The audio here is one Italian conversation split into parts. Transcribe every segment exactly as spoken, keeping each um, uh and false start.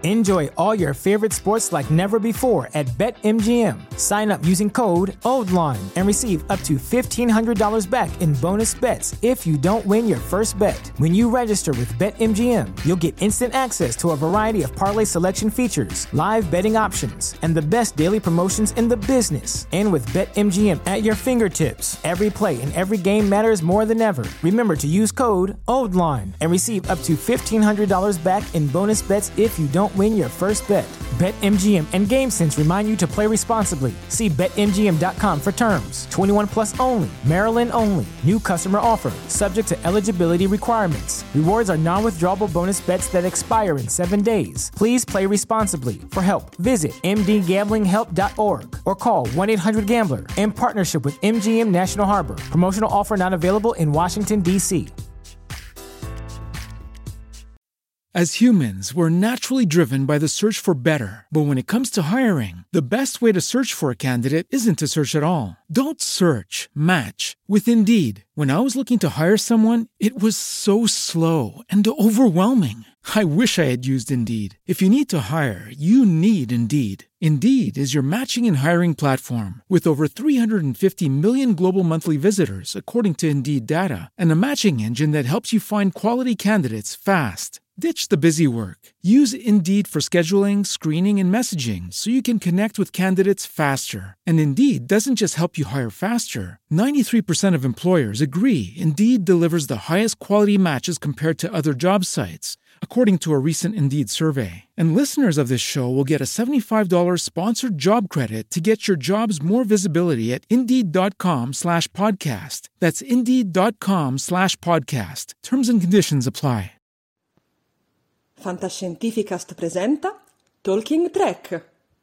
Enjoy all your favorite sports like never before at BetMGM. Sign up using code OldLine and receive up to fifteen hundred dollars back in bonus bets if you don't win your first bet. When you register with BetMGM, you'll get instant access to a variety of parlay selection features, live betting options, and the best daily promotions in the business. And with BetMGM at your fingertips, every play and every game matters more than ever. Remember to use code OldLine and receive up to fifteen hundred dollars back in bonus bets if you don't win your first bet. BetMGM and GameSense remind you to play responsibly. See Bet M G M dot com for terms. twenty-one plus only. Maryland only. New customer offer. Subject to eligibility requirements. Rewards are non-withdrawable bonus bets that expire in seven days. Please play responsibly. For help, visit m d gambling help dot org or call one eight hundred gambler in partnership with M G M National Harbor. Promotional offer not available in Washington, D C As humans, we're naturally driven by the search for better. But when it comes to hiring, the best way to search for a candidate isn't to search at all. Don't search, match with Indeed. When I was looking to hire someone, it was so slow and overwhelming. I wish I had used Indeed. If you need to hire, you need Indeed. Indeed is your matching and hiring platform with over three hundred fifty million global monthly visitors, according to Indeed data, and a matching engine that helps you find quality candidates fast. Ditch the busy work. Use Indeed for scheduling, screening, and messaging so you can connect with candidates faster. And Indeed doesn't just help you hire faster. ninety-three percent of employers agree Indeed delivers the highest quality matches compared to other job sites, according to a recent Indeed survey. And listeners of this show will get a seventy-five dollars sponsored job credit to get your jobs more visibility at Indeed.com slash podcast. That's Indeed.com slash podcast. Terms and conditions apply. Fantascientificast presenta Talking Trek.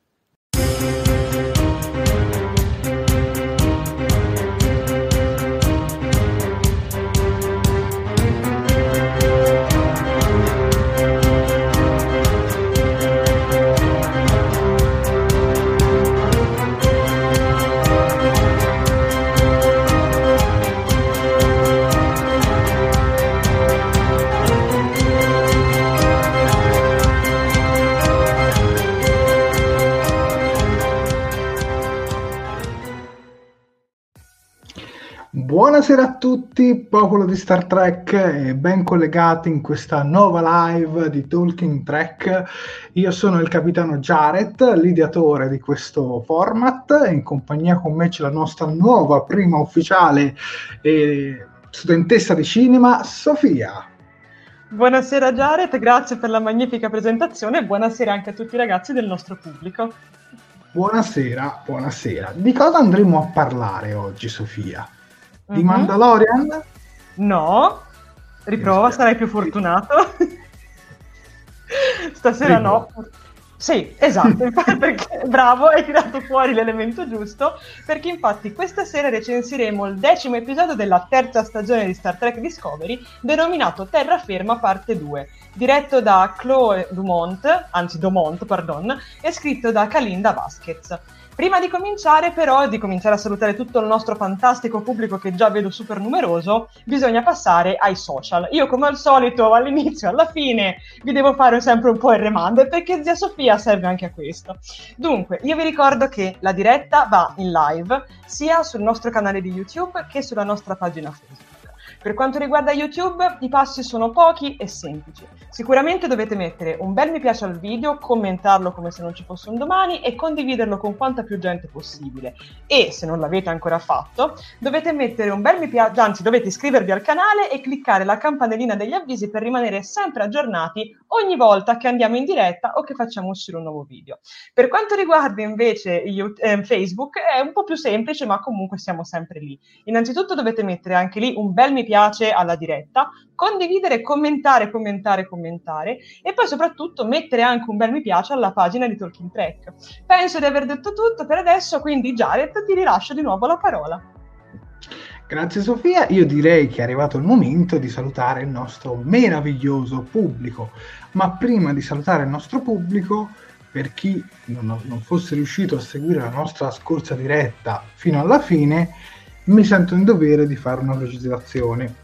Buonasera a tutti, popolo di Star Trek, e ben collegati in questa nuova live di Talking Trek. Io sono il capitano Jared, l'ideatore di questo format, e in compagnia con me c'è la nostra nuova prima ufficiale e studentessa di cinema, Sofia. Buonasera Jared, grazie per la magnifica presentazione e buonasera anche a tutti i ragazzi del nostro pubblico. Buonasera, buonasera. Di cosa andremo a parlare oggi, Sofia? Di Mm-hmm. Mandalorian? No, riprova, sarai più fortunato. Stasera Riprova. no. Sì, esatto, infatti, perché bravo, hai tirato fuori l'elemento giusto, perché infatti questa sera recensiremo il decimo episodio della terza stagione di Star Trek Discovery, denominato Terraferma parte due, diretto da Chloe Dumont, anzi Dumont, pardon, e scritto da Kalinda Vasquez. Prima di cominciare però, di cominciare a salutare tutto il nostro fantastico pubblico che già vedo super numeroso, bisogna passare ai social. Io come al solito all'inizio e alla fine vi devo fare sempre un po' il reminder perché zia Sofia serve anche a questo. Dunque, io vi ricordo che la diretta va in live sia sul nostro canale di YouTube che sulla nostra pagina Facebook. Per quanto riguarda YouTube, i passi sono pochi e semplici. Sicuramente dovete mettere un bel mi piace al video, commentarlo come se non ci fosse un domani e condividerlo con quanta più gente possibile. E, se non l'avete ancora fatto, dovete mettere un bel mi piace, anzi dovete iscrivervi al canale e cliccare la campanellina degli avvisi per rimanere sempre aggiornati ogni volta che andiamo in diretta o che facciamo uscire un nuovo video. Per quanto riguarda invece io, eh, Facebook, è un po' più semplice, ma comunque siamo sempre lì. Innanzitutto dovete mettere anche lì un bel mi piace alla diretta, condividere, commentare, commentare, commentare e poi soprattutto mettere anche un bel mi piace alla pagina di Talking Trek. Penso di aver detto tutto per adesso, quindi Jared ti rilascio di nuovo la parola. Grazie Sofia, io direi che è arrivato il momento di salutare il nostro meraviglioso pubblico, ma prima di salutare il nostro pubblico, per chi non, non fosse riuscito a seguire la nostra scorsa diretta fino alla fine, mi sento in dovere di fare una precisazione.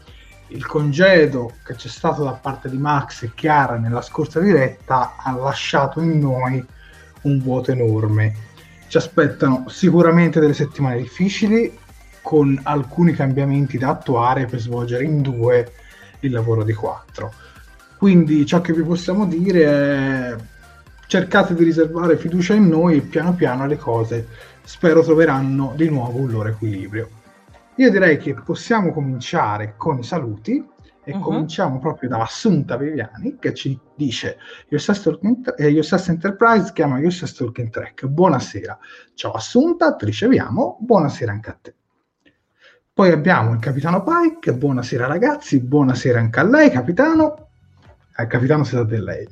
il congedo che c'è stato da parte di Max e Chiara nella scorsa diretta ha lasciato in noi un vuoto enorme. Ci aspettano sicuramente delle settimane difficili, con alcuni cambiamenti da attuare per svolgere in due il lavoro di quattro. Quindi ciò che vi possiamo dire è: cercate di riservare fiducia in noi e piano piano le cose spero troveranno di nuovo un loro equilibrio. Io direi che possiamo cominciare con i saluti e uh-huh. cominciamo proprio da Assunta Viviani, che ci dice: U S S, Talking, eh, U S S Enterprise chiama U S S Talking Track, buonasera. Ciao Assunta, ti riceviamo, buonasera anche a te. Poi abbiamo il capitano Pike, buonasera ragazzi, buonasera anche a lei capitano. Eh, capitano si sa di lei.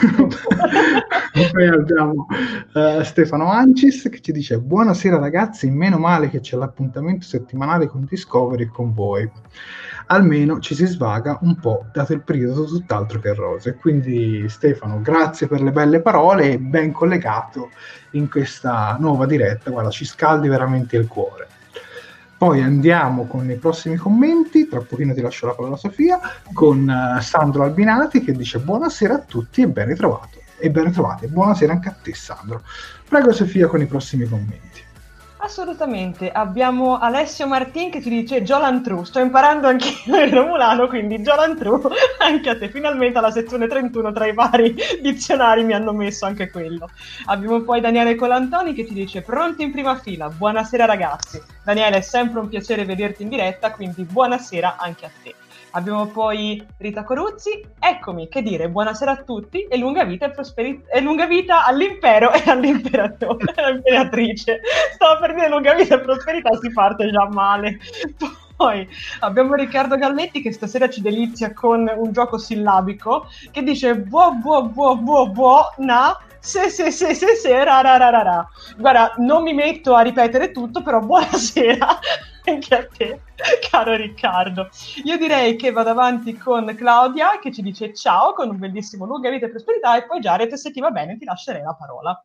Poi abbiamo uh, Stefano Ancis che ci dice: buonasera ragazzi, meno male che c'è l'appuntamento settimanale con Discovery e con voi, almeno ci si svaga un po' dato il periodo tutt'altro che rose. Quindi Stefano, grazie per le belle parole e ben collegato in questa nuova diretta, guarda, ci scaldi veramente il cuore. Poi andiamo con i prossimi commenti, tra pochino ti lascio la parola a Sofia, con uh, Sandro Albinati che dice: buonasera a tutti e ben ritrovato. E ben ritrovati, buonasera anche a te Sandro. Prego Sofia con i prossimi commenti. Assolutamente, abbiamo Alessio Martin che ci dice: Jolan True, sto imparando anche io il romulano, quindi Jolan True anche a te, finalmente alla sezione trentuno tra i vari dizionari mi hanno messo anche quello. Abbiamo poi Daniele Colantoni che ci dice: pronti in prima fila, buonasera ragazzi. Daniele, è sempre un piacere vederti in diretta, quindi buonasera anche a te. Abbiamo poi Rita Coruzzi, eccomi, che dire, buonasera a tutti e lunga vita e, prosperi- e lunga vita all'impero e all'imperatore, all'imperatrice. Stavo per dire lunga vita e prosperità, si parte già male. Poi abbiamo Riccardo Galletti che stasera ci delizia con un gioco sillabico che dice buo buo buo buo buo na se se se se se ra ra ra ra ra. Guarda, non mi metto a ripetere tutto, però buonasera anche a te, caro Riccardo. Io direi che vado avanti con Claudia che ci dice ciao con un bellissimo lunga vita e prosperità, e poi Jared, se ti va bene ti lascerei la parola.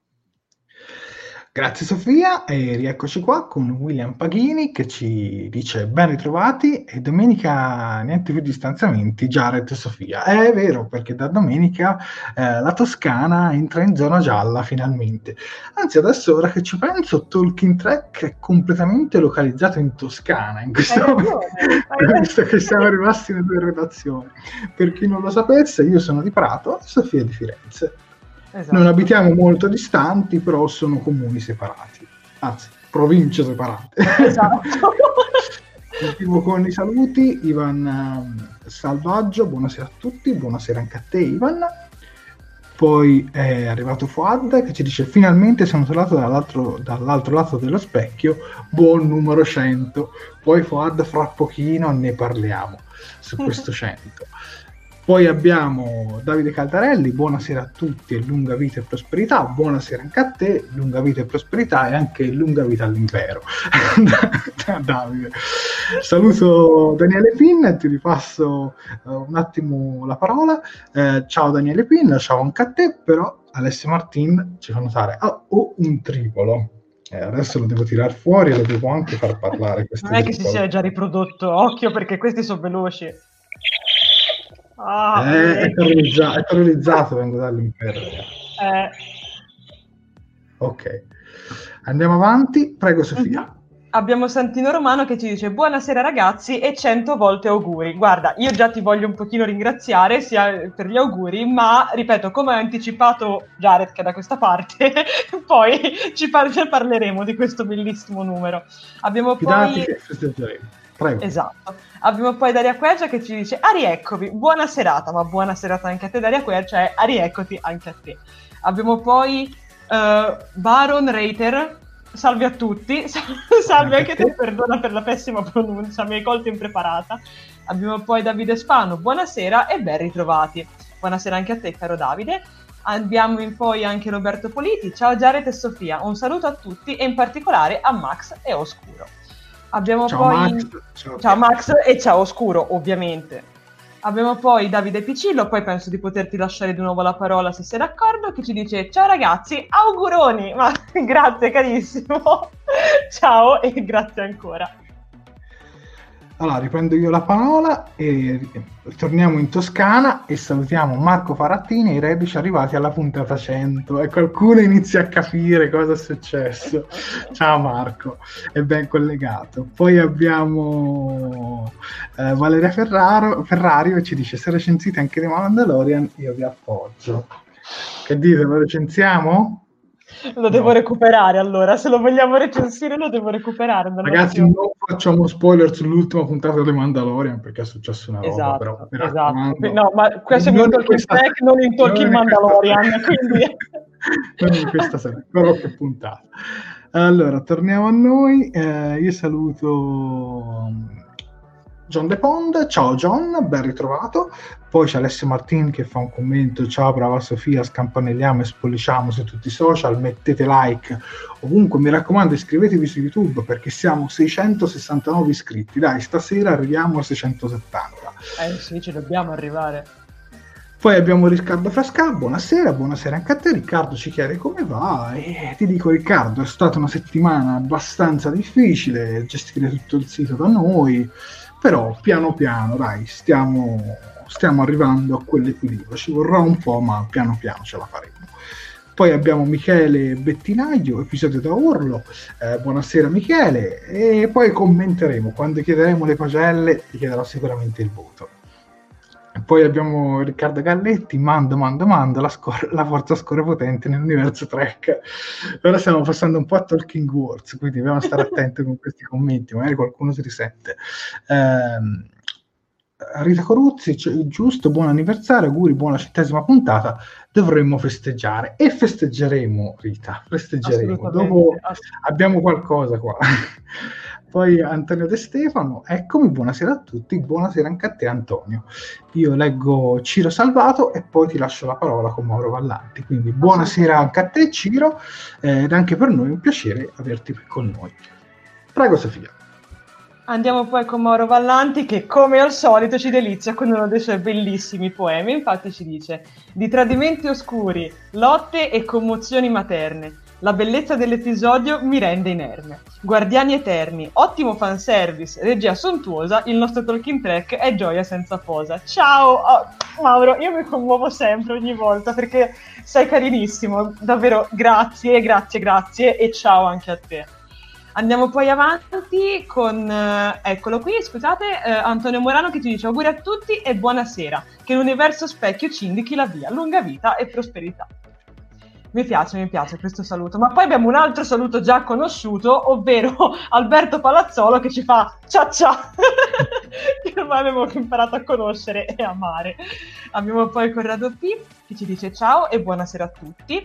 Grazie Sofia, e rieccoci qua con William Paghini che ci dice ben ritrovati e domenica niente più distanziamenti, Jared e Sofia. È vero, perché da domenica eh, la Toscana entra in zona gialla finalmente. Anzi, adesso ora che ci penso, Talking Track è completamente localizzato in Toscana in questo momento, visto che siamo rimasti nelle due redazioni. Per chi non lo sapesse, io sono di Prato e Sofia è di Firenze. Esatto. Non abitiamo molto distanti, però sono comuni separati, anzi, province separate. Esatto. Continuo con i saluti. Ivan uh, Salvaggio, buonasera a tutti, buonasera anche a te Ivan. Poi è arrivato Fuad che ci dice: finalmente sono tornato dall'altro, dall'altro lato dello specchio, buon numero cento. Poi Fuad, fra pochino ne parliamo su questo cento. Poi abbiamo Davide Caldarelli, buonasera a tutti e lunga vita e prosperità. Buonasera anche a te, lunga vita e prosperità e anche lunga vita all'impero. Davide. Saluto Daniele Pin e ti ripasso uh, un attimo la parola. Eh, ciao Daniele Pin, ciao anche a te, però Alessio Martin ci fa notare: oh, oh, un tripolo. Eh, adesso lo devo tirar fuori e lo devo anche far parlare. Non è che si sia già riprodotto, occhio perché questi sono veloci. Ah, eh, è, terrorizza- è terrorizzato, vengo dall'impero. Eh. Ok, andiamo avanti, prego Sofia. Mm-hmm. Abbiamo Santino Romano che ci dice: buonasera ragazzi e cento volte auguri. Guarda, io già ti voglio un pochino ringraziare sia per gli auguri, ma ripeto, come ha anticipato Jared che è da questa parte, poi ci par- parleremo di questo bellissimo numero. Abbiamo Fidati poi che festeggeremo. Prego. Esatto. Abbiamo poi Daria Quercia che ci dice: ah, rieccovi, buona serata, ma buona serata anche a te Daria Quercia e ah, rieccoti anche a te. Abbiamo poi uh, Baron Reiter, salve a tutti, salve anche a te, perdona per la pessima pronuncia, mi hai colto impreparata. Abbiamo poi Davide Spano, buonasera e ben ritrovati. Buonasera anche a te caro Davide. Abbiamo in poi anche Roberto Politi, ciao Jared e Sofia, un saluto a tutti e in particolare a Max e Oscuro. Abbiamo ciao, poi Max. Ciao. ciao Max e ciao Oscuro, ovviamente. Abbiamo poi Davide Piccillo, poi penso di poterti lasciare di nuovo la parola se sei d'accordo, che ci dice: ciao ragazzi, auguroni! Ma grazie carissimo, ciao e grazie ancora. Allora, riprendo io la parola e torniamo in Toscana e salutiamo Marco Farattini e i reduci arrivati alla puntata cento e qualcuno inizia a capire cosa è successo. Ciao Marco, è ben collegato. Poi abbiamo eh, Valeria Ferraro, Ferrario che ci dice: se recensite anche The Mandalorian io vi appoggio. Che dite, lo recensiamo? Lo devo no. recuperare, allora, se lo vogliamo recensire lo devo recuperare. Ragazzi, non facciamo spoiler sull'ultima puntata di Mandalorian perché è successo una roba, esatto, però mi esatto. raccomando. No, ma questo è in Talking Track, non in Talking Mandalorian, quindi... non in questa sera, però che puntata. Allora, torniamo a noi. Eh, io saluto John De Pond. Ciao John, ben ritrovato. Poi c'è Alessio Martin che fa un commento: ciao brava Sofia, scampanelliamo e spolliciamo su tutti i social, mettete like ovunque, mi raccomando iscrivetevi su YouTube perché siamo seicentosessantanove iscritti, dai stasera arriviamo a seicentosettanta. Eh sì, ci dobbiamo arrivare. Poi abbiamo Riccardo Frasca, buonasera, buonasera anche a te Riccardo, ci chiede come va e ti dico Riccardo, è stata una settimana abbastanza difficile gestire tutto il sito da noi, però piano piano dai stiamo... stiamo arrivando a quell'equilibrio, ci vorrà un po' ma piano piano ce la faremo. Poi abbiamo Michele Bettinaglio, episodio da urlo, eh, buonasera Michele, e poi commenteremo, quando chiederemo le pagelle ti chiederò sicuramente il voto. Poi abbiamo Riccardo Galletti, mando, mando, mando, la, scor- la forza scorre potente nell'universo Trek. Ora stiamo passando un po' a Talking Words, quindi dobbiamo stare attenti con questi commenti, magari qualcuno si risente. Ehm, Rita Coruzzi, cioè, giusto, buon anniversario, auguri, buona centesima puntata, dovremmo festeggiare e festeggeremo Rita, festeggeremo, dopo abbiamo qualcosa qua. Poi Antonio De Stefano, eccomi, buonasera a tutti, buonasera anche a te Antonio. Io leggo Ciro Salvato e poi ti lascio la parola con Mauro Vallanti, quindi buonasera anche a te Ciro, eh, ed anche per noi è un piacere averti qui con noi. Prego Sofia. Andiamo poi con Mauro Vallanti che come al solito ci delizia con uno dei suoi bellissimi poemi, infatti ci dice: di tradimenti oscuri, lotte e commozioni materne, la bellezza dell'episodio mi rende inerme. Guardiani eterni, ottimo fanservice, regia sontuosa, il nostro Talking Track è gioia senza posa. Ciao oh, Mauro, io mi commuovo sempre ogni volta perché sei carinissimo, davvero grazie, grazie, grazie e ciao anche a te. Andiamo poi avanti con, eh, eccolo qui, scusate, eh, Antonio Morano che ci dice auguri a tutti e buonasera, che l'universo specchio ci indichi la via, lunga vita e prosperità. Mi piace, mi piace questo saluto, ma poi abbiamo un altro saluto già conosciuto, ovvero Alberto Palazzolo che ci fa cia cia, che ormai abbiamo imparato a conoscere e amare. Abbiamo poi Corrado P che ci dice ciao e buonasera a tutti.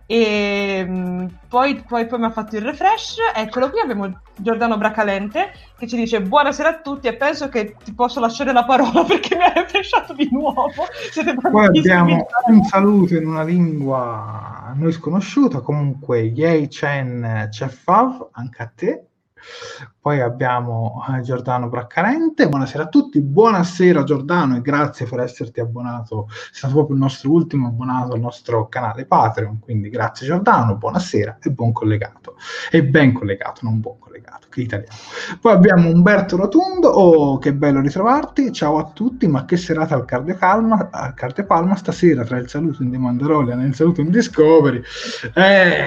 E mh, poi, poi, poi mi ha fatto il refresh, eccolo qui, abbiamo Giordano Bracalente che ci dice buonasera a tutti e penso che ti posso lasciare la parola perché mi hai refreshato di nuovo. Siete poi abbiamo un saluto in una lingua a noi sconosciuta, comunque Yei Chen Cefav, anche a te. Poi abbiamo eh, Giordano Braccarente, buonasera a tutti, buonasera Giordano e grazie per esserti abbonato, sei stato proprio il nostro ultimo abbonato al nostro canale Patreon, quindi grazie Giordano, buonasera e buon collegato, e ben collegato, non buon collegato, che italiano. Poi abbiamo Umberto Rotundo, oh che bello ritrovarti, ciao a tutti, ma che serata al Cardiopalma, al Cardiopalma stasera tra il saluto in The Mandalorian e il saluto in Discovery, eh...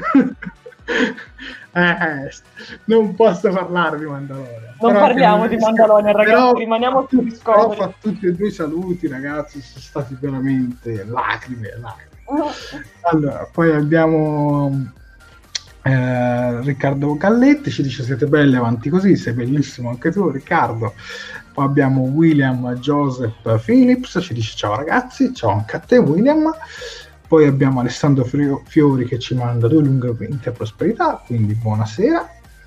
Eh, non posso parlare di Mandalorian. Non però parliamo di Mandalorian, ragazzi, però, rimaniamo su Discovery. Ho fatto tutti e due i saluti, ragazzi, sono stati veramente lacrime, lacrime. Allora, poi abbiamo eh, Riccardo Galletti, ci dice siete belli, avanti così, sei bellissimo anche tu Riccardo. Poi abbiamo William Joseph Phillips, ci dice ciao ragazzi, ciao anche a te William. Poi abbiamo Alessandro Fiori che ci manda due lunghe vite a prosperità, quindi buonasera.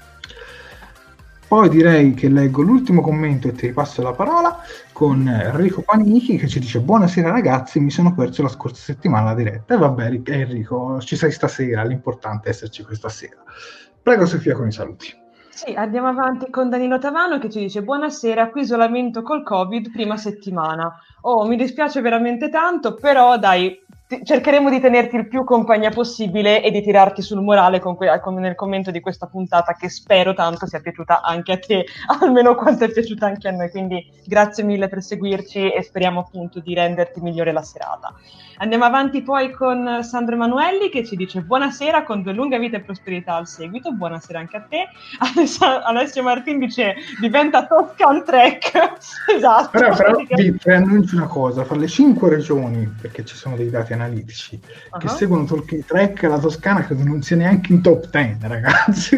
Poi direi che leggo l'ultimo commento e ti ripasso la parola con Enrico Panichi che ci dice buonasera ragazzi, mi sono perso la scorsa settimana la diretta. E vabbè Enrico, ci sei stasera, l'importante è esserci questa sera. Prego Sofia con i saluti. Sì, andiamo avanti con Danilo Tavano che ci dice buonasera, qui isolamento col Covid, prima settimana. Oh, mi dispiace veramente tanto, però dai, cercheremo di tenerti il più compagnia possibile e di tirarti sul morale con que- con nel commento di questa puntata, che spero tanto sia piaciuta anche a te, almeno quanto è piaciuta anche a noi. Quindi grazie mille per seguirci e speriamo appunto di renderti migliore la serata. Andiamo avanti poi con Sandro Emanuelli che ci dice buonasera con due lunga vita e prosperità al seguito. Buonasera anche a te. Aless- Alessio Martin dice diventa Toscan Trek. Esatto. Però, però vi preannuncio una cosa: fra le cinque regioni, perché ci sono dei dati analitici uh-huh. che seguono Talking Trek, la Toscana credo non sia neanche in top dieci, ragazzi.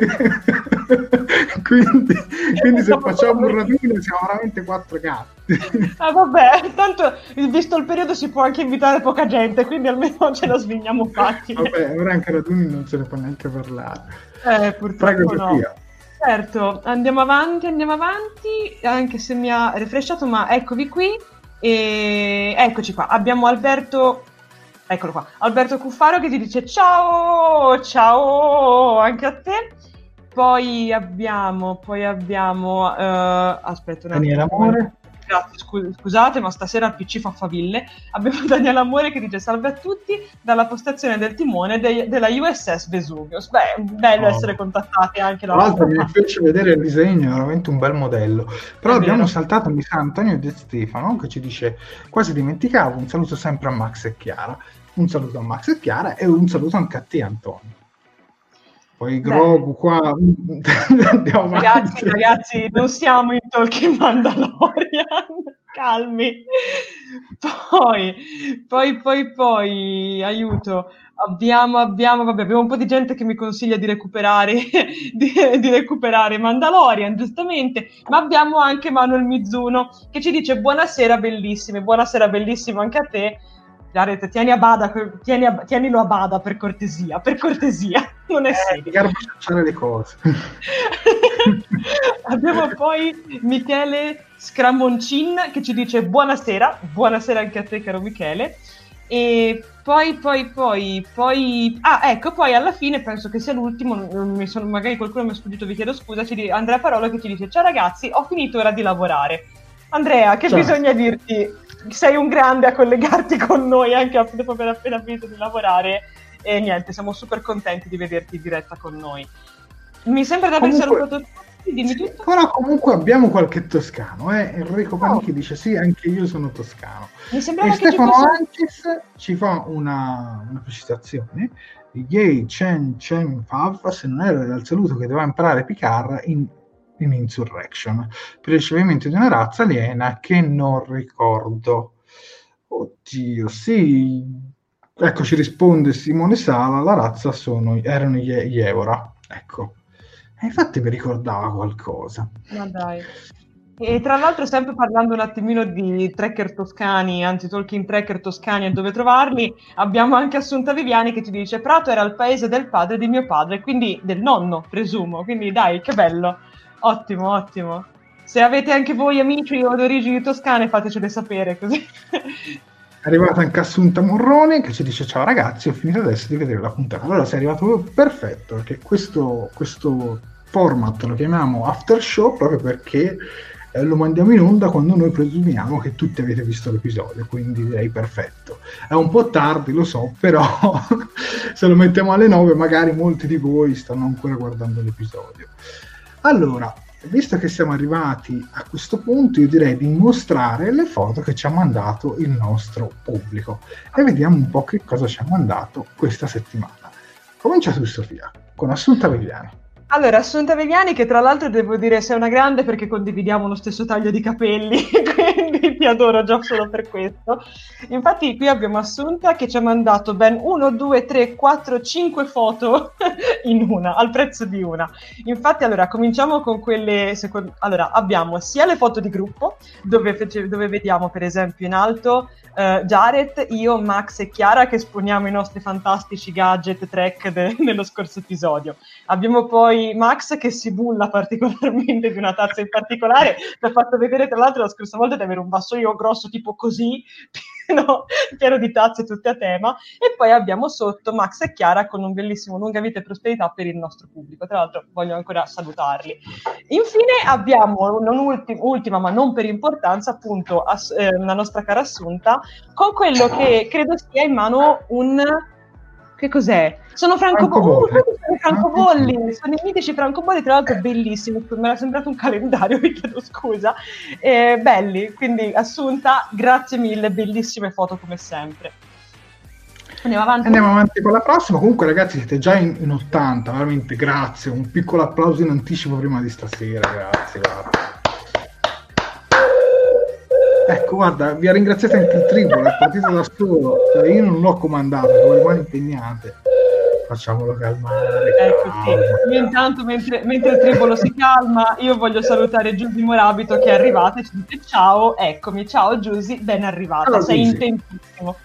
quindi, quindi se facciamo un raduno siamo veramente quattro gatti. Ah, vabbè, tanto visto il periodo si può anche invitare poca gente, quindi almeno ce la svigniamo facile. Vabbè, ora anche raduni non se ne può neanche parlare. Eh, purtroppo no. Via. Certo, andiamo avanti, andiamo avanti, anche se mi ha refresciato, ma eccovi qui. E eccoci qua, abbiamo Alberto, eccolo qua, Alberto Cuffaro che ti dice ciao, ciao anche a te. Poi abbiamo, poi abbiamo, uh, aspetta un attimo. Daniele Amore. Grazie, scu- scusate, ma stasera il P C fa faville. Abbiamo Daniele Amore che dice salve a tutti dalla postazione del timone de- della U S S Vesuvius. Beh, bello oh. essere contattati anche Tra l'altro mi fece vedere il disegno, è veramente un bel modello. Però è abbiamo vero. saltato, mi sa, Antonio De Stefano che ci dice quasi dimenticavo, un saluto sempre a Max e Chiara. Un saluto a Max e Chiara e un saluto anche a te, Antonio. Poi Grogu qua andiamo ragazzi, ragazzi, non siamo in Talking Mandalorian, calmi. Poi, poi, poi, poi, aiuto. Abbiamo, abbiamo, vabbè, abbiamo un po' di gente che mi consiglia di recuperare, di, di recuperare Mandalorian, giustamente, ma abbiamo anche Manuel Mizuno che ci dice buonasera bellissime, buonasera bellissimo anche a te. Jared, tieni a bada, tieni a, tienilo a bada per cortesia, per cortesia, non è serio. Eh, le cose. Abbiamo poi Michele Scramoncin che ci dice buonasera, buonasera anche a te caro Michele. E poi, poi, poi, poi, ah ecco, poi alla fine penso che sia l'ultimo, mi sono, magari qualcuno mi ha sfuggito, vi chiedo scusa, ci dice Andrea Parola che ci dice ciao ragazzi, ho finito ora di lavorare. Andrea, che ciao. Bisogna dirti? Sei un grande a collegarti con noi anche dopo aver appena finito di lavorare e niente, siamo super contenti di vederti in diretta con noi. Mi sembra di aver comunque, salutato tutti, dimmi tutto. Però comunque abbiamo qualche toscano, eh? Enrico Panichi oh. dice sì, anche io sono toscano. Mi e che Stefano ci fosse... Ancis ci fa una, una precisazione. Yay, Chen Chen Fav, se non era dal saluto che doveva imparare Picard in in Insurrection per il ricevimento di una razza aliena che non ricordo. Oddio, sì, ecco, ci risponde Simone Sala, la razza sono, erano gli, gli Evora, ecco, e infatti mi ricordava qualcosa. Ma dai. E tra l'altro, sempre parlando un attimino di tracker toscani, anzi talking tracker toscani e dove trovarli, abbiamo anche Assunta Viviani che ci dice Prato era il paese del padre di mio padre, quindi del nonno, presumo, quindi dai, che bello. Ottimo, ottimo. Se avete anche voi amici o d'origini toscane, fatecelo sapere così. È arrivata anche Assunta Morrone che ci dice ciao ragazzi, ho finito adesso di vedere la puntata. Allora sei arrivato perfetto, perché questo, questo format lo chiamiamo after show proprio perché eh, lo mandiamo in onda quando noi presumiamo che tutti avete visto l'episodio, quindi direi perfetto. È un po' tardi, lo so, però se lo mettiamo alle nove magari molti di voi stanno ancora guardando l'episodio. Allora, visto che siamo arrivati a questo punto, io direi di mostrare le foto che ci ha mandato il nostro pubblico e vediamo un po' che cosa ci ha mandato questa settimana. Comincia tu, Sofia, con Assunta Viviani. Allora, Assunta Viviani, che tra l'altro devo dire sei una grande perché condividiamo lo stesso taglio di capelli, quindi ti adoro già solo per questo. Infatti qui abbiamo Assunta che ci ha mandato ben uno, due, tre, quattro, cinque foto in una, al prezzo di una. Infatti allora cominciamo con quelle, secondo... allora abbiamo sia le foto di gruppo, dove, dove vediamo per esempio in alto Uh, Jared, io, Max e Chiara che esponiamo i nostri fantastici gadget track de- nello scorso episodio. Abbiamo poi Max che si bulla particolarmente di una tazza in particolare, ci ha fatto vedere tra l'altro la scorsa volta di avere un vassoio grosso tipo così no? Pieno di tazze tutte a tema, e poi abbiamo sotto Max e Chiara con un bellissimo lunga vita e prosperità per il nostro pubblico. Tra l'altro voglio ancora salutarli. Infine abbiamo, non ulti- ultima ma non per importanza, appunto ass- eh, la nostra cara Assunta con quello che credo sia in mano un... che cos'è? Sono francobolli, uh, francobolli, sono i mitici francobolli, tra l'altro bellissimi, mi era sembrato un calendario, vi chiedo scusa, eh, belli, quindi Assunta, grazie mille, bellissime foto come sempre. Andiamo avanti. Andiamo avanti con la prossima. Comunque ragazzi siete già in, in ottanta, veramente grazie, un piccolo applauso in anticipo prima di stasera, grazie, guarda. Ecco, guarda, vi ha ringraziato anche il tribolo, è partito da solo, cioè, io non l'ho comandato, con le mani impegnate. Facciamolo calmare. Ecco, sì. Io intanto, mentre, mentre il tribolo si calma, io voglio salutare Giusy Morabito che è arrivata e ci dice ciao, eccomi, ciao Giusy, ben arrivata, ciao, sei in tempissimo.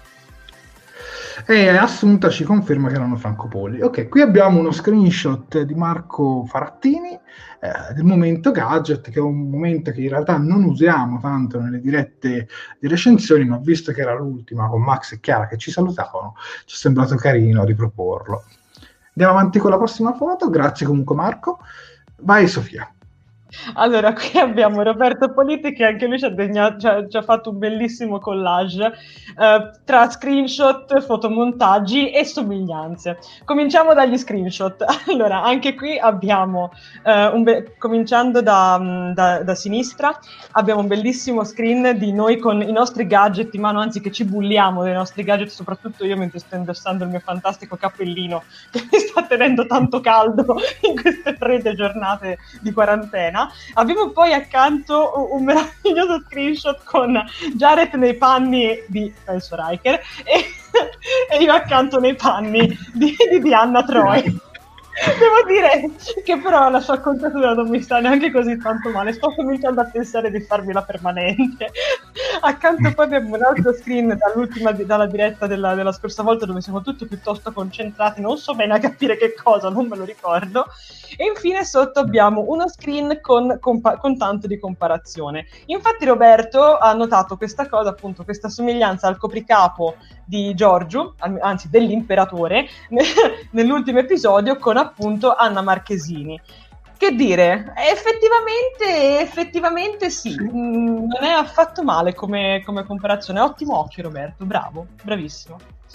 E Assunta ci conferma che erano francobolli. Ok, qui abbiamo uno screenshot di Marco Farattini eh, del momento gadget, che è un momento che in realtà non usiamo tanto nelle dirette di recensioni, ma visto che era l'ultima con Max e Chiara che ci salutavano, ci è sembrato carino riproporlo. Andiamo avanti con la prossima foto. Grazie comunque Marco. Vai Sofia. Allora, qui abbiamo Roberto Politi che anche lui ci ha, degna- ci ha, ci ha fatto un bellissimo collage eh, tra screenshot, fotomontaggi e somiglianze. Cominciamo dagli screenshot. Allora, anche qui abbiamo, eh, un be- cominciando da, da, da sinistra, abbiamo un bellissimo screen di noi con i nostri gadget in mano, anzi che ci bulliamo dei nostri gadget, soprattutto io mentre sto indossando il mio fantastico cappellino che mi sta tenendo tanto caldo in queste fredde giornate di quarantena. Abbiamo poi accanto un meraviglioso screenshot con Jared nei panni di Elso Riker e, e io accanto nei panni di, di Diana Troy. Devo dire che però la sua acconciatura non mi sta neanche così tanto male, sto cominciando a pensare di farmela permanente. Accanto poi abbiamo un altro screen dall'ultima dalla diretta della, della scorsa volta, dove siamo tutti piuttosto concentrati, non so bene a capire che cosa, non me lo ricordo. E infine sotto abbiamo uno screen con, compa- con tanto di comparazione. Infatti Roberto ha notato questa cosa, appunto questa somiglianza al copricapo di Giorgio, anzi dell'imperatore, nell'ultimo episodio con appunto Anna Marchesini. Che dire, effettivamente, effettivamente sì, mm, non è affatto male come, come comparazione. Ottimo occhio Roberto, bravo, bravissimo.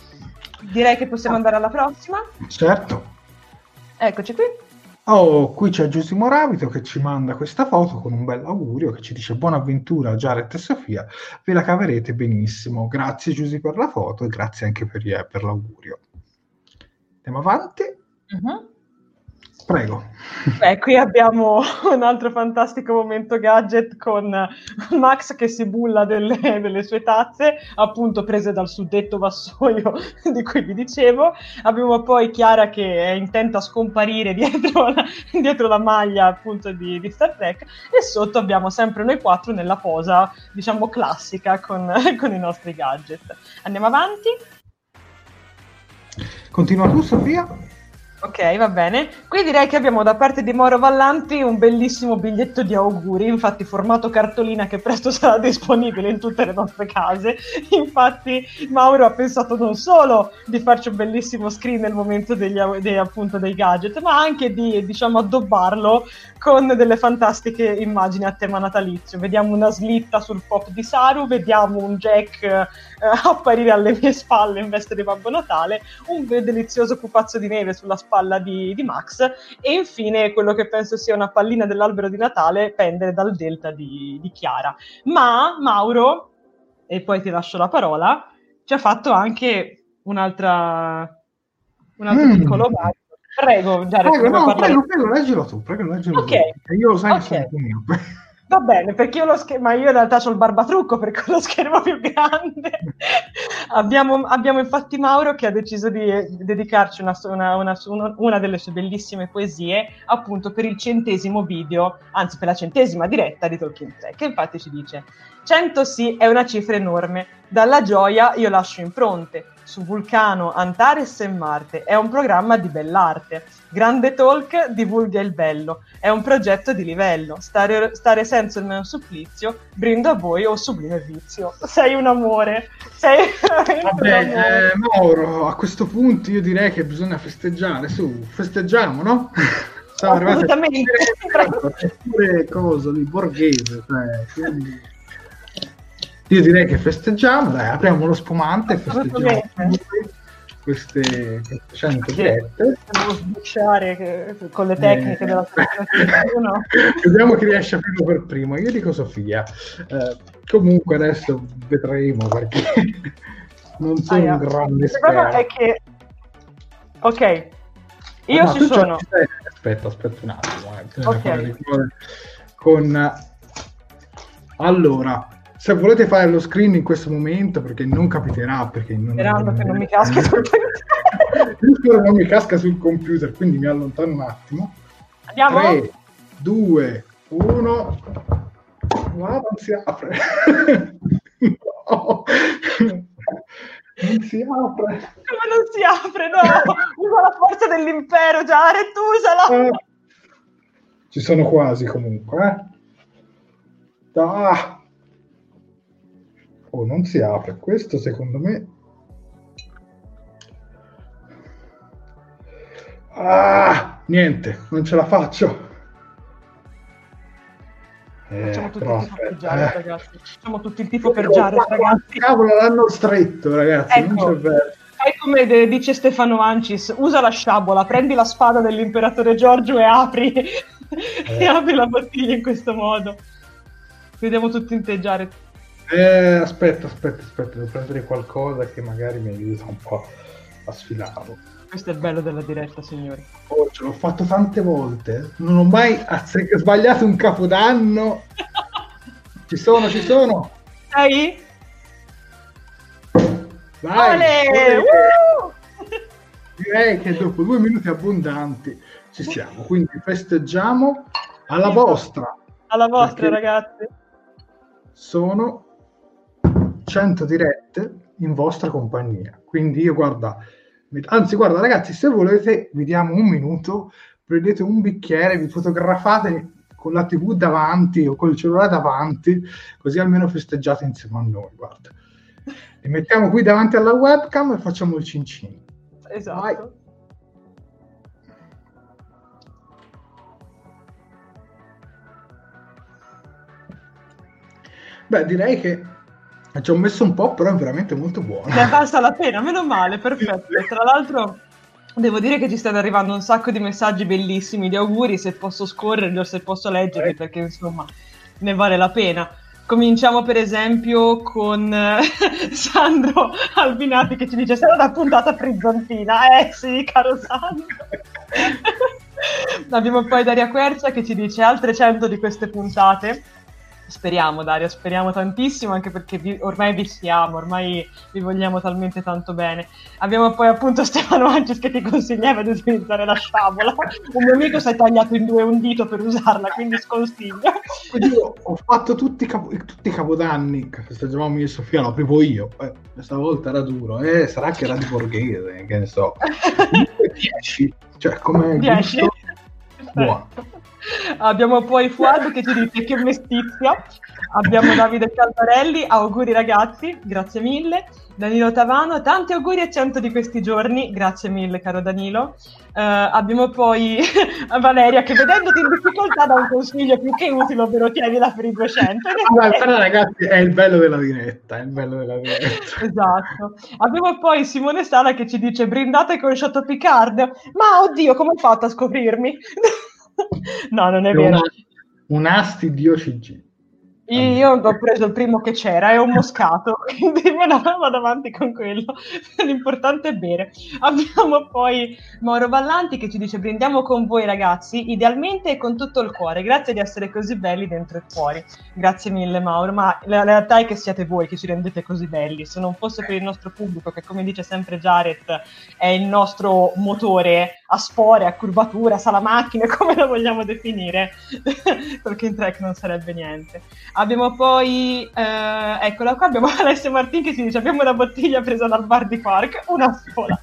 Direi che possiamo andare alla prossima. Certo. Eccoci qui. Oh, qui c'è Giusy Morabito che ci manda questa foto con un bel augurio che ci dice buona avventura a Jared e Sofia, ve la caverete benissimo. Grazie Giusy per la foto e grazie anche per, per l'augurio. Andiamo avanti. Uh-huh. Prego. Beh, qui abbiamo un altro fantastico momento gadget con Max che si bulla delle, delle sue tazze, appunto prese dal suddetto vassoio di cui vi dicevo. Abbiamo poi Chiara che è intenta a scomparire dietro la, dietro la maglia appunto di, di Star Trek, e sotto abbiamo sempre noi quattro nella posa, diciamo, classica con, con i nostri gadget. Andiamo avanti. Continua tu, Sofia. Ok, va bene. Qui direi che abbiamo da parte di Mauro Vallanti un bellissimo biglietto di auguri, infatti formato cartolina, che presto sarà disponibile in tutte le nostre case. Infatti Mauro ha pensato non solo di farci un bellissimo screen nel momento degli, dei, appunto, dei gadget, ma anche di, diciamo, addobbarlo con delle fantastiche immagini a tema natalizio. Vediamo una slitta sul pop di Saru, vediamo un Jack eh, apparire alle mie spalle in veste di Babbo Natale, un delizioso pupazzo di neve sulla spalla di, di Max, e infine quello che penso sia una pallina dell'albero di Natale pendere dal delta di, di Chiara. Ma Mauro, e poi ti lascio la parola, ci ha fatto anche un'altra un altro mm. piccolo bacio. Prego, Jared, prego, no, prego, prego, leggilo tu, prego, leggilo okay. tu. Io lo sai okay. che sono mio. Va bene, perché io lo schermo, ma io in realtà ho il barbatrucco perché ho lo schermo più grande. abbiamo, abbiamo infatti Mauro che ha deciso di dedicarci una, una, una, una delle sue bellissime poesie appunto per il centesimo video, anzi per la centesima diretta di Talking Trek, che infatti ci dice: cento sì, è una cifra enorme. Dalla gioia io lascio impronte. Su Vulcano, Antares e Marte. È un programma di bell'arte. Grande talk divulga il bello. È un progetto di livello. Stare, stare senza il mio supplizio. Brindo a voi o sublime vizio. Sei un amore. Sei Vabbè, un amore. Eh, Mauro, a questo punto io direi che bisogna festeggiare. Su, festeggiamo, no? Assolutamente. Pure cosa di borghese, cioè, quindi... Io direi che festeggiamo, dai, apriamo lo spumante e festeggiamo queste, queste cento dirette. Devo sbocciare che, con le tecniche eh. della no? Vediamo chi riesce a aprirlo per primo. Io dico Sofia. Eh, comunque adesso vedremo, perché non sono ah, un grande esperto. È che... Ok, io oh, ci sono. Ci aspetta, aspetta un attimo. Eh. Okay. Con... Allora... Se volete fare lo screen in questo momento, perché non capiterà, perché non, Sperando non, che non mi casca sul computer. Io spero non mi casca sul computer, quindi mi allontano un attimo. Andiamo? tre, due, uno. Ma non si apre. No. Non si apre. Come non si apre? No! Usa la forza dell'impero, Jared, usala! Eh, ci sono quasi comunque, eh. Ah. Oh, non si apre. Questo secondo me... Ah! Niente, non ce la faccio. Eh, Facciamo tutti però, il tifo per Jared, eh. ragazzi. Facciamo tutti il tifo per Jared, ragazzi. Cavolo, l'hanno stretto, ragazzi. Ecco. Non c'è vero. Fai come de- dice Stefano Ancis, usa la sciabola, prendi la spada dell'imperatore Giorgio e apri. Eh. e apri la bottiglia in questo modo. Vediamo tutti in te, Jared. Eh, aspetta, aspetta, aspetta, devo prendere qualcosa che magari mi aiuta un po' a sfilarlo. Questo è il bello della diretta, signori. Oh, ce l'ho fatto tante volte, non ho mai azze- sbagliato un capodanno. Ci sono, ci sono. Sei? Vai! Olè! Uh! Direi che dopo due minuti abbondanti ci siamo, quindi festeggiamo alla vostra. Alla vostra, ragazzi. Sono cento dirette in vostra compagnia, quindi io guarda, anzi guarda ragazzi, se volete vi diamo un minuto, prendete un bicchiere, vi fotografate con la tivù davanti o col cellulare davanti, così almeno festeggiate insieme a noi, guarda. Li mettiamo qui davanti alla webcam e facciamo il cin cin. Esatto. Vai. Beh, direi che ci ho messo un po', però è veramente molto buono. Ne basta la pena, meno male, perfetto. Tra l'altro devo dire che ci stanno arrivando un sacco di messaggi bellissimi di auguri, se posso scorrerli o se posso leggerli, perché insomma ne vale la pena. Cominciamo per esempio con eh, Sandro Albinati che ci dice: sarà una puntata frizzantina. Eh sì, caro Sandro. Abbiamo poi Daria Quercia che ci dice altre cento di queste puntate. Speriamo, Daria, speriamo tantissimo, anche perché vi, ormai vi siamo, ormai vi vogliamo talmente tanto bene. Abbiamo poi appunto Stefano Ancis che ti consigliava di utilizzare la sciabola. Un mio amico si è tagliato in due un dito per usarla, quindi sconsiglio. Io ho fatto tutti, capo, tutti i capodanni che festeggiavamo io e Sofia, lo aprivo io. Eh, questa volta era duro, eh, sarà che era di borghese, che ne so. dieci, cioè come dieci. Buono. Abbiamo poi Fuad che ci dice che mestizia. Abbiamo Davide Caldarelli, auguri ragazzi, grazie mille. Danilo Tavano, tanti auguri a cento di questi giorni, grazie mille caro Danilo. Uh, abbiamo poi Valeria che vedendoti in difficoltà dà un consiglio più che utile, ovvero tienila per i duecento. Allora, però ragazzi è il bello della diretta, è il bello della diretta. Esatto. Abbiamo poi Simone Sala che ci dice brindate con Chateau Picard. Ma oddio, come hai fatto a scoprirmi? No, non è C'è vero. Una, un Asti di O C G. Io, io ho preso il primo che c'era, è un moscato, quindi vado avanti con quello. L'importante è bere. Abbiamo poi Mauro Vallanti che ci dice brindiamo con voi ragazzi, idealmente e con tutto il cuore. Grazie di essere così belli dentro e fuori. Grazie mille Mauro, ma la realtà è che siete voi che ci rendete così belli. Se non fosse per il nostro pubblico, che come dice sempre Jared è il nostro motore, a spore, a curvatura, salamacchine, come lo vogliamo definire, Talking Track non sarebbe niente. Abbiamo poi, eh, eccola qua, abbiamo Alessio Martin che ci dice abbiamo una bottiglia presa dal bar di Park, una sola.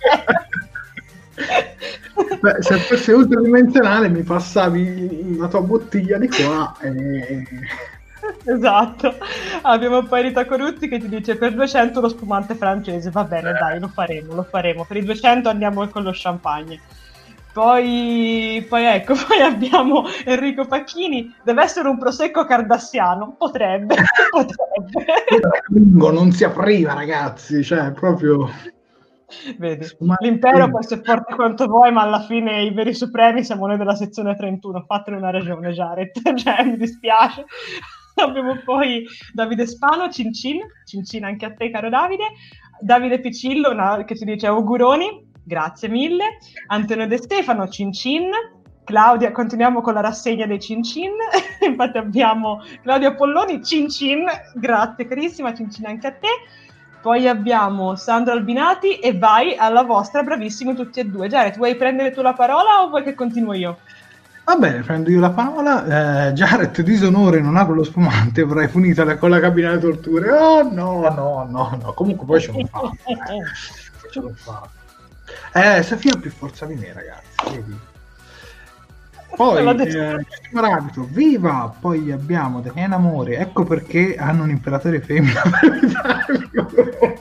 Beh, se fosse ultradimensionale mi passavi la tua bottiglia di qua e... Esatto. Abbiamo poi Rita Coruzzi che ti dice per duecento lo spumante francese, va bene eh. dai, lo faremo, lo faremo, per i duecento andiamo con lo champagne. Poi, poi ecco, poi abbiamo Enrico Pacchini, deve essere un prosecco cardassiano, potrebbe, potrebbe. Non si apriva ragazzi, cioè proprio... Vedi, l'impero può essere forte quanto vuoi, ma alla fine i veri supremi siamo noi della sezione trentuno, fatene una ragione Jared, cioè mi dispiace. Abbiamo poi Davide Spano, Cin Cin, Cin Cin anche a te caro Davide, Davide Piccillo una, che ci dice auguroni, grazie mille, Antonio De Stefano, Cin Cin, Claudia, continuiamo con la rassegna dei Cin Cin, infatti abbiamo Claudia Polloni, Cin Cin, grazie carissima, Cin Cin anche a te. Poi abbiamo Sandro Albinati e vai alla vostra, bravissimi tutti e due. Jared, vuoi prendere tu la parola o vuoi che continuo io? Va bene, prendo io la parola. Eh, Jared, disonore, non apro lo spumante, avrai finito con la cabina delle torture. Oh no, no, no, no. Comunque poi ce l'ho fatta. Eh. Ce l'ho fatta. Eh, Sofia ha più forza di me, ragazzi. Vedi? Poi eh, Marabito, viva! Poi abbiamo Daniela Amore, ecco perché hanno un imperatore femmina per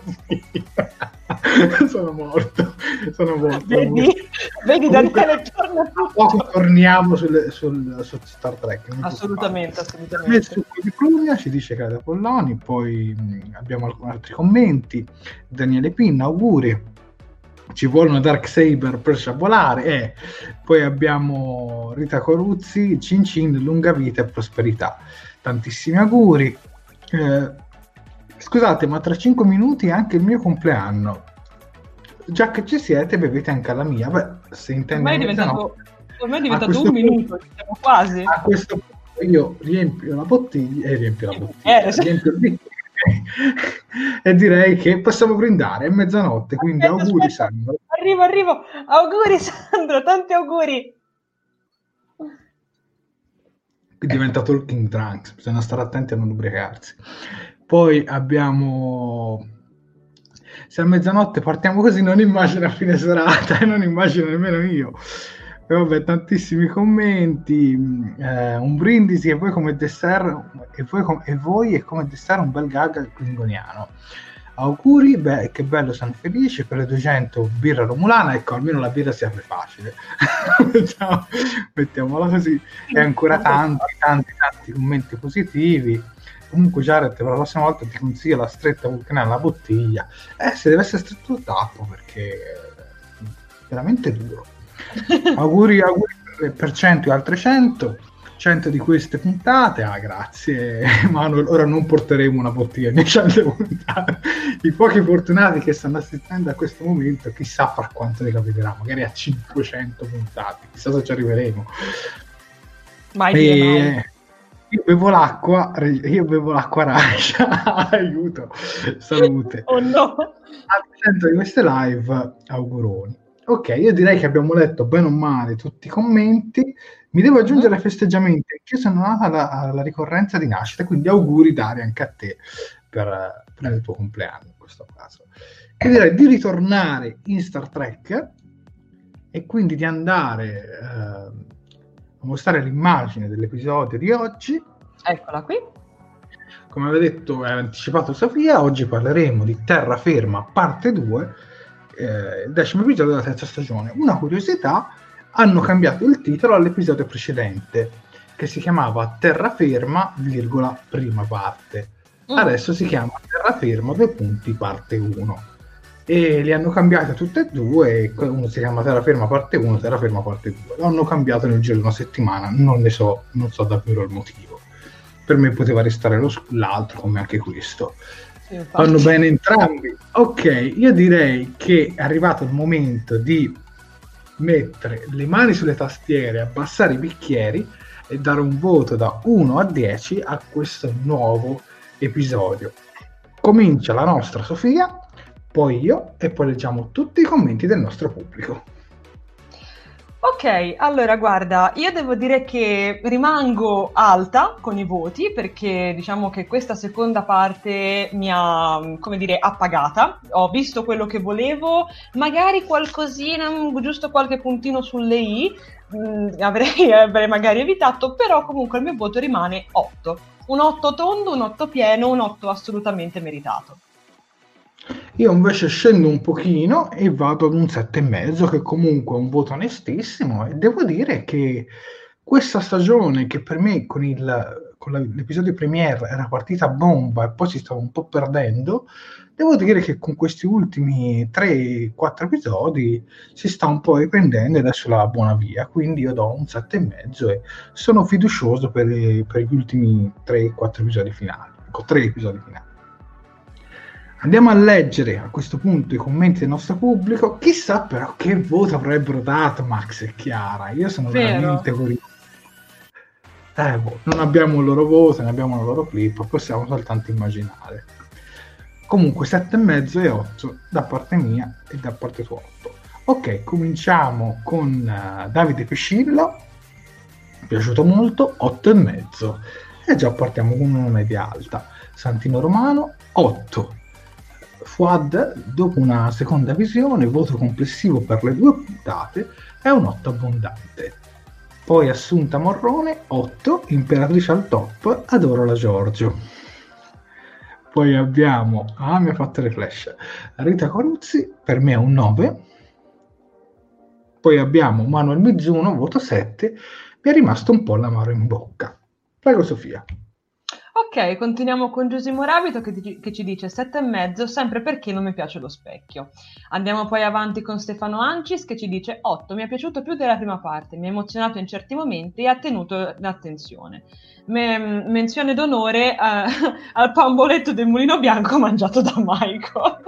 sono morto, sono morto. Vedi, vedi Daniele, torna poco torniamo sul, sul, su Star Trek. Assolutamente, assolutamente. Nel succo di Prugna ci dice Claudia Polloni, poi mh, abbiamo alcuni altri commenti. Daniele Pinna, auguri. Ci vuole una Darksaber per sciabolare, eh. Poi abbiamo Rita Coruzzi, Cin Cin, lunga vita e prosperità, tantissimi auguri. Eh, scusate, ma tra cinque minuti è anche il mio compleanno, già che ci siete bevete anche alla mia. Beh, se intende ormai è diventato, ormai è diventato un minuto, siamo quasi a questo punto io riempio la bottiglia e eh, riempio la bottiglia eh, riempio il bicchiere e direi che possiamo brindare, è mezzanotte, quindi aspetta, auguri aspetta. Sandro. Arrivo, arrivo, auguri Sandro, tanti auguri. Qui diventa Talking Trunks, bisogna stare attenti a non ubriacarsi. Poi abbiamo, se a mezzanotte partiamo così non immagino a fine serata e non immagino nemmeno io. E vabbè, tantissimi commenti, eh, un brindisi e voi come dessert e voi, com- e voi è come dessert un bel gag klingoniano. Auguri, beh, che bello, sono felice per le duecento birra romulana, ecco, almeno la birra si apre facile. Ciao, mettiamola così. E ancora tanti, tanti, tanti commenti positivi. Comunque Jared, per la prossima volta ti consiglio la stretta vulcana alla bottiglia. Eh, se deve essere stretto il tappo, perché è veramente duro. auguri, auguri per cento e altre cento, cento di queste puntate. Ah, grazie Manuel, ora non porteremo una bottiglia di cento puntate. I pochi fortunati che stanno assistendo a questo momento, chissà fra quanto ne capiterà, magari a cinquecento puntate, chissà se ci arriveremo. Mai dire mai. Io bevo l'acqua, io bevo l'acqua Raja, aiuto, salute. Oh no! A cento di queste live, auguroni. Ok, io direi che abbiamo letto bene o male tutti i commenti. Mi devo aggiungere ai festeggiamenti, perché io sono nata alla, alla ricorrenza di nascita, quindi auguri Daria anche a te per, per il tuo compleanno in questo caso. Io direi di ritornare in Star Trek e quindi di andare eh, a mostrare l'immagine dell'episodio di oggi. Eccola qui. Come aveva detto e anticipato Sofia, oggi parleremo di Terraferma parte due, eh, il decimo episodio della terza stagione. Una curiosità: hanno cambiato il titolo all'episodio precedente, che si chiamava Terraferma, virgola, prima parte. Mm. Adesso si chiama Terraferma, due punti, parte uno. E li hanno cambiati tutte e due, uno si chiama Terraferma parte uno, Terraferma parte due. L'hanno cambiato nel giro di una settimana, non ne so, non so davvero il motivo. Per me poteva restare lo, l'altro, come anche questo. Sì, vanno bene entrambi. Ok, io direi che è arrivato il momento di mettere le mani sulle tastiere, abbassare i bicchieri e dare un voto da uno a dieci a questo nuovo episodio. Comincia la nostra Sofia, poi io e poi leggiamo tutti i commenti del nostro pubblico. Ok, allora guarda, io devo dire che rimango alta con i voti perché diciamo che questa seconda parte mi ha, come dire, appagata. Ho visto quello che volevo, magari qualcosina, giusto qualche puntino sulle i, mh, avrei, avrei magari evitato, però comunque il mio voto rimane otto. Un otto tondo, un otto pieno, un otto assolutamente meritato. Io invece scendo un pochino e vado ad un sette e mezzo, che comunque è un voto onestissimo, e devo dire che questa stagione, che per me con, il, con la, l'episodio premiere era partita a bomba e poi si stava un po' perdendo, devo dire che con questi ultimi tre quattro episodi si sta un po' riprendendo ed è sulla buona via, quindi io do un sette e mezzo e sono fiducioso per, per gli ultimi tre quattro episodi finali, ecco, tre episodi finali. Andiamo a leggere a questo punto i commenti del nostro pubblico. Chissà però che voto avrebbero dato Max e Chiara. Io sono Vero. veramente curioso. Eh, boh, non abbiamo il loro voto, non abbiamo la loro clip, possiamo soltanto immaginare. Comunque sette e mezzo e otto da parte mia e da parte tua otto. Ok, cominciamo con uh, Davide Pescillo. Mi è piaciuto molto, otto e mezzo. E già partiamo con una media alta. Santino Romano, otto. Fuad, dopo una seconda visione, voto complessivo per le due puntate è un otto abbondante. Poi Assunta Morrone, otto, Imperatrice al top, adoro la Giorgio. Poi abbiamo, ah mi ha fatto le flash, Rita Coruzzi, per me è un nove. Poi abbiamo Manuel Mizzuno, voto sette, mi è rimasto un po' l'amaro in bocca. Prego Sofia. Ok, continuiamo con Giusimo Rabito che, ti, che ci dice sette e mezzo, sempre perché non mi piace lo specchio. Andiamo poi avanti con Stefano Ancis che ci dice otto, mi è piaciuto più della prima parte, mi ha emozionato in certi momenti e ha tenuto l'attenzione. Me, menzione d'onore eh, al pamboletto del Mulino Bianco mangiato da Michael.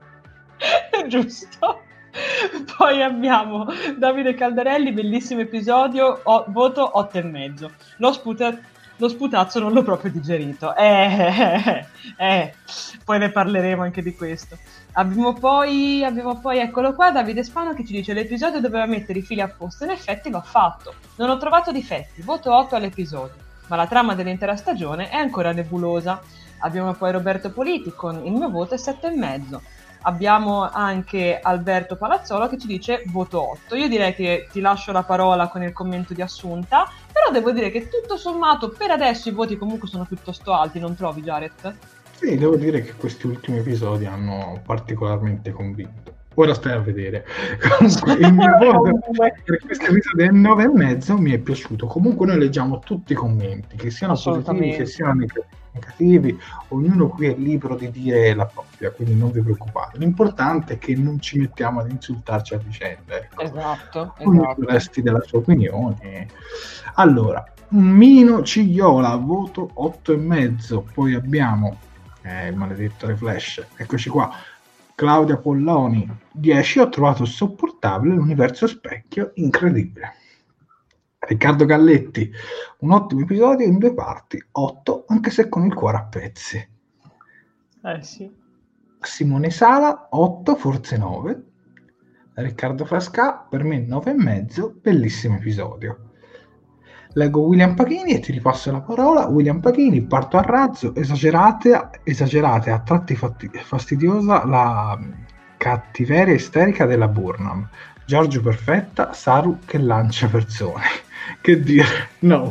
Giusto. Poi abbiamo Davide Caldarelli, bellissimo episodio, o, voto otto e mezzo. L'ho sputato. Lo sputazzo non l'ho proprio digerito. Eh, eh, eh, poi ne parleremo anche di questo. Abbiamo poi, abbiamo poi, eccolo qua, Davide Spano che ci dice l'episodio doveva mettere i fili a posto. In effetti l'ho fatto. Non ho trovato difetti. Voto otto all'episodio. Ma la trama dell'intera stagione è ancora nebulosa. Abbiamo poi Roberto Politi con il mio voto è sette e mezzo. Abbiamo anche Alberto Palazzolo che ci dice voto otto. Io direi che ti lascio la parola con il commento di Assunta, però devo dire che tutto sommato per adesso i voti comunque sono piuttosto alti, non trovi Jared? Sì, devo dire che questi ultimi episodi hanno particolarmente convinto. Ora stai a vedere. Comunque il mio voto per questo episodio è nove e mezzo, mi è piaciuto. Comunque noi leggiamo tutti i commenti, che siano positivi, che siano negativi, ognuno qui è libero di dire la propria, quindi non vi preoccupate. L'importante è che non ci mettiamo ad insultarci a vicenda. Ecco. Esatto, ognuno esatto. resti della sua opinione. Allora, Mino Cigliola, voto otto e mezzo. Poi abbiamo eh, il maledetto Reflash, eccoci qua. Claudia Polloni, dieci, ho trovato sopportabile l'universo specchio, incredibile. Riccardo Galletti, un ottimo episodio in due parti, otto, anche se con il cuore a pezzi. Eh sì. Simone Sala, otto, forse nove. Riccardo Frasca, per me nove e mezzo, bellissimo episodio. Leggo William Pachini e ti ripasso la parola. William Pachini, parto a razzo, esagerate, esagerate a tratti fastidiosa la cattiveria isterica della Burnham. Giorgio perfetta, Saru che lancia persone. Che dire, no.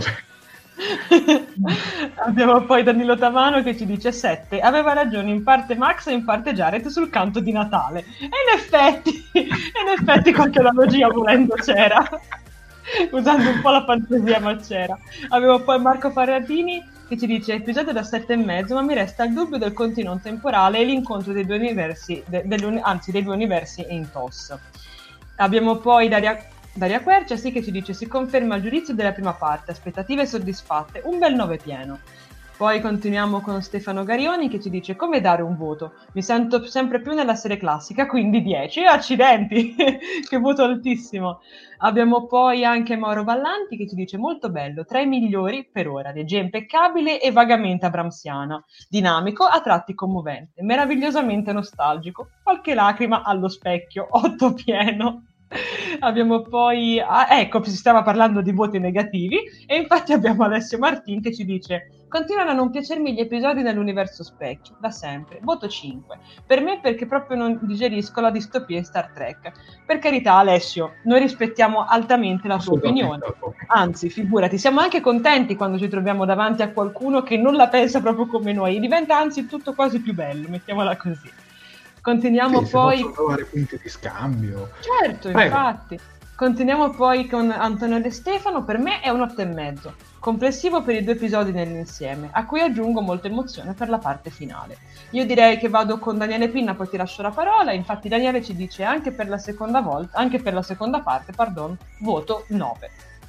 Abbiamo poi Danilo Tamano che ci dice sette. Aveva ragione in parte Max e in parte Jared sul canto di Natale. E in effetti, in effetti qualche analogia volendo c'era. Usando un po' la fantasia, ma c'era. Avevo poi Marco Farradini che ci dice episodio da sette e mezzo, ma mi resta il dubbio del continuum temporale e l'incontro dei due universi, de, anzi dei due universi in T O S. Abbiamo poi Daria, Daria Quercia sì che ci dice si conferma il giudizio della prima parte, aspettative soddisfatte, un bel nove pieno. Poi continuiamo con Stefano Garioni che ci dice come dare un voto. Mi sento sempre più nella serie classica, quindi dieci. Accidenti, che voto altissimo. Abbiamo poi anche Mauro Vallanti che ci dice molto bello, tra i migliori per ora, regia impeccabile e vagamente abramsiana, dinamico, a tratti commovente, meravigliosamente nostalgico, qualche lacrima allo specchio, otto pieno. Abbiamo poi, ah, ecco, si stava parlando di voti negativi e infatti abbiamo Alessio Martin che ci dice: continuano a non piacermi gli episodi nell'universo specchio, da sempre, voto cinque. Per me perché proprio non digerisco la distopia in Star Trek. Per carità Alessio, noi rispettiamo altamente la tua opinione, anzi figurati, siamo anche contenti quando ci troviamo davanti a qualcuno che non la pensa proprio come noi, diventa anzi tutto quasi più bello, mettiamola così. Continuiamo sì, poi... posso trovare punti di scambio. Certo, Prego. Infatti. Continuiamo poi con Antonio De Stefano, per me è un otto e mezzo, complessivo per i due episodi nell'insieme, a cui aggiungo molta emozione per la parte finale. Io direi che vado con Daniele Pinna, poi ti lascio la parola, infatti Daniele ci dice anche per la seconda volta, anche per la seconda parte, pardon, voto nove.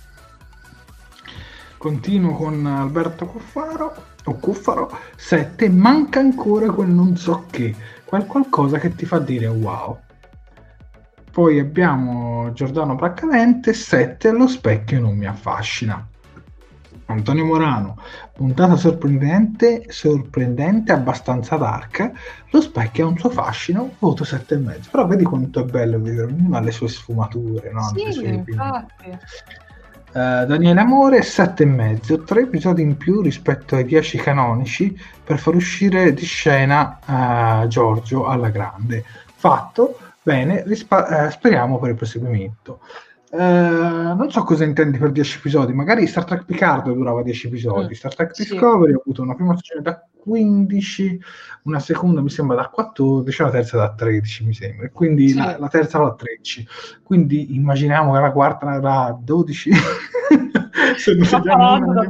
Continuo con Alberto Cuffaro, o Cuffaro, sette, manca ancora quel non so che, quel qualcosa che ti fa dire wow. Poi abbiamo Giordano Braccalente, sette, lo specchio non mi affascina. Antonio Morano, puntata sorprendente, sorprendente, abbastanza dark, lo specchio ha un suo fascino, voto sette e mezzo. Però vedi quanto è bello vedere ognuno ha le sue sfumature, no? Sì, le sue infatti. Uh, Daniele Amore sette e mezzo, tre episodi in più rispetto ai dieci canonici per far uscire di scena uh, Giorgio alla grande. Fatto bene, rispa- uh, speriamo per il proseguimento. Uh, non so cosa intendi per dieci episodi, magari Star Trek Picard durava dieci episodi, mm, Star Trek sì. Discovery ha avuto una prima stagione da quindici, una seconda mi sembra da quattordici, una terza da tredici mi sembra, quindi sì. la, la terza da tredici, quindi immaginiamo che la quarta da dodici. Se non una...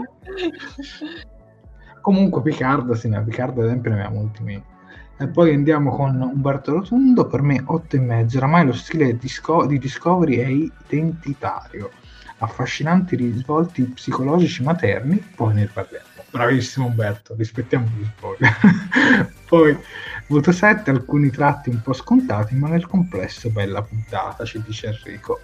Comunque Picard, sì, no, Picard ad esempio ne aveva molti meno. E poi andiamo con Umberto Rotundo, per me otto e mezzo, oramai lo stile disco- di Discovery è identitario, affascinanti risvolti psicologici materni, poi ne parliamo. Bravissimo Umberto, rispettiamo gli spoiler. Poi voto sette, alcuni tratti un po' scontati, ma nel complesso bella puntata, ci dice Enrico.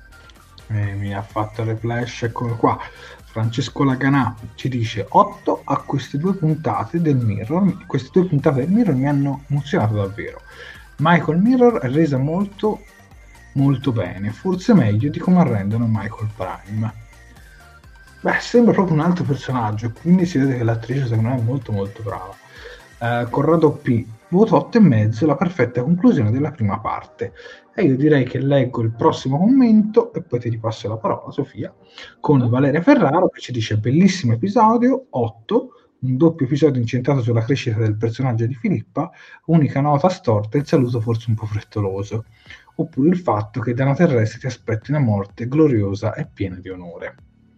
E mi ha fatto le flash, eccolo qua. Francesco Laganà ci dice otto, a queste due puntate del Mirror, queste due puntate del Mirror mi hanno emozionato davvero. Michael Mirror è resa molto molto bene, forse meglio di come arrendono Michael Prime. Beh, sembra proprio un altro personaggio, quindi si vede che l'attrice secondo me è molto molto brava. Uh, Corrado P, voto otto e mezzo, la perfetta conclusione della prima parte. E io direi che leggo il prossimo commento e poi ti ripasso la parola, Sofia, con mm-hmm. Valeria Ferraro che ci dice bellissimo episodio, otto, un doppio episodio incentrato sulla crescita del personaggio di Filippa, unica nota storta, il saluto forse un po' frettoloso, oppure il fatto che da una terrestre ti aspetti una morte gloriosa e piena di onore.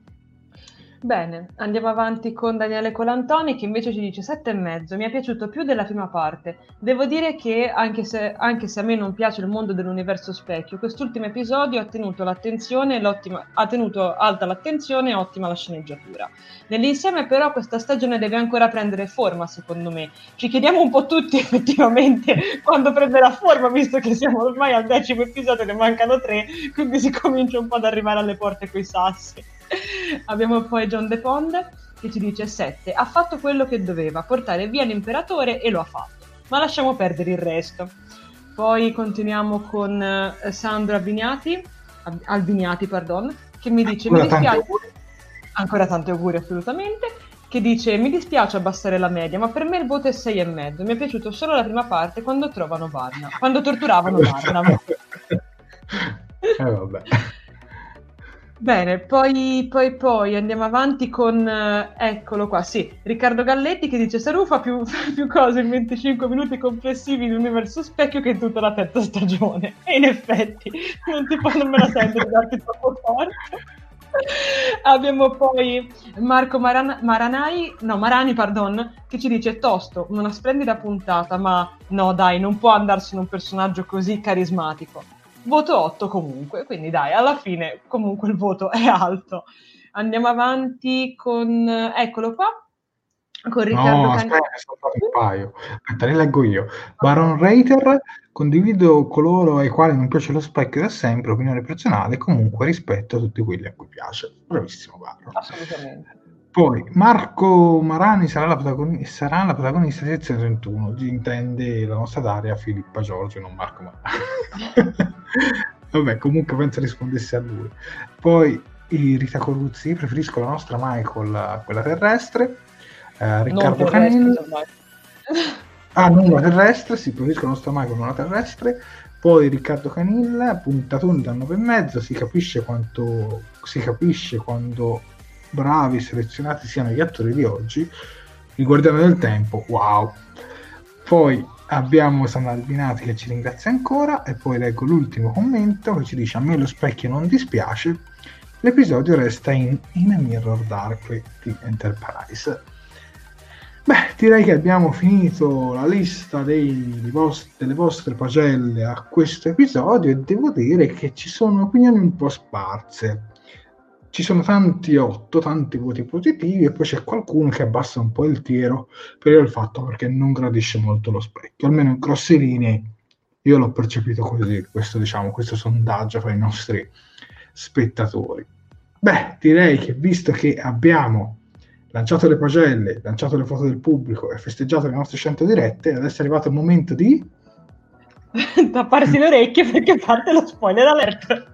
Bene, andiamo avanti con Daniele Colantoni che invece ci dice sette e mezzo, mi è piaciuto più della prima parte. Devo dire che anche se, anche se a me non piace il mondo dell'universo specchio, quest'ultimo episodio ha tenuto l'attenzione, l'ottima, ha tenuto alta l'attenzione e ottima la sceneggiatura. Nell'insieme però questa stagione deve ancora prendere forma secondo me. Ci chiediamo un po' tutti effettivamente quando prenderà forma, visto che siamo ormai al decimo episodio, ne mancano tre, quindi si comincia un po' ad arrivare alle porte coi sassi. Abbiamo poi John De Pond che ci dice sette, ha fatto quello che doveva, portare via l'imperatore e lo ha fatto, ma lasciamo perdere il resto. Poi continuiamo con uh, Sandro Albiniati Ab- Albiniati pardon, che mi dice ancora mi dispiace tanti ancora tanti auguri assolutamente, che dice mi dispiace abbassare la media, ma per me il voto è sei e mezzo, mi è piaciuto solo la prima parte quando trovano Varna, quando torturavano Varna. Eh vabbè. Bene, poi, poi, poi andiamo avanti con, eh, eccolo qua, sì, Riccardo Galletti che dice Saru fa più, più cose in venticinque minuti complessivi in Universo Specchio che in tutta la terza stagione. E in effetti, non, ti, non me la sento di darti troppo forte. Abbiamo poi Marco Maran- Maranai, no Marani, pardon, che ci dice tosto, una splendida puntata, ma no dai, non può andarsene un personaggio così carismatico. Voto otto comunque, quindi dai, alla fine comunque il voto è alto. Andiamo avanti con, eccolo qua, con Riccardo No, aspetta, sono stato un paio. Aspetta, li leggo io. Baron Reiter, condivido coloro ai quali non piace lo specchio da sempre, opinione personale, comunque rispetto a tutti quelli a cui piace. Bravissimo Baron. Assolutamente. Poi Marco Marani sarà la, protagoni- sarà la protagonista di sezione trentuno, intende la nostra Daria Filippa Giorgio, non Marco Marani. Vabbè, comunque penso rispondesse a lui. Poi i Rita Coruzzi, preferisco la nostra Michael, quella terrestre. Eh, Riccardo Canilla. Ah, non la terrestre, sì, preferisco la nostra Michael, non la terrestre. Poi Riccardo Canilla, puntatoni da nove e mezzo, si capisce quanto si capisce quando bravi selezionati siano gli attori di oggi. Il Guardiano del Tempo, wow. Poi abbiamo Sandra Albinati che ci ringrazia ancora, e poi leggo l'ultimo commento che ci dice: a me lo specchio non dispiace, l'episodio resta in In a Mirror Darkly di Enterprise. Beh, direi che abbiamo finito la lista dei, dei vostri, delle vostre pagelle a questo episodio, e devo dire che ci sono opinioni un po' sparse. Ci sono tanti otto, tanti voti positivi, e poi c'è qualcuno che abbassa un po' il tiro per il fatto perché non gradisce molto lo specchio. Almeno in grosse linee io l'ho percepito così, questo, diciamo, questo sondaggio fra i nostri spettatori. Beh, direi che visto che abbiamo lanciato le pagelle, lanciato le foto del pubblico e festeggiato le nostre cento dirette, adesso è arrivato il momento di tapparsi le orecchie perché parte lo spoiler alert.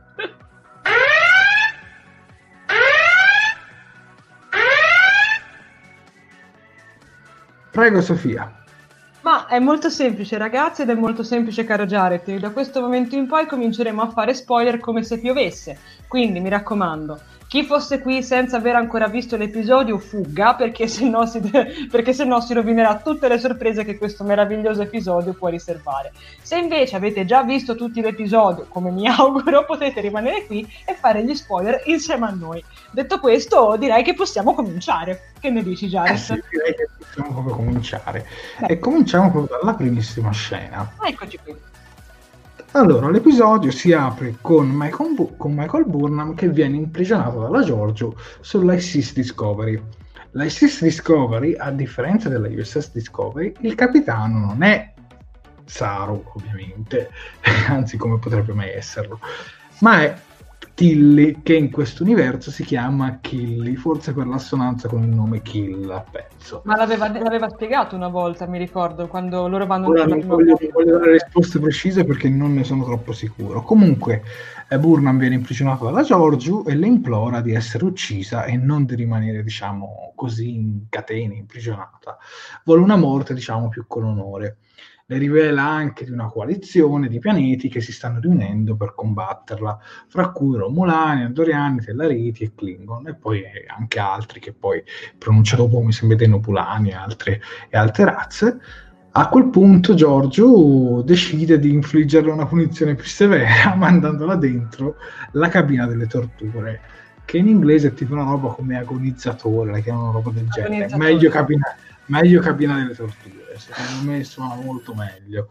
Prego Sofia. Ma è molto semplice, ragazzi, ed è molto semplice, caro Jared. Da questo momento in poi cominceremo a fare spoiler come se piovesse. Quindi mi raccomando, chi fosse qui senza aver ancora visto l'episodio fugga, perché se no si, perché se no si rovinerà tutte le sorprese che questo meraviglioso episodio può riservare. Se invece avete già visto tutti l'episodio, come mi auguro, potete rimanere qui e fare gli spoiler insieme a noi. Detto questo, direi che possiamo cominciare. Che ne dici, Jared? Eh sì, direi che possiamo proprio cominciare. Beh. E cominciamo proprio dalla primissima scena. Eccoci qui. Allora, l'episodio si apre con Michael, Bu- con Michael Burnham che viene imprigionato dalla Georgiou sull'I S S Discovery. L'I S S Discovery, a differenza della U S S Discovery, il capitano non è Saru, ovviamente, anzi come potrebbe mai esserlo, ma è Tilly, che in questo universo si chiama Killy, forse per l'assonanza con il nome Kill, penso. Ma l'aveva, l'aveva spiegato una volta, mi ricordo, quando loro vanno... Ora non voglio, voglio dare risposte precise perché non ne sono troppo sicuro. Comunque, eh, Burnham viene imprigionato dalla Georgiou e le implora di essere uccisa e non di rimanere, diciamo, così in catene, imprigionata. Vuole una morte, diciamo, più con onore. Le rivela anche di una coalizione di pianeti che si stanno riunendo per combatterla, fra cui Romulani, Andoriani, Tellariti e Klingon, e poi anche altri che poi pronuncia dopo, mi sembra Denopulani e altre, e altre razze. A quel punto Georgiou decide di infliggerle una punizione più severa, mandandola dentro la cabina delle torture, che in inglese è tipo una roba come agonizzatore, la chiamano una roba del genere, meglio cabina, meglio cabina delle torture. Secondo me suona molto meglio.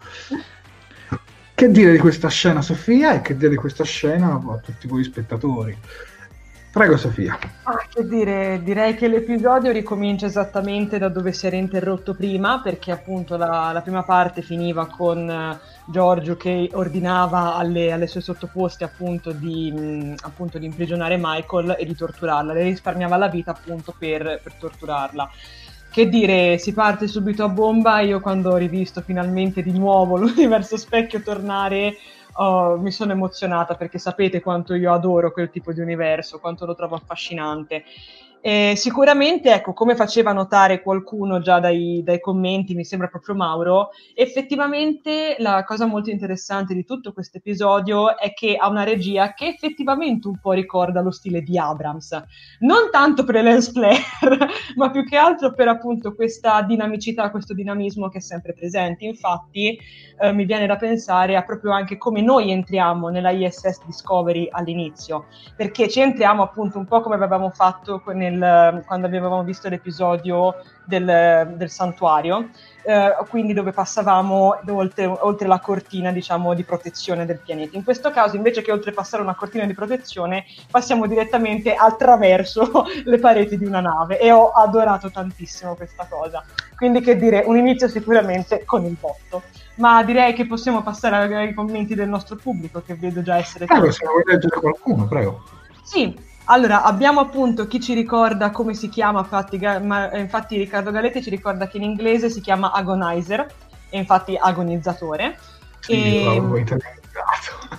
Che dire di questa scena, Sofia, e che dire di questa scena a tutti voi spettatori? Prego, Sofia. Ah, che dire, direi che l'episodio ricomincia esattamente da dove si era interrotto prima, perché appunto la, la prima parte finiva con uh, Georgiou che ordinava alle, alle sue sottoposte appunto di, mh, appunto di imprigionare Michael e di torturarla, le risparmiava la vita appunto per, per torturarla. Che dire, si parte subito a bomba. Io quando ho rivisto finalmente di nuovo l'universo specchio tornare, oh, mi sono emozionata, perché sapete quanto io adoro quel tipo di universo, quanto lo trovo affascinante. E sicuramente, ecco, come faceva notare qualcuno già dai, dai commenti, mi sembra proprio Mauro, effettivamente la cosa molto interessante di tutto questo episodio è che ha una regia che effettivamente un po' ricorda lo stile di Abrams, non tanto per le lens flare, ma più che altro per appunto questa dinamicità, questo dinamismo che è sempre presente. Infatti eh, mi viene da pensare a proprio anche come noi entriamo nella I S S Discovery all'inizio, perché ci entriamo appunto un po' come avevamo fatto nel Nel, quando avevamo visto l'episodio del, del santuario, eh, quindi dove passavamo oltre, oltre la cortina, diciamo, di protezione del pianeta. In questo caso, invece che oltrepassare una cortina di protezione, passiamo direttamente attraverso le pareti di una nave, e ho adorato tantissimo questa cosa. Quindi, che dire, un inizio sicuramente con il botto. Ma direi che possiamo passare ai commenti del nostro pubblico, che vedo già essere... Prego, se vuoi leggere qualcuno, prego. Sì. Allora, abbiamo appunto chi ci ricorda come si chiama, infatti, ma, infatti Riccardo Galetti ci ricorda che in inglese si chiama agonizer, e infatti agonizzatore. Sì, e... l'avevo internalizzato.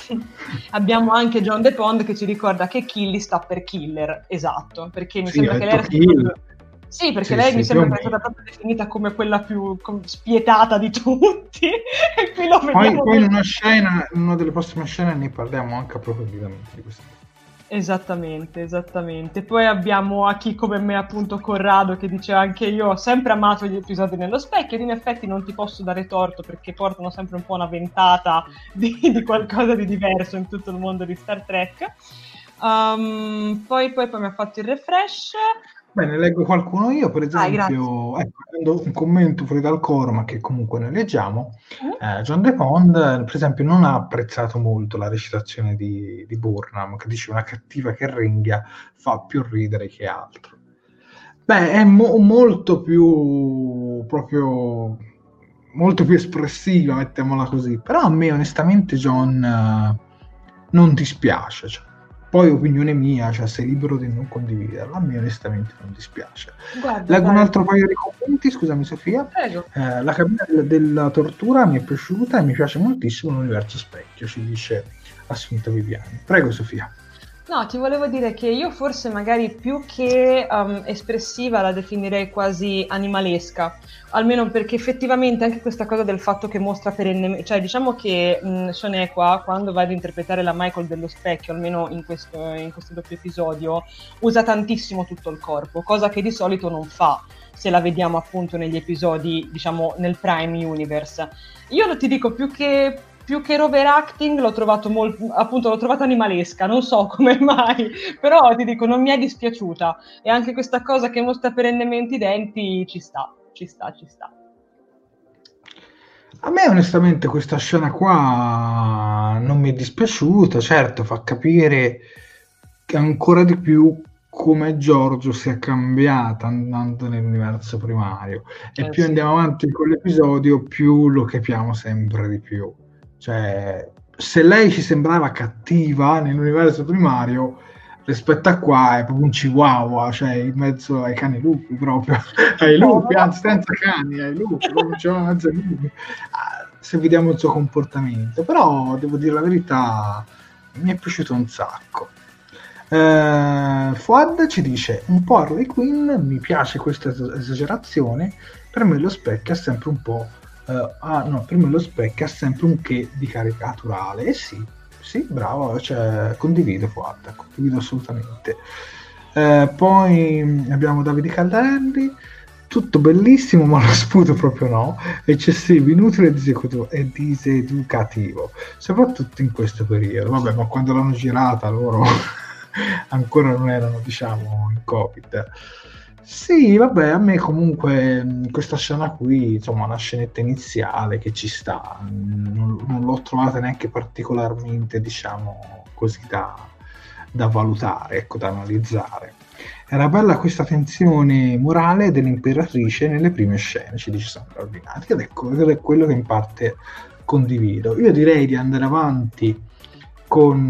Abbiamo anche John DePond che ci ricorda che Killy sta per killer, esatto, perché mi Sì, sembra ha che lei detto era kill. Sì, perché Sì, lei sì, mi sembra più che o è stata meno. proprio definita come quella più com- spietata di tutti. E qui lo Poi, vediamo poi in così. una scena, in una delle prossime scene ne parliamo anche approfonditamente di questo. Esattamente, esattamente. Poi abbiamo a chi come me, appunto, Corrado, che dice anche io ho sempre amato gli episodi nello specchio, ed in effetti non ti posso dare torto perché portano sempre un po' una ventata di, di qualcosa di diverso in tutto il mondo di Star Trek. Um, poi, poi, poi mi ha fatto il refresh. Bene, leggo qualcuno io, per Dai, esempio, ecco, prendo un commento fuori dal coro, ma che comunque ne leggiamo. grazie. Eh, John DePond, eh, per esempio, non ha apprezzato molto la recitazione di, di Burnham, che dice una cattiva che ringhia fa più ridere che altro. Beh, è mo- molto più proprio molto più espressiva, mettiamola così. Però a me, onestamente, John eh, non dispiace. Cioè. Poi, opinione mia, cioè, sei libero di non condividerla. A me, onestamente, non dispiace. Guarda, Leggo un dai. altro paio di commenti, scusami, Sofia. Prego. Eh, la cabina del- della tortura mi è piaciuta e mi piace moltissimo l'universo specchio, ci dice Assunta Viviani. Prego, Sofia. No, ti volevo dire che io forse magari più che um, espressiva la definirei quasi animalesca, almeno perché effettivamente anche questa cosa del fatto che mostra perennemente, cioè diciamo che mh, Sonequa quando va ad interpretare la Michael dello specchio, almeno in questo, in questo doppio episodio, usa tantissimo tutto il corpo, cosa che di solito non fa se la vediamo appunto negli episodi, diciamo, nel Prime Universe. Io ti dico più che... più che overacting l'ho trovato molto, appunto l'ho trovata animalesca, non so come mai, però ti dico non mi è dispiaciuta, e anche questa cosa che mostra perennemente i denti ci sta, ci sta, ci sta. A me onestamente questa scena qua non mi è dispiaciuta, certo fa capire che ancora di più come Giorgio si è cambiata andando nell'universo primario, e Eh, più sì. andiamo avanti con l'episodio più lo capiamo sempre di più. Cioè, se lei ci sembrava cattiva nell'universo primario, rispetto a qua è proprio un chihuahua, cioè in mezzo ai cani lupi proprio, ai lupi, anzi senza cani, ai lupi, proprio c'è in mezzo ai lupi. Ah, se vediamo il suo comportamento, però devo dire la verità, mi è piaciuto un sacco. Eh, Fuad ci dice un po' Harley Quinn, mi piace questa es- esagerazione, per me lo specchio è sempre un po' Uh, ah no, per me lo specchio ha sempre un che di caricaturale. E eh sì, sì, bravo, cioè, condivido Fuad, condivido assolutamente. Uh, poi abbiamo Davide Caldarelli, tutto bellissimo, ma lo sputo proprio no, eccessivo, inutile e diseducativo, e diseducativo, soprattutto in questo periodo. Vabbè, ma quando l'hanno girata loro ancora non erano, diciamo, in Covid. Sì, vabbè, a me comunque questa scena qui, insomma, una scenetta iniziale che ci sta, non, non l'ho trovata neanche particolarmente, diciamo, così da, da valutare, ecco, da analizzare. Era bella questa tensione morale dell'imperatrice nelle prime scene, ci dice Sandra Albinati, ed ecco, ed è quello che in parte condivido. Io direi di andare avanti con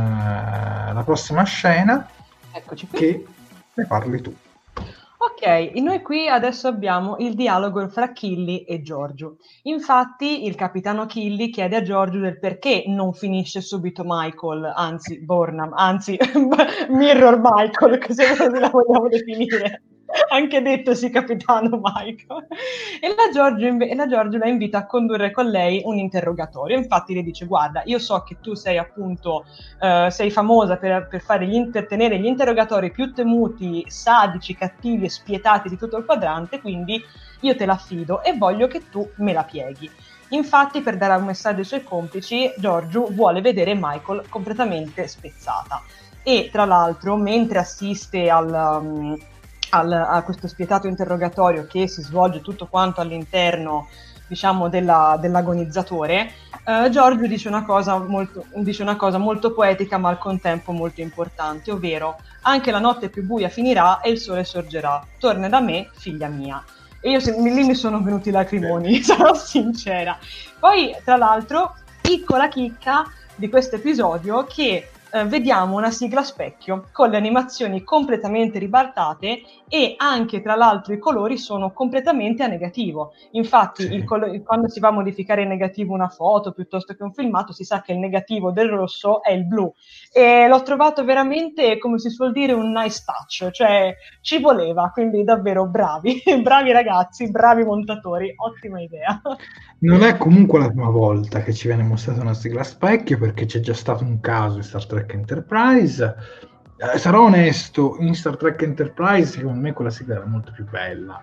uh, la prossima scena. Eccoci qui. Che ne parli tu. Ok, e noi qui adesso abbiamo il dialogo fra Killy e Giorgio. Infatti il capitano Killy chiede a Giorgio del perché non finisce subito Michael, anzi Burnham, anzi Mirror Michael, che se così la vogliamo definire. Anche detto sì, capitano Michael. E la, Giorgio inve- e la Giorgio la invita a condurre con lei un interrogatorio. Infatti le dice: guarda, io so che tu sei appunto uh, sei famosa per, per, fare gli inter- tenere gli interrogatori più temuti, sadici, cattivi e spietati di tutto il quadrante, quindi io te la affido e voglio che tu me la pieghi. Infatti, per dare un messaggio ai suoi complici, Giorgio vuole vedere Michael completamente spezzata. E tra l'altro, mentre assiste al... Um, Al, a questo spietato interrogatorio che si svolge tutto quanto all'interno, diciamo, della, dell'agonizzatore, eh, Giorgio dice una cosa molto, dice una cosa molto poetica ma al contempo molto importante, ovvero: anche la notte più buia finirà e il sole sorgerà, torna da me, figlia mia. E io se, lì mi sono venuti i lacrimoni, sarò sincera. Poi, tra l'altro, piccola chicca di questo episodio, che eh, vediamo una sigla specchio con le animazioni completamente ribaltate e anche tra l'altro i colori sono completamente a negativo. Infatti Sì. il colo- quando si va a modificare in negativo una foto piuttosto che un filmato si sa che il negativo del rosso è il blu, e l'ho trovato veramente, come si suol dire, un nice touch, cioè ci voleva, quindi davvero bravi, bravi ragazzi, bravi montatori, ottima idea. Non è comunque la prima volta che ci viene mostrata una sigla a specchio, perché c'è già stato un caso in Star Trek Enterprise. Eh, sarò onesto, in Star Trek Enterprise secondo me quella sigla era molto più bella.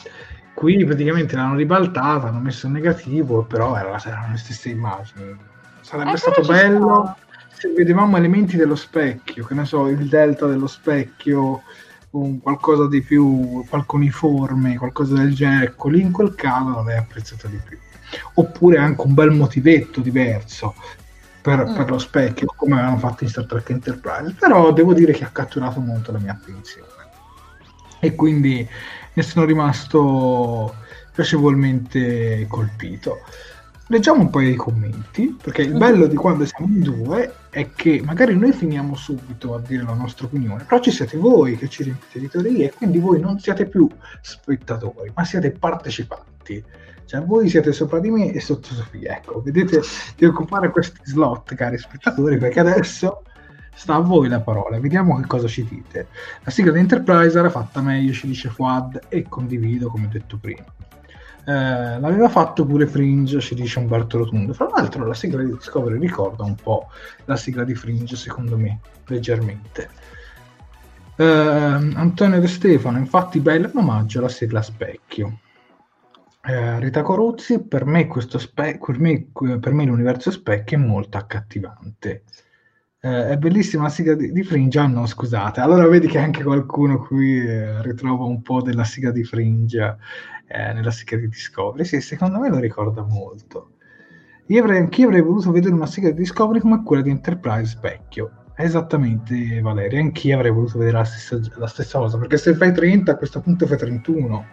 Qui praticamente l'hanno ribaltata, hanno messo il negativo, però era, erano le stesse immagini. Sarebbe Eh, stato però ci bello sta. se vedevamo elementi dello specchio, che ne so, il delta dello specchio, un qualcosa di più falconiforme, qualcosa del genere. Ecco, lì in quel caso l'avrei apprezzato di più. Oppure anche un bel motivetto diverso per, Mm. per lo specchio, come avevano fatto in Star Trek Enterprise. Però devo dire che ha catturato molto la mia attenzione e quindi ne sono rimasto piacevolmente colpito. Leggiamo un paio di commenti, perché il bello di quando siamo in due è che magari noi finiamo subito a dire la nostra opinione, però ci siete voi che ci riempite di teorie, e quindi voi non siete più spettatori, ma siete partecipanti. Cioè voi siete sopra di me e sotto Sofia. Ecco, vedete di occupare questi slot, cari spettatori, perché adesso sta a voi la parola. Vediamo che cosa ci dite. La sigla di Enterprise era fatta meglio, ci dice Fuad, e condivido, come detto prima. Eh, l'aveva fatto pure Fringe, ci dice Umberto Rotundo. Fra l'altro la sigla di Discovery ricorda un po' la sigla di Fringe, secondo me, leggermente. eh, Antonio De Stefano, infatti bello un omaggio alla sigla a specchio. eh, Rita Coruzzi, per me questo spe- per me, per me l'universo specchio è molto accattivante. Eh, è bellissima la sigla di, di Fringe. Ah no, scusate, allora vedi che anche qualcuno qui eh, ritrova un po' della sigla di Fringe eh, nella sigla di Discovery. Sì, secondo me lo ricorda molto. Io avrei, anch'io avrei voluto vedere una sigla di Discovery come quella di Enterprise specchio. Esattamente, Valeria, anch'io avrei voluto vedere la stessa, la stessa cosa, perché se fai trenta a questo punto fai trentuno.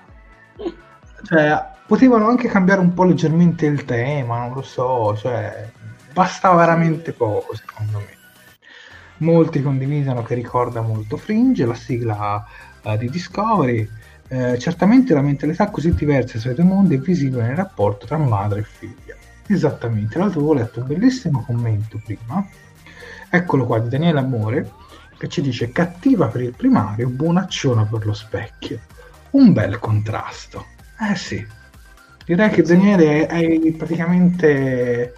Cioè, potevano anche cambiare un po' leggermente il tema, non lo so, cioè bastava veramente poco, secondo me. Molti condividono che ricorda molto Fringe, la sigla uh, di Discovery. Eh, certamente la mentalità così diversa tra i due mondi è visibile nel rapporto tra madre e figlia. Esattamente. L'altro avevo letto un bellissimo commento prima, eccolo qua, di Daniele Amore, che ci dice: cattiva per il primario, buonacciona per lo specchio. Un bel contrasto. Eh sì, direi che Daniele hai praticamente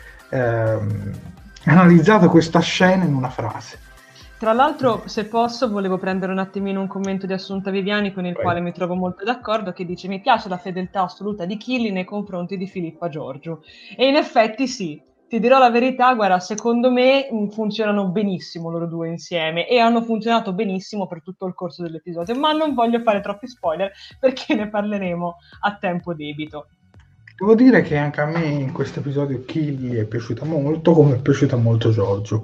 ehm, analizzato questa scena in una frase. Tra l'altro, se posso, volevo prendere un attimino un commento di Assunta Viviani con il Vai. quale mi trovo molto d'accordo, che dice: mi piace la fedeltà assoluta di Killy nei confronti di Filippa Giorgio. E in effetti sì, ti dirò la verità, guarda, secondo me mh, funzionano benissimo loro due insieme e hanno funzionato benissimo per tutto il corso dell'episodio, ma non voglio fare troppi spoiler perché ne parleremo a tempo debito. Devo dire che anche a me in questo episodio Killy è piaciuta molto, come è piaciuta molto Giorgio.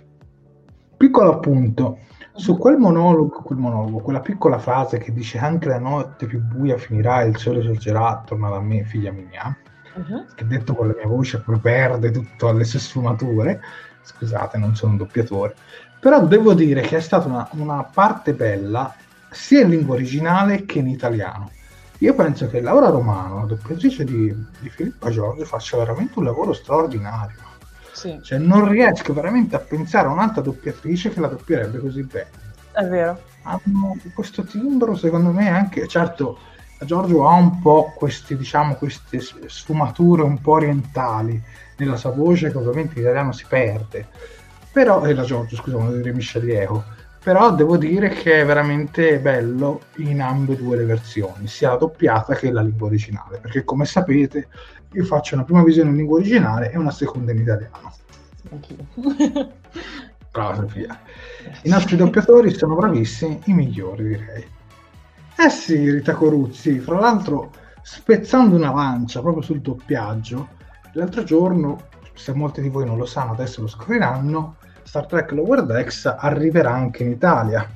Piccolo appunto, su quel monologo, quel monologo, quella piccola frase che dice: anche la notte più buia finirà, il sole sorgerà, torna da me, figlia mia, uh-huh. che detto con la mia voce poi perde tutto alle sue sfumature, scusate, non sono un doppiatore, però devo dire che è stata una, una parte bella sia in lingua originale che in italiano. Io penso che Laura Romano, la doppiatrice di, di Filippa Giorgio, faccia veramente un lavoro straordinario. Sì. Cioè, non riesco veramente a pensare a un'altra doppiatrice che la doppierebbe così bene. È vero. Hanno questo timbro, secondo me, anche, certo, Giorgio ha un po' questi, diciamo, queste sfumature un po' orientali nella sua voce, che ovviamente in italiano si perde. Però, e la Giorgio, scusa, volevo dire Michelieu, però devo dire che è veramente bello in ambedue le versioni, sia la doppiata che la lingua originale, perché come sapete io faccio una prima visione in lingua originale e una seconda in italiano. Anch'io. Brava Sofia. I nostri doppiatori sono bravissimi, i migliori direi. Eh sì, Rita Coruzzi, fra l'altro spezzando una lancia proprio sul doppiaggio, l'altro giorno, se molti di voi non lo sanno adesso lo scopriranno, Star Trek Lower Decks arriverà anche in Italia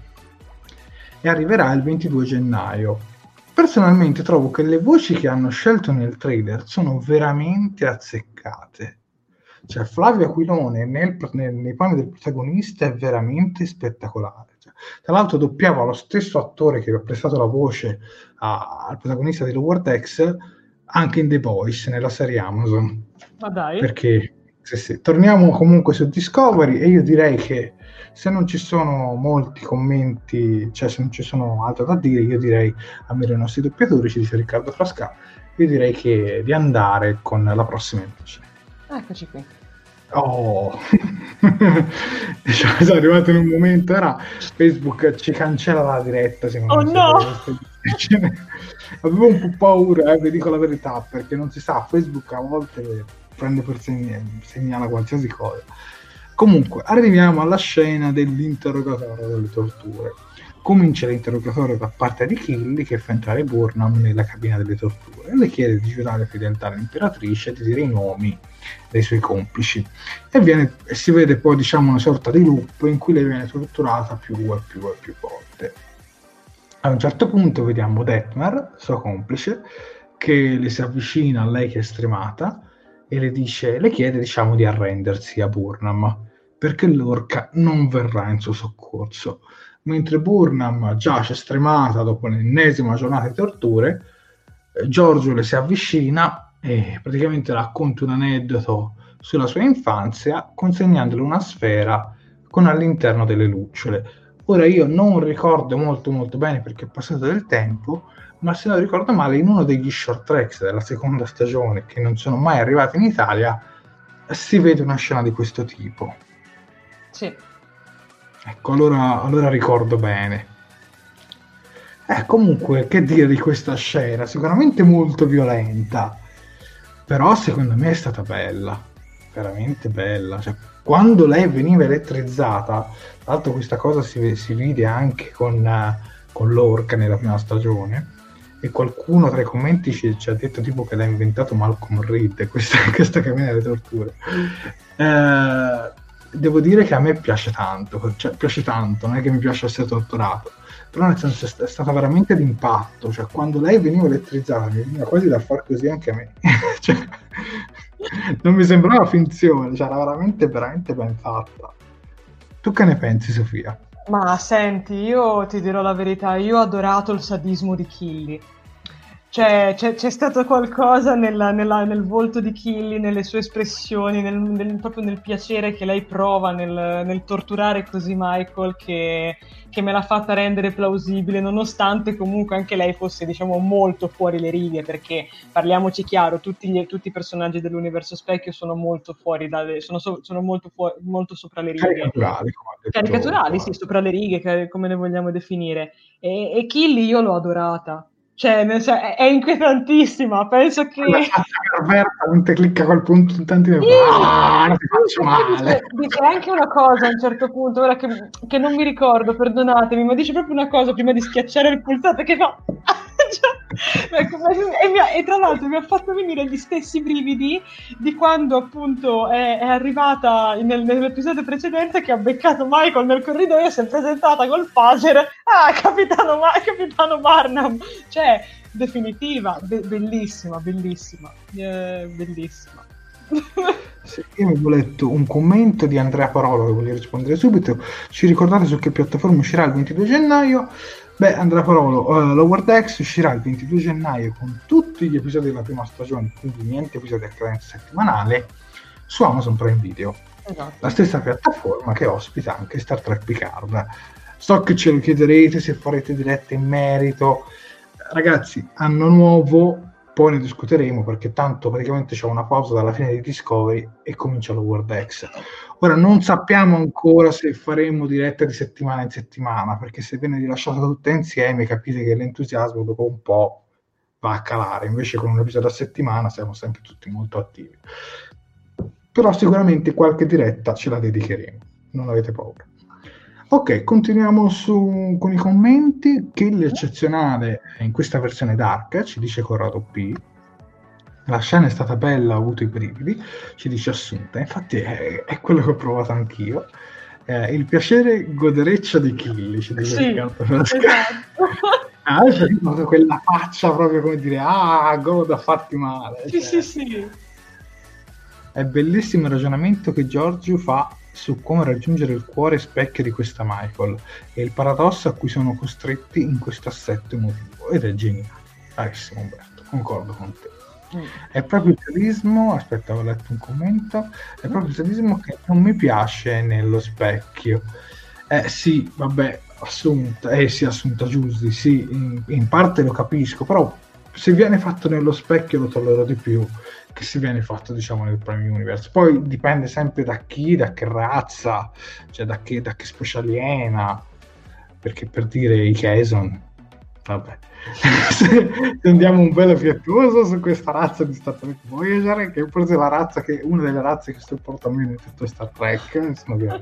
e arriverà il ventidue gennaio. Personalmente trovo che le voci che hanno scelto nel trailer sono veramente azzeccate. Cioè, Flavio Aquilone nel, nel, nei panni del protagonista è veramente spettacolare. Cioè, tra l'altro doppiava lo stesso attore che aveva prestato la voce a, al protagonista di Lower Decks anche in The Boys, nella serie Amazon. Ma dai. Perché sì, sì. Torniamo comunque su Discovery e io direi che se non ci sono molti commenti, cioè se non ci sono altro da dire, io direi, a me i nostri doppiatori, ci dice Riccardo Frasca, io direi che di andare con la prossima immagine. Eccoci qui. Oh, diciamo, sono arrivato in un momento, ora Facebook ci cancella la diretta. Oh no! Avevo un po' paura, eh, vi dico la verità, perché non si sa, Facebook a volte prende per segn- segnala qualsiasi cosa. Comunque, arriviamo alla scena dell'interrogatorio delle torture. Comincia l'interrogatorio da parte di Killy, che fa entrare Burnham nella cabina delle torture e le chiede di giurare fedeltà all'imperatrice e di dire i nomi dei suoi complici. E, viene, e si vede poi, diciamo, una sorta di loop in cui lei viene torturata più e più e più volte. A un certo punto vediamo Detmer, suo complice, che le si avvicina a lei che è stremata e le dice, le chiede, diciamo, di arrendersi a Burnham, perché l'orca non verrà in suo soccorso. Mentre Burnham giace stremata dopo l'ennesima giornata di torture, eh, Giorgio le si avvicina e praticamente racconta un aneddoto sulla sua infanzia, consegnandole una sfera con all'interno delle lucciole. Ora io non ricordo molto molto bene perché è passato del tempo, ma se non ricordo male, in uno degli short tracks della seconda stagione, che non sono mai arrivati in Italia, si vede una scena di questo tipo. Sì. Ecco, allora, allora ricordo bene. Eh, comunque, che dire di questa scena? Sicuramente molto violenta, però secondo me è stata bella, veramente bella. Cioè, quando lei veniva elettrizzata, tra l'altro questa cosa si, si vide anche con, uh, con l'orca nella prima stagione, e qualcuno tra i commenti ci, ci ha detto tipo che l'ha inventato Malcolm Reed, questa, questa cabina delle torture. Eh... Devo dire che a me piace tanto, cioè piace tanto, non è che mi piace essere torturato, però nel senso è stata veramente d'impatto, cioè quando lei veniva elettrizzata mi veniva quasi da far così anche a me, cioè, non mi sembrava finzione, cioè era veramente veramente ben fatta. Tu che ne pensi, Sofia? Ma senti, io ti dirò la verità, io ho adorato il sadismo di Killy. Cioè, c'è, c'è stato qualcosa nella, nella, nel volto di Killy, nelle sue espressioni, nel, nel, proprio nel piacere che lei prova nel, nel torturare così Michael, che, che me l'ha fatta rendere plausibile, nonostante comunque anche lei fosse, diciamo, molto fuori le righe, perché parliamoci chiaro, tutti, gli, tutti i personaggi dell'universo specchio sono molto fuori dalle, sono, so, sono molto, fuori, molto sopra le righe. Caricaturali, Caricaturali, sì, sopra le righe, come le vogliamo definire. E, e Killy io l'ho adorata. Cioè, cioè, è inquietantissima, penso che... Perversa, non ti clicca quel punto tantino, sì, ah, non ti faccio male. Dice, dice anche una cosa a un certo punto, ora che, che non mi ricordo, perdonatemi, ma dice proprio una cosa prima di schiacciare il pulsante che fa... cioè, e, mi ha, e tra l'altro mi ha fatto venire gli stessi brividi di quando appunto è, è arrivata nel, nell'episodio precedente, che ha beccato Michael nel corridoio e si è presentata col phaser. Ah, capitano, capitano Barnum, cioè definitiva, be- bellissima, bellissima, eh, bellissima. Sì, io avevo letto un commento di Andrea Parolo che voglio rispondere subito. Ci ricordate su che piattaforma uscirà il ventidue gennaio? Beh, Andrea Parolo, uh, Lower Decks uscirà il ventidue gennaio con tutti gli episodi della prima stagione, quindi niente episodi a cadenza settimanale, su Amazon Prime Video. Esatto. La stessa piattaforma che ospita anche Star Trek Picard. So che ce lo chiederete se farete dirette in merito. Ragazzi, anno nuovo, poi ne discuteremo, perché tanto praticamente c'è una pausa dalla fine di Discovery e comincia Lower Decks. Ora non sappiamo ancora se faremo diretta di settimana in settimana, perché se viene rilasciata tutta insieme capite che l'entusiasmo dopo un po' va a calare, invece con un episodio a settimana siamo sempre tutti molto attivi. Però sicuramente qualche diretta ce la dedicheremo, non avete paura. Ok, continuiamo su, con i commenti. Kill eccezionale in questa versione dark, ci dice Corrado P. La scena è stata bella, ho avuto i brividi, ci dice Assunta. Infatti è, è quello che ho provato anch'io. Eh, il piacere godereccia di Kill, ci dice sì, Riccardo. Esatto. Ah, ho quella faccia proprio come dire, ah, godo da farti male. Sì, cioè. sì, sì. È bellissimo il ragionamento che Giorgio fa su come raggiungere il cuore specchio di questa Michael e il paradosso a cui sono costretti in questo assetto emotivo, ed è geniale. Bravissimo Umberto, concordo con te. Mm. È proprio il sadismo, aspetta, ho letto un commento, è proprio il sadismo che non mi piace nello specchio. Eh sì, vabbè, Assunta, eh sì, Assunta Giusti, sì, in, in parte lo capisco, però se viene fatto nello specchio lo tollero di più che se viene fatto, diciamo, nel Prime Universe. Poi dipende sempre da chi, da che razza, cioè da che, da che specie aliena, perché per dire i Kazon, vabbè, se andiamo un velo fiettoso su questa razza di Star Trek Voyager, che è forse la razza che, una delle razze che sopporta meno in tutto Star Trek, sono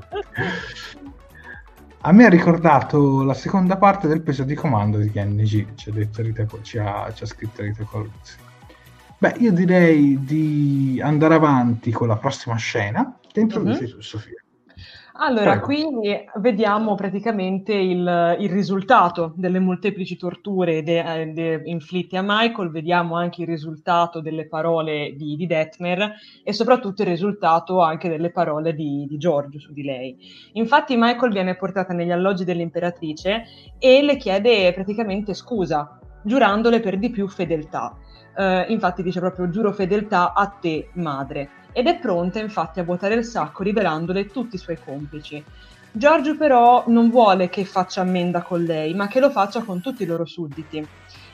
a me ha ricordato la seconda parte del Peso di comando di N G, ci ha, detto Rita, ci ha, ci ha scritto Rita Coluzzi. Beh, io direi di andare avanti con la prossima scena. Che introduci Mm-hmm. tu, Sofia? Allora, Prego. qui vediamo praticamente il, il risultato delle molteplici torture de, de inflitte a Michael, vediamo anche il risultato delle parole di, di Detmer e soprattutto il risultato anche delle parole di, di Giorgio su di lei. Infatti Michael viene portata negli alloggi dell'imperatrice e le chiede praticamente scusa, giurandole per di più fedeltà. Uh, infatti dice proprio giuro fedeltà a te, madre. Ed è pronta infatti a vuotare il sacco rivelandole tutti i suoi complici. Giorgio però non vuole che faccia ammenda con lei, ma che lo faccia con tutti i loro sudditi.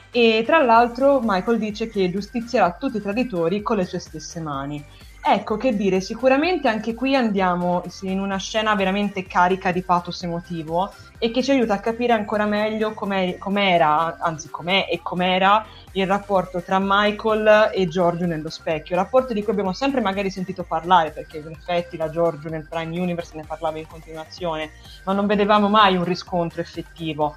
E tra l'altro Michael dice che giustizierà tutti i traditori con le sue stesse mani. Ecco, che dire, sicuramente anche qui andiamo in una scena veramente carica di pathos emotivo e che ci aiuta a capire ancora meglio com'è, com'era, anzi com'è e com'era il rapporto tra Michael e Giorgio nello specchio, rapporto di cui abbiamo sempre magari sentito parlare, perché in effetti la Giorgio nel Prime Universe ne parlava in continuazione, ma non vedevamo mai un riscontro effettivo.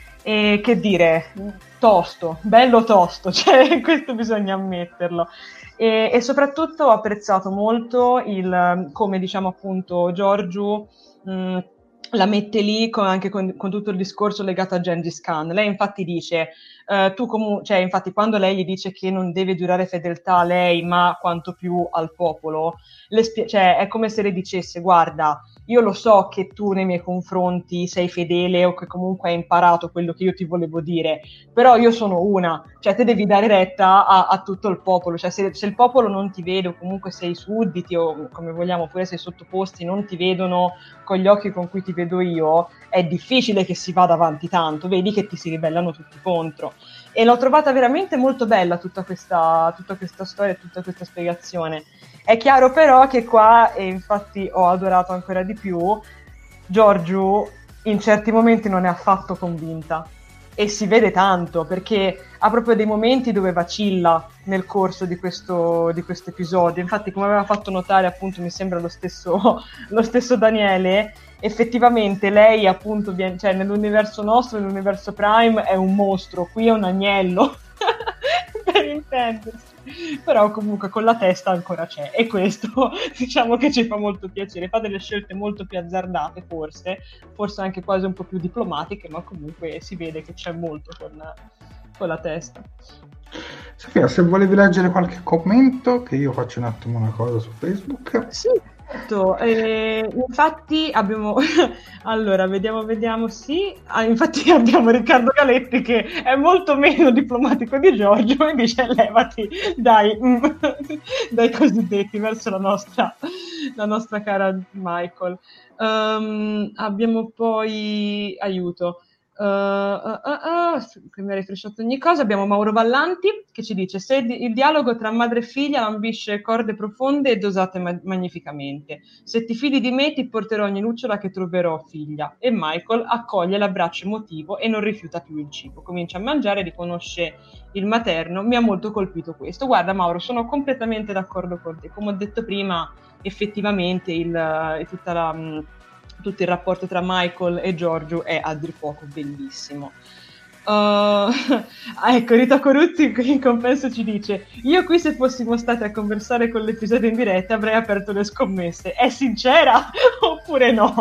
E che dire, tosto, bello tosto, cioè questo bisogna ammetterlo. E, e soprattutto ho apprezzato molto il come, diciamo, appunto Giorgio mh, la mette lì con, anche con, con tutto il discorso legato a Gengis Khan. Lei infatti dice uh, tu comu- cioè infatti quando lei gli dice che non deve giurare fedeltà a lei ma quanto più al popolo, le spie- cioè è come se le dicesse guarda, io lo so che tu nei miei confronti sei fedele o che comunque hai imparato quello che io ti volevo dire, però io sono una, cioè te devi dare retta a, a tutto il popolo, cioè se, se il popolo non ti vede o comunque sei sudditi o come vogliamo pure sei sottoposti, non ti vedono con gli occhi con cui ti vedo io, è difficile che si vada avanti tanto, vedi che ti si ribellano tutti contro. E l'ho trovata veramente molto bella tutta questa, tutta questa storia e tutta questa spiegazione. È chiaro però che qua, e infatti ho adorato ancora di più, Giorgio in certi momenti non è affatto convinta e si vede tanto perché ha proprio dei momenti dove vacilla nel corso di questo, di questo episodio. Infatti, come aveva fatto notare appunto mi sembra lo stesso, lo stesso Daniele, effettivamente lei appunto viene, cioè nell'universo nostro, nell'universo Prime è un mostro, qui è un agnello per intendersi, però comunque con la testa ancora c'è e questo diciamo che ci fa molto piacere, fa delle scelte molto più azzardate forse, forse anche quasi un po' più diplomatiche, ma comunque si vede che c'è molto con, con la testa. Sofia, se volevi leggere qualche commento, che io faccio un attimo una cosa su Facebook. Sì, certo. Eh, infatti abbiamo allora vediamo vediamo sì ah, infatti abbiamo Riccardo Galetti che è molto meno diplomatico di Giorgio e dice levati dai dai cosiddetti verso la nostra la nostra cara Michael. Um, abbiamo poi aiuto Uh, uh, uh, uh, che mi ha rifresciato ogni cosa. Abbiamo Mauro Vallanti che ci dice se il dialogo tra madre e figlia lambisce corde profonde e dosate ma- magnificamente, se ti fidi di me ti porterò ogni lucciola che troverò, figlia. E Michael accoglie l'abbraccio emotivo e non rifiuta più il cibo, comincia a mangiare, riconosce il materno. Mi ha molto colpito questo. Guarda Mauro, sono completamente d'accordo con te, come ho detto prima effettivamente il, tutta la tutto il rapporto tra Michael e Giorgio è a dir poco bellissimo. Uh, ecco, Rita Coruzzi in compenso ci dice io qui se fossimo stati a conversare con l'episodio in diretta avrei aperto le scommesse. È sincera oppure no?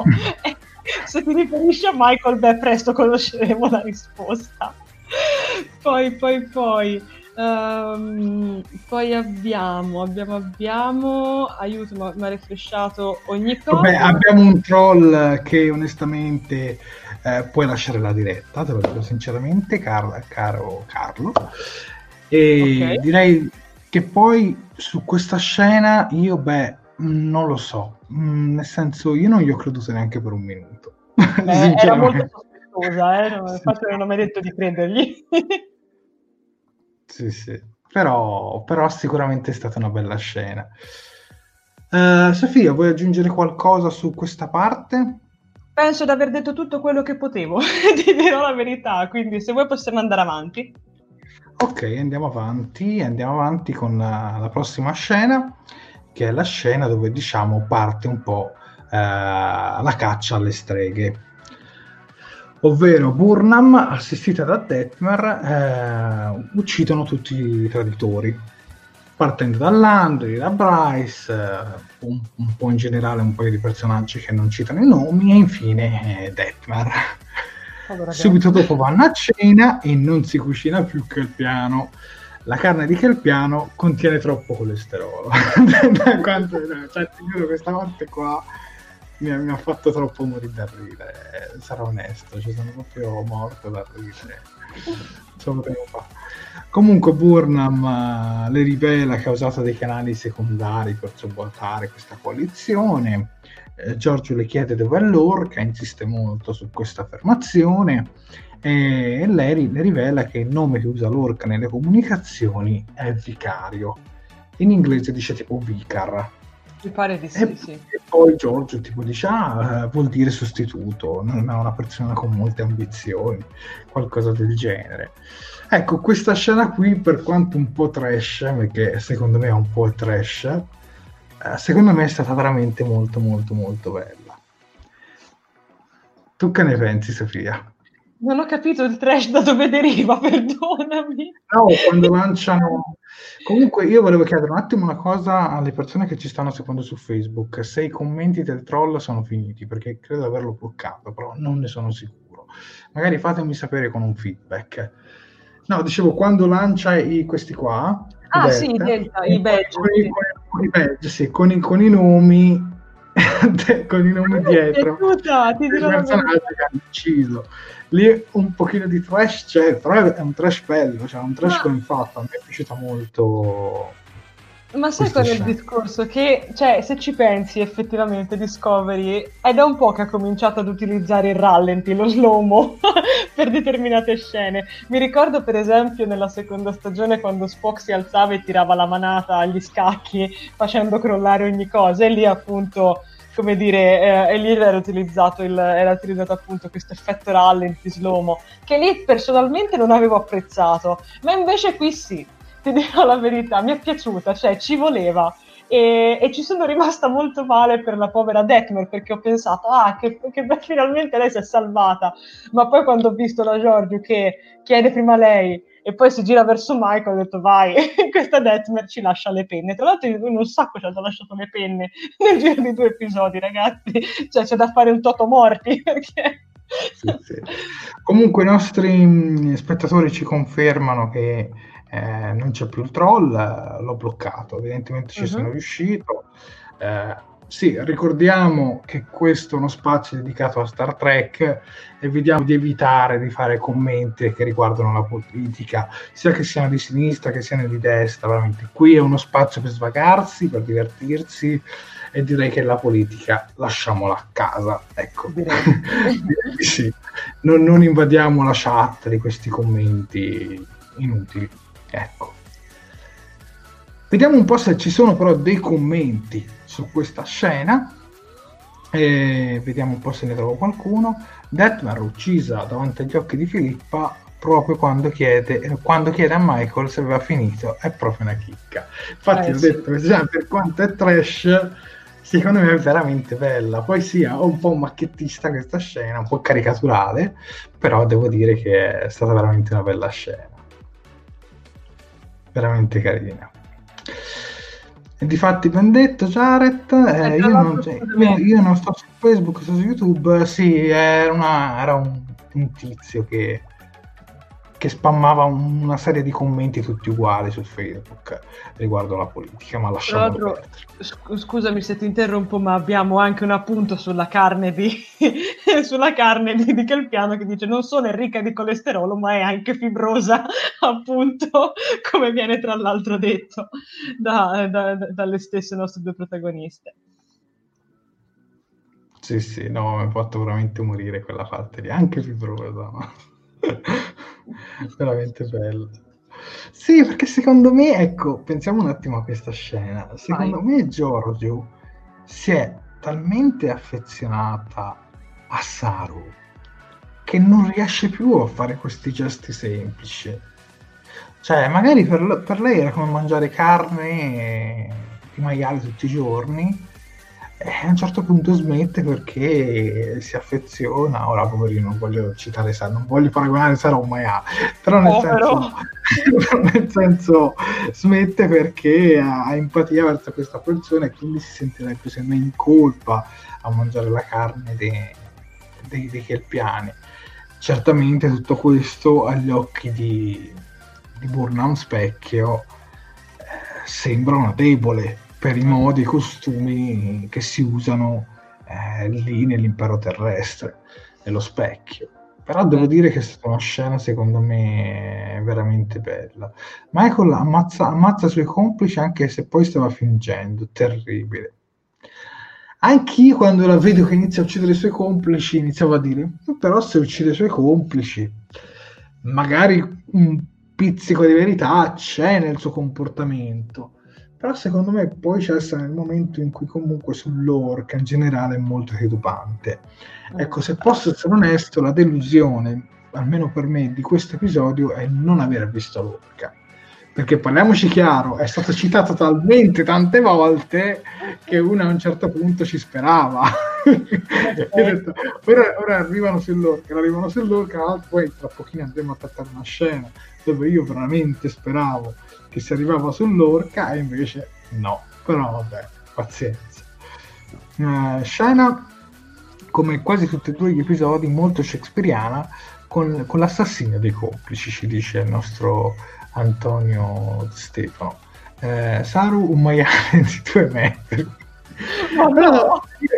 Se ti riferisci a Michael, beh, presto conosceremo la risposta. Poi, poi, poi Um, poi abbiamo, abbiamo, abbiamo, aiuto, mi ha refresciato ogni cosa. Vabbè, abbiamo un troll che onestamente eh, puoi lasciare la diretta, te lo dico sinceramente, Carlo, caro Carlo. E okay. Direi che poi su questa scena io, beh, non lo so, nel senso io non gli ho creduto neanche per un minuto. Beh, era molto sospettosa, eh? Infatti non ho mai detto di credergli. Sì, sì, però, però sicuramente è stata una bella scena. Uh, Sofia, vuoi aggiungere qualcosa su questa parte? Penso di aver detto tutto quello che potevo, ti dirò la verità, quindi se vuoi possiamo andare avanti. Ok, andiamo avanti, andiamo avanti con la, la prossima scena, che è la scena dove, diciamo, parte un po' uh, la caccia alle streghe. Ovvero Burnham, assistita da Detmer, eh, uccidono tutti i traditori, partendo da Landry, da Bryce, eh, un, un po' in generale un paio di personaggi che non citano i nomi, e infine eh, Detmer. Allora, subito dopo vanno a cena e non si cucina più che il piano. La carne di Kelpiano contiene troppo colesterolo. Da quanto, cioè, ti giuro, questa parte qua Mi ha, mi ha fatto troppo morire da ridere, sarò onesto, ci sono proprio morto da ridere. Solo tempo fa. Comunque Burnham uh, le rivela che ha usato dei canali secondari per sabotare questa coalizione. eh, Giorgio le chiede dov'è l'orca, insiste molto su questa affermazione e lei le rivela che il nome che usa l'orca nelle comunicazioni è vicario, in inglese dice tipo vicar. Mi pare di sì, e, sì. E poi Giorgio tipo dice ah, vuol dire sostituto, non è una persona con molte ambizioni, qualcosa del genere. Ecco, questa scena qui, per quanto un po' trash, perché secondo me è un po' trash, eh, secondo me è stata veramente molto molto molto bella. Tu che ne pensi, Sofia? Non ho capito il trash da dove deriva, perdonami. No, quando lanciano... Comunque io volevo chiedere un attimo una cosa alle persone che ci stanno seguendo su Facebook, se i commenti del troll sono finiti, perché credo di averlo bloccato, però non ne sono sicuro. Magari fatemi sapere con un feedback. No, dicevo, quando lancia i, questi qua... Ah, sì, i delta, i badge. Con, sì. Con, con i badge, sì, con i, con i nomi... con i nomi dietro. Piaciuta, ti dirò il personaggio che hanno ucciso. Lì un pochino di trash c'è, però è un trash bello, cioè un trash ben fatto, a me è piaciuta molto. Ma sai qual è il discorso? Che, cioè, se ci pensi effettivamente Discovery è da un po' che ha cominciato ad utilizzare il rallenti, lo slow-mo per determinate scene. Mi ricordo per esempio nella seconda stagione quando Spock si alzava e tirava la manata agli scacchi facendo crollare ogni cosa, e lì appunto, come dire, eh, e lì era utilizzato, il, era utilizzato appunto questo effetto rallenti slow-mo, che lì personalmente non avevo apprezzato, ma invece qui sì. Ti dirò la verità, mi è piaciuta, cioè ci voleva, e, e ci sono rimasta molto male per la povera Detmer, perché ho pensato, ah, che, che beh, finalmente lei si è salvata, ma poi quando ho visto la Giorgio che chiede prima lei e poi si gira verso Michael, ho detto vai, questa Detmer ci lascia le penne, tra l'altro in un sacco ci ha lasciato le penne nel giro di due episodi, ragazzi, cioè c'è da fare un toto morti, perché... Sì, sì. Comunque i nostri spettatori ci confermano che Eh, non c'è più il troll, eh, l'ho bloccato, evidentemente ci uh-huh. sono riuscito. Eh, sì, ricordiamo che questo è uno spazio dedicato a Star Trek e vediamo di evitare di fare commenti che riguardano la politica, sia che siano di sinistra che siano di destra. Veramente qui è uno spazio per svagarsi, per divertirsi, e direi che la politica lasciamola a casa, ecco. Direi. Direi sì. non, non invadiamo la chat di questi commenti inutili. Ecco, vediamo un po' se ci sono però dei commenti su questa scena, e vediamo un po' se ne trovo qualcuno. Detmer uccisa davanti agli occhi di Filippa proprio quando chiede, quando chiede a Michael se aveva finito, è proprio una chicca. Infatti eh, ho sì. detto, cioè, per quanto è trash, secondo me è veramente bella. Poi sì, è un po' un macchettista questa scena, un po' caricaturale, però devo dire che è stata veramente una bella scena, veramente carina. E difatti ben detto Jared, eh, io, non, cioè, io, io non sto su Facebook, sto su YouTube. Sì, era, una, era un, un tizio che, che spammava una serie di commenti tutti uguali su Facebook riguardo la politica, ma lasciamo perdere. Sc- scusami se ti interrompo, ma abbiamo anche un appunto sulla carne di sulla carne di, di Kelpiano, che dice: non solo è ricca di colesterolo, ma è anche fibrosa, appunto, come viene tra l'altro detto da, da, da, dalle stesse nostre due protagoniste. Sì, sì, no, mi ha fatto veramente morire quella parte lì, anche fibrosa, no? Veramente bella. Sì, perché secondo me, ecco, pensiamo un attimo a questa scena. Secondo Vai. me Giorgio si è talmente affezionata a Saru che non riesce più a fare questi gesti semplici. Cioè, magari per, per lei era come mangiare carne di maiale tutti i giorni, e a un certo punto smette perché si affeziona. Ora, poverino, non voglio citare Saru, non voglio paragonare Saru a un maiale, però nel, senso, nel senso smette perché ha, ha empatia verso questa persona e quindi si sentirebbe sempre in colpa a mangiare la carne dei, dei, dei Kelpiani. Certamente tutto questo agli occhi di, di Burnham Specchio eh, sembra una debole per i modi e i costumi che si usano eh, lì nell'impero terrestre, nello specchio. Però devo dire che è stata una scena, secondo me, veramente bella. Michael ammazza, ammazza i suoi complici anche se poi stava fingendo, terribile. Anch'io, quando la vedo che inizia a uccidere i suoi complici, iniziavo a dire: però se uccide i suoi complici, magari un pizzico di verità c'è nel suo comportamento. Però secondo me poi c'è nel momento in cui comunque sull'orca in generale è molto titubante. Ecco, se posso essere onesto, la delusione, almeno per me, di questo episodio è non aver visto l'orca. Perché parliamoci chiaro, è stato citato talmente tante volte che uno a un certo punto ci sperava. Io ho detto, ora, ora arrivano sull'orca, arrivano sull'orca, poi tra pochino andremo a trattare una scena dove io veramente speravo che si arrivava sull'orca e invece no. Però vabbè, pazienza. Uh, scena, come quasi tutti e due gli episodi, molto shakespeariana, con, con l'assassino dei complici, ci dice il nostro Antonio Stefano. Eh, Saru, un maiale di due metri. Ma no!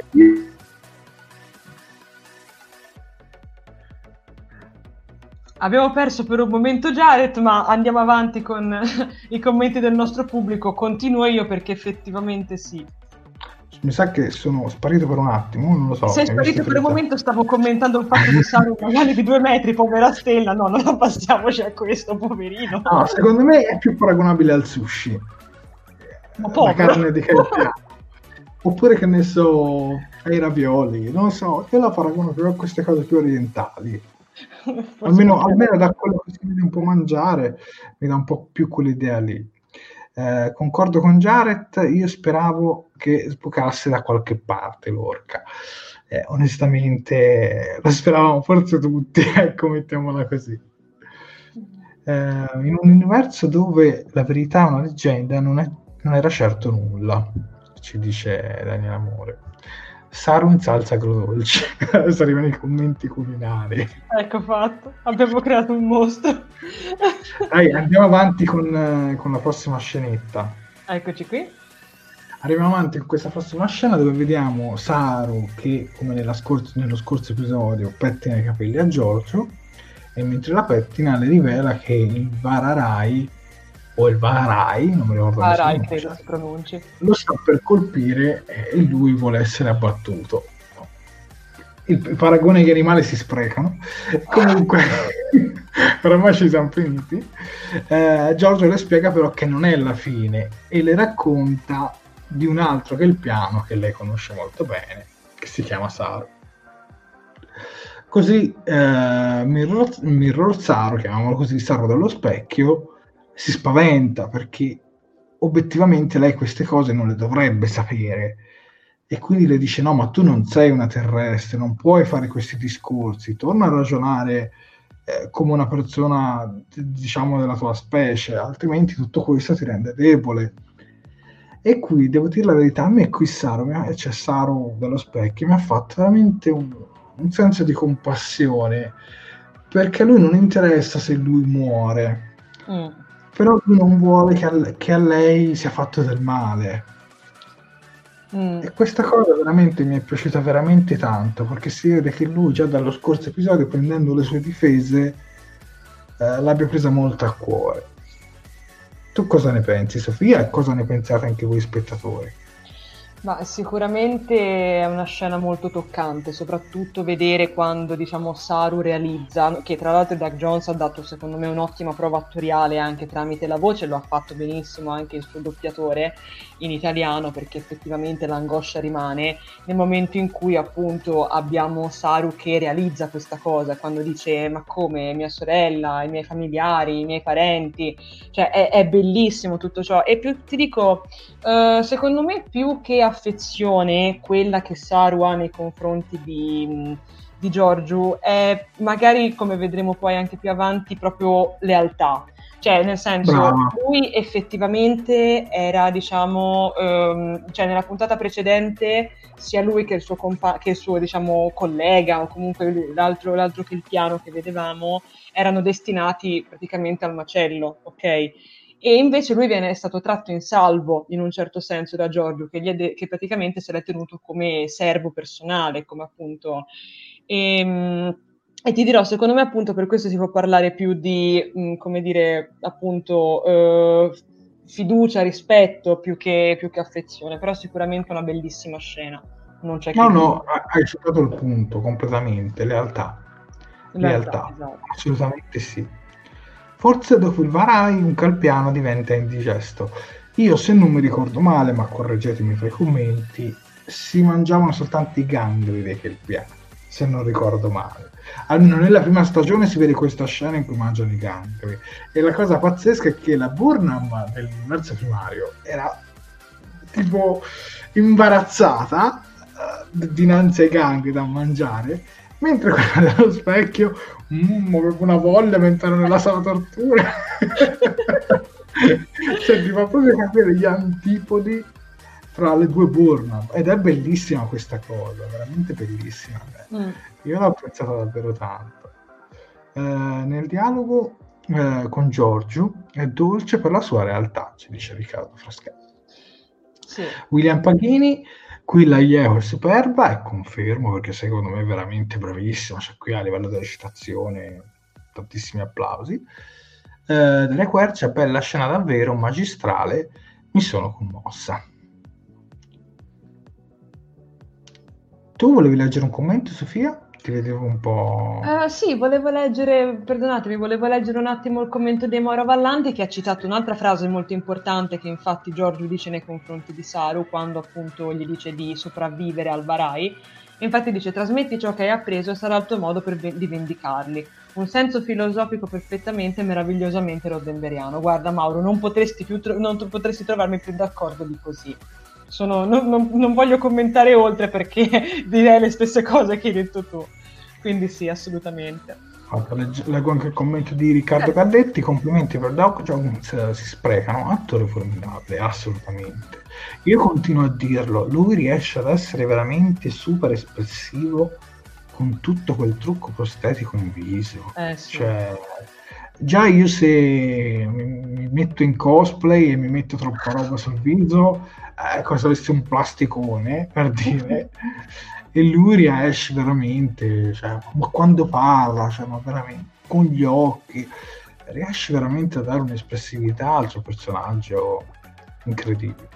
Abbiamo perso per un momento Jared, ma andiamo avanti con i commenti del nostro pubblico. Continuo io perché effettivamente sì. Mi sa che sono sparito per un attimo, non lo so. Sei sparito per un momento, stavo commentando il fatto di Saru un maiale di due metri, povera stella. No, non passiamoci a questo, poverino. No, secondo me è più paragonabile al sushi. Ma la carne di Kelpiano. Oppure, che ne so, ai ravioli. Non so, io la paragono più a queste cose più orientali. Almeno, almeno da quello che si vede un po' mangiare, mi dà un po' più quell'idea lì. Eh, concordo con Jared, io speravo che sbucasse da qualche parte l'orca. Eh, onestamente, la speravamo forse tutti, ecco, mettiamola così. Eh, in un universo dove la verità è una leggenda, non, è, non era certo nulla, ci dice Daniele Amore. Saru in salsa agrodolce. Adesso arrivano i commenti culinari. Ecco fatto, abbiamo creato un mostro. Dai, andiamo avanti con, con la prossima scenetta. Eccoci qui. Arriviamo avanti con questa prossima scena dove vediamo Saru che, come nella scorso, nello scorso episodio, pettina i capelli a Giorgio, e mentre la pettina le rivela che il Vararai, o il Varai, non mi ricordo come Varai, si credo si pronunci, lo sta per colpire e lui vuole essere abbattuto. Il, il paragone che gli animali si sprecano. Comunque, oramai ci siamo finiti. Eh, Giorgio le spiega però che non è la fine e le racconta di un altro Kelpiano che lei conosce molto bene, che si chiama Saru. Così eh, Mirror, Mirror Saru, chiamiamolo così, Saru dallo specchio, si spaventa perché obiettivamente lei queste cose non le dovrebbe sapere e quindi le dice: no, ma tu non sei una terrestre, non puoi fare questi discorsi, torna a ragionare eh, come una persona, diciamo, della tua specie, altrimenti tutto questo ti rende debole. E qui devo dire la verità, a me qui Saru, cioè Saru dallo specchio, mi ha fatto veramente un, un senso di compassione, perché a lui non interessa se lui muore, Mm. però lui non vuole che a, che a lei sia fatto del male. Mm. E questa cosa veramente mi è piaciuta veramente tanto, perché si vede che lui già dallo scorso episodio, prendendo le sue difese, eh, l'abbia presa molto a cuore. Tu cosa ne pensi, Sofia, e cosa ne pensate anche voi spettatori? Ma sicuramente è una scena molto toccante, soprattutto vedere quando, diciamo, Saru realizza, che tra l'altro Doug Jones ha dato secondo me un'ottima prova attoriale anche tramite la voce, lo ha fatto benissimo anche il suo doppiatore in italiano, perché effettivamente l'angoscia rimane nel momento in cui appunto abbiamo Saru che realizza questa cosa, quando dice ma come, mia sorella, i miei familiari, i miei parenti, cioè è, è bellissimo tutto ciò. E più ti dico, uh, secondo me più che affezione, quella che Saru ha nei confronti di, di Giorgio è magari, come vedremo poi anche più avanti, proprio lealtà. Cioè, nel senso, Brava. lui effettivamente era, diciamo, ehm, cioè nella puntata precedente, sia lui che il suo, compa- che il suo diciamo, collega, o comunque l'altro, l'altro che il piano che vedevamo, erano destinati praticamente al macello, ok? E invece lui viene, è stato tratto in salvo, in un certo senso, da Giorgio, che, gli è de- che praticamente se l'è tenuto come servo personale, come appunto... E, E ti dirò, secondo me appunto per questo si può parlare più di, mh, come dire, appunto, eh, fiducia, rispetto, più che, più che affezione, però sicuramente una bellissima scena, non c'è No, che no, dire. hai citato il punto completamente, lealtà. In realtà, Lealtà, esatto. assolutamente sì. Forse dopo il Varai un Calpiano diventa indigesto. Io, se non mi ricordo male, ma correggetemi tra i commenti, si mangiavano soltanto i gangli dei Calpiani, se non ricordo male. Almeno nella prima stagione si vede questa scena in cui mangiano i gangli. E la cosa pazzesca è che la Burnham dell'universo primario era tipo imbarazzata uh, dinanzi ai gangli da mangiare, mentre quella dello specchio mm, aveva una voglia mentre ero nella sala tortura. Cioè ti fa proprio capire gli antipodi tra le due Burnham, ed è bellissima questa cosa, veramente bellissima. Mm. Io l'ho apprezzata davvero tanto. Eh, nel dialogo eh, con Giorgio è dolce per la sua realtà, ci dice Riccardo Fraschelli. Sì. William Paghini, qui la Ieho è superba, e confermo, perché secondo me è veramente bravissima, cioè qui a livello della recitazione tantissimi applausi. Eh, delle Quercia, bella scena davvero, magistrale, mi sono commossa. Tu volevi leggere un commento, Sofia? Ti vedevo un po'... Uh, sì, volevo leggere, perdonatemi, volevo leggere un attimo il commento di Mauro Vallanti, che ha citato un'altra frase molto importante che infatti Giorgio dice nei confronti di Saru, quando appunto gli dice di sopravvivere al Varai. Infatti dice: trasmetti ciò che hai appreso e sarà il tuo modo per ve- di vendicarli. Un senso filosofico perfettamente e meravigliosamente roddenberiano. Guarda Mauro, non potresti, più tro- non t- potresti trovarmi più d'accordo di così. Sono, non, non, non voglio commentare oltre, perché direi le stesse cose che hai detto tu. Quindi sì, assolutamente. Leggo anche il commento di Riccardo Galletti: complimenti per Doug Jones, si sprecano, attore formidabile, assolutamente. Io continuo a dirlo, lui riesce ad essere veramente super espressivo con tutto quel trucco prostetico in viso. Eh, sì. Cioè, già io se mi, mi metto in cosplay e mi metto troppa roba sul viso, eh, come se avessi un plasticone, per dire, e lui riesce veramente, cioè, ma quando parla, cioè, ma veramente, con gli occhi, riesce veramente a dare un'espressività al suo personaggio incredibile.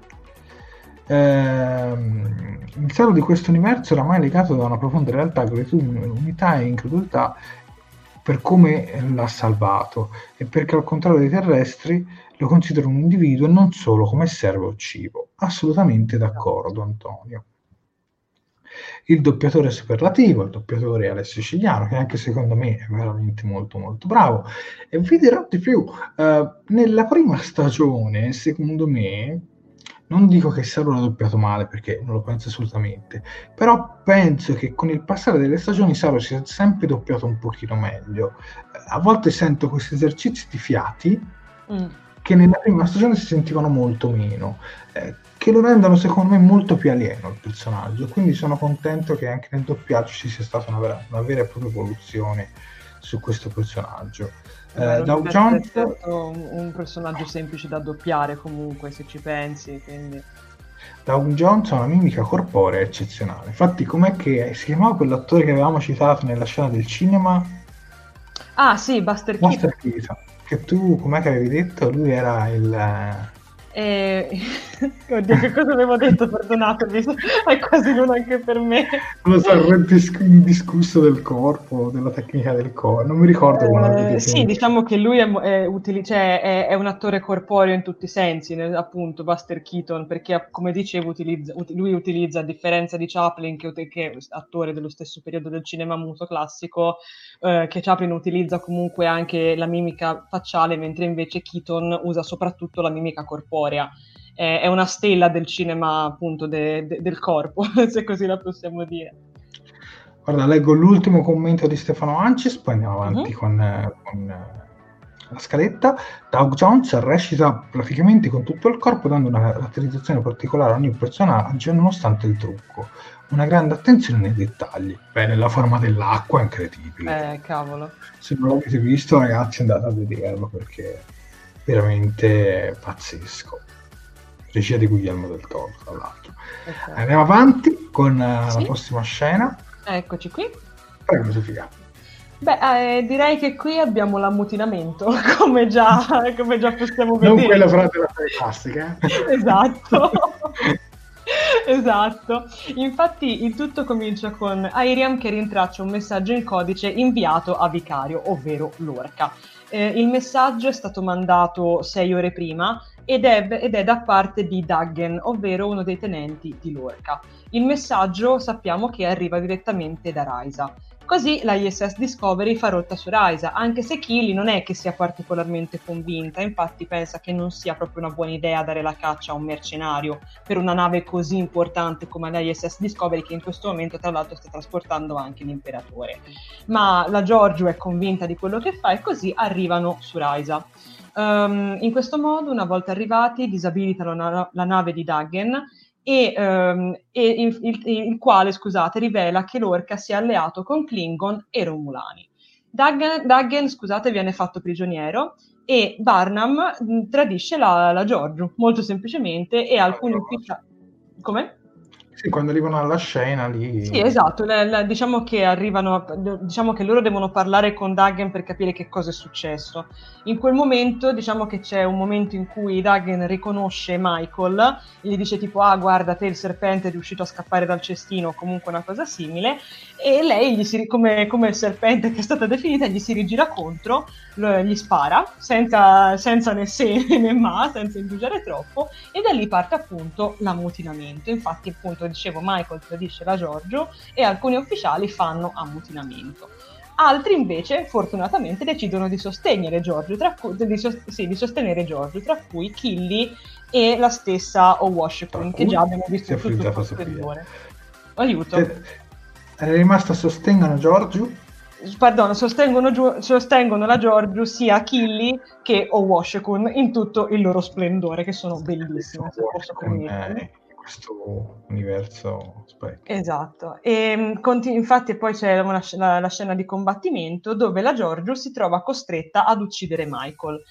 Ehm, il salo di questo universo è oramai legato da una profonda realtà, gratitudine, unità e incredulità per come l'ha salvato, e perché al contrario dei terrestri lo considera un individuo e non solo come servo o cibo. Assolutamente d'accordo, Antonio. Il doppiatore superlativo, il doppiatore è Alessio Cigliano, che anche secondo me è veramente molto molto bravo. E vi dirò di più, uh, nella prima stagione, secondo me, non dico che Saru l'ha doppiato male, perché non lo penso assolutamente, però penso che con il passare delle stagioni Saru sia sempre doppiato un pochino meglio. A volte sento questi esercizi di fiati mm. che nella prima stagione si sentivano molto meno, eh, che lo rendono secondo me molto più alieno il personaggio, quindi sono contento che anche nel doppiaggio ci sia stata una vera, una vera e propria evoluzione su questo personaggio. Beh, eh, Doug Jones un, un personaggio semplice da doppiare comunque, se ci pensi, quindi... Doug Jones ha una mimica corporea eccezionale. Infatti, com'è che si chiamava quell'attore che avevamo citato nella scena del cinema? Ah sì, Buster Keaton. Buster Keaton, che tu, com'è che avevi detto? Lui era il... Eh... Oddio, che cosa avevo detto, perdonatemi, è quasi l'uno anche per me. Non lo so, il dis- indiscusso del corpo, della tecnica del corpo, non mi ricordo come l'avevi Eh, definito. sì, diciamo che lui è, è, utili- cioè, è, è un attore corporeo in tutti i sensi, nel- appunto Buster Keaton, perché come dicevo utilizza, ut- lui utilizza, a differenza di Chaplin, che, che è attore dello stesso periodo del cinema muto classico, eh, che Chaplin utilizza comunque anche la mimica facciale, mentre invece Keaton usa soprattutto la mimica corporea. È una stella del cinema, appunto, de- de- del corpo, se così la possiamo dire. Guarda, leggo l'ultimo commento di Stefano Ancis, poi andiamo avanti Mhm. con, eh, con, eh, la scaletta. Doug Jones recita praticamente con tutto il corpo, dando una caratterizzazione particolare a ogni personaggio, nonostante il trucco. Una grande attenzione nei dettagli. Beh, la forma dell'acqua è incredibile. Eh, cavolo. Se non l'avete visto, ragazzi, andate a vederlo perché è veramente pazzesco. Regia di Guillermo del Toro, tra l'altro. Ok. Andiamo avanti con eh, Sì. la prossima scena. Eccoci qui. Prego, Sofia. Beh, eh, direi che qui abbiamo l'ammutinamento, come già, come già possiamo vedere. Non quella frase della serie classica. eh? Esatto. Esatto. Infatti il tutto comincia con Airiam che rintraccia un messaggio in codice inviato a Vicario, ovvero Lorca. Eh, il messaggio è stato mandato sei ore prima ed è, ed è da parte di Duggan, ovvero uno dei tenenti di Lorca. Il messaggio sappiamo che arriva direttamente da Raisa. Così la I S S Discovery fa rotta su Raisa, anche se Keely non è che sia particolarmente convinta, infatti pensa che non sia proprio una buona idea dare la caccia a un mercenario per una nave così importante come la I S S Discovery, che in questo momento tra l'altro sta trasportando anche l'imperatore. Ma la Giorgio è convinta di quello che fa e così arrivano su Raisa. Um, in questo modo, una volta arrivati, disabilitano la, la nave di Duggan e, um, e il, il, il quale, scusate, rivela che Lorca si è alleato con Klingon e Romulani. Duggan, Duggan scusate, viene fatto prigioniero e Barnum mh, tradisce la, la Giorgio, molto semplicemente, e alcuni ufficiali... Come? Sì, quando arrivano alla scena lì... Sì, esatto, le, le, diciamo che arrivano, diciamo che loro devono parlare con Duggan per capire che cosa è successo. In quel momento, diciamo che c'è un momento in cui Duggan riconosce Michael, e gli dice tipo, ah guarda te il serpente è riuscito a scappare dal cestino, o comunque una cosa simile, e lei, gli si, come, come il serpente che è stata definita, gli si rigira contro, lo, gli spara, senza, senza né se né ma, senza indugiare troppo, e da lì parte appunto l'ammutinamento. Infatti appunto dicevo, Michael tradisce la Giorgio e alcuni ufficiali fanno ammutinamento. Altri invece, fortunatamente, decidono di sostenere Giorgio, tra cui, di, so, sì, di sostenere Giorgio, tra cui Keely e la stessa O'Washington, che già abbiamo visto tutto il posteriore. Aiuto. È rimasta sostengono Giorgio? Perdono, sostengono, sostengono la Giorgio sia Keely che O'Washington in tutto il loro splendore, che sono bellissime, se posso permettermi. Questo universo specchio. Esatto, e conti- infatti poi c'è una, la, la scena di combattimento dove la Giorgio si trova costretta ad uccidere Michael.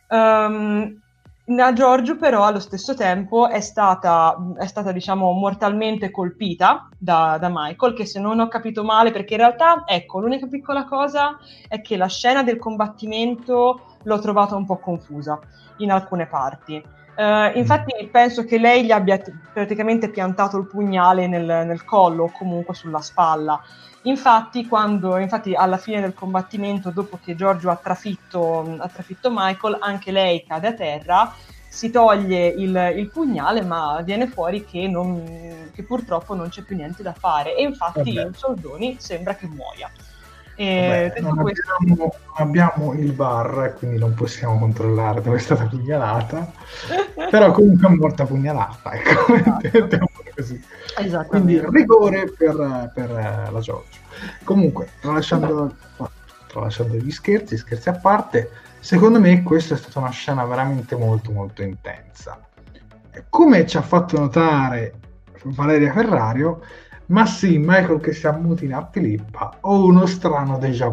Um, la Giorgio però allo stesso tempo è stata, è stata diciamo mortalmente colpita da, da Michael, che se non ho capito male, perché in realtà ecco l'unica piccola cosa è che la scena del combattimento l'ho trovata un po' confusa in alcune parti. Uh, infatti penso che lei gli abbia t- praticamente piantato il pugnale nel, nel collo o comunque sulla spalla. Infatti, quando, infatti alla fine del combattimento, dopo che Giorgio ha trafitto, ha trafitto Michael, anche lei cade a terra, si toglie il, il pugnale, ma viene fuori che, non, che purtroppo non c'è più niente da fare, e infatti in soldoni sembra che muoia. E Vabbè, non, questo... abbiamo, non abbiamo il V A R, quindi non possiamo controllare dove è stata pugnalata, però comunque è morta pugnalata, ecco. Esatto. Così. Quindi rigore per, per la Giorgio. Comunque, tralasciando, tralasciando gli scherzi, scherzi a parte, secondo me questa è stata una scena veramente molto molto intensa. Come ci ha fatto notare Valeria Ferrario, ma sì, Michael che si ammutina a Filippa, ho uno strano déjà vu,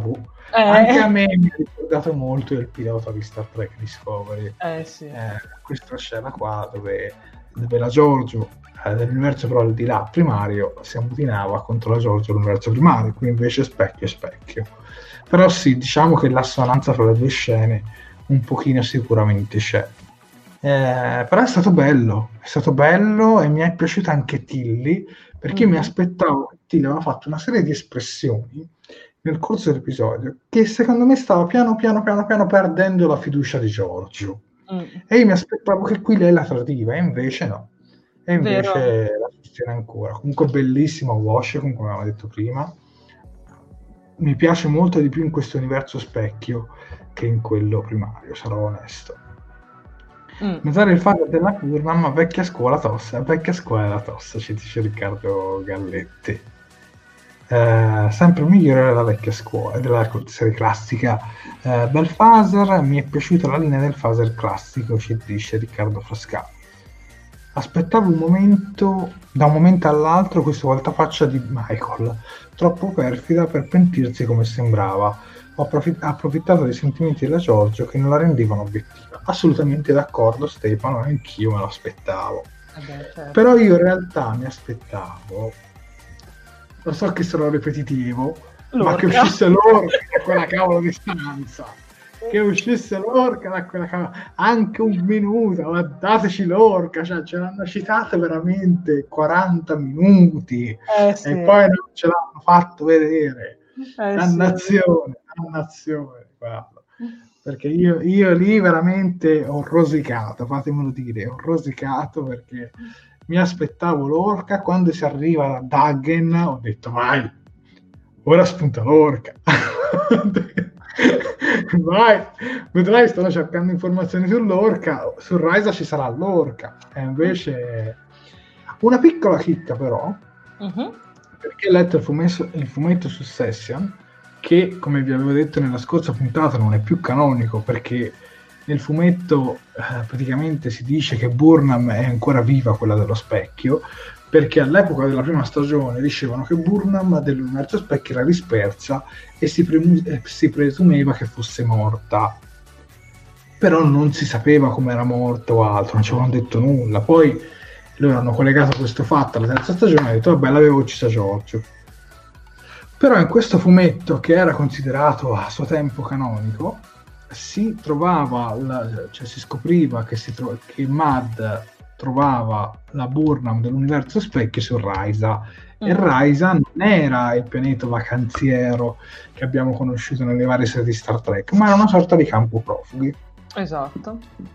Eh. Anche a me mi ha ricordato molto il pilota di Star Trek Discovery. Eh sì. Eh, questa scena qua dove, dove la Giorgio eh, dell'universo però al di là primario si ammutinava contro la Giorgio dell'universo primario, qui invece specchio e specchio. Però sì, diciamo che l'assonanza fra le due scene un pochino sicuramente c'è. Eh, però è stato bello, è stato bello e mi è piaciuta anche Tilly, perché mm-hmm. mi aspettavo che Tilly aveva fatto una serie di espressioni nel corso dell'episodio che secondo me stava piano piano piano piano perdendo la fiducia di Giorgio. Mm. E io mi aspettavo che qui lei la tradiva, e invece no. E invece Vero. la sostiene ancora. Comunque bellissimo Washington, come avevamo detto prima. Mi piace molto di più in questo universo specchio che in quello primario, sarò onesto. Mm. Notare il fatto della Burnham, vecchia scuola tossa, vecchia scuola della tossa, ci dice Riccardo Galletti. Eh, sempre migliore della vecchia scuola, della serie classica. Eh, bel phaser, mi è piaciuta la linea del phaser classico, ci dice Riccardo Frascati. Aspettavo un momento, da un momento all'altro, questa volta faccia di Michael, troppo perfida per pentirsi come sembrava. Ho approfitt- approfittato dei sentimenti della Giorgio che non la rendevano obiettiva. Assolutamente d'accordo, Stefano, anch'io me lo aspettavo. Okay, certo. Però io in realtà mi aspettavo, lo so che sarò ripetitivo, Lorca. Ma che uscisse Lorca da quella cavolo di stanza. Che uscisse Lorca da quella cavolo, anche un minuto, ma dateci Lorca, cioè ce l'hanno citata veramente quaranta minuti eh, sì. e poi non ce l'hanno fatto vedere. Eh, dannazione, sì. dannazione, guarda. Perché io, io lì veramente ho rosicato, fatemelo dire, ho rosicato perché mi aspettavo Lorca. Quando si arriva da Dagen ho detto vai, ora spunta Lorca. Vai, vedrai, stanno cercando informazioni sull'Orca, su Risa ci sarà l'Orca. E invece una piccola chicca però, uh-huh. perché ho letto il fumetto, il fumetto su Session, che come vi avevo detto nella scorsa puntata non è più canonico, perché nel fumetto eh, praticamente si dice che Burnham è ancora viva, quella dello specchio, perché all'epoca della prima stagione dicevano che Burnham dell'universo specchio era dispersa e si, pre- eh, si presumeva che fosse morta, però non si sapeva come era morta o altro, non ci avevano detto nulla. Poi loro hanno collegato questo fatto alla terza stagione e hanno detto vabbè, l'avevo uccisa Giorgio. Però in questo fumetto, che era considerato a suo tempo canonico, si trovava la, cioè si scopriva che, si tro- che Mad trovava la Burnham dell'universo specchio su Risa, mm. e Risa non era il pianeta vacanziero che abbiamo conosciuto nelle varie serie di Star Trek, ma era una sorta di campo profughi. Esatto.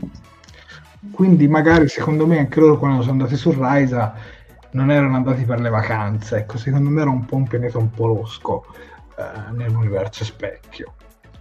Quindi magari secondo me anche loro quando sono andati su Risa non erano andati per le vacanze, ecco, secondo me era un po' un pianeta un po' losco eh, nell'universo specchio.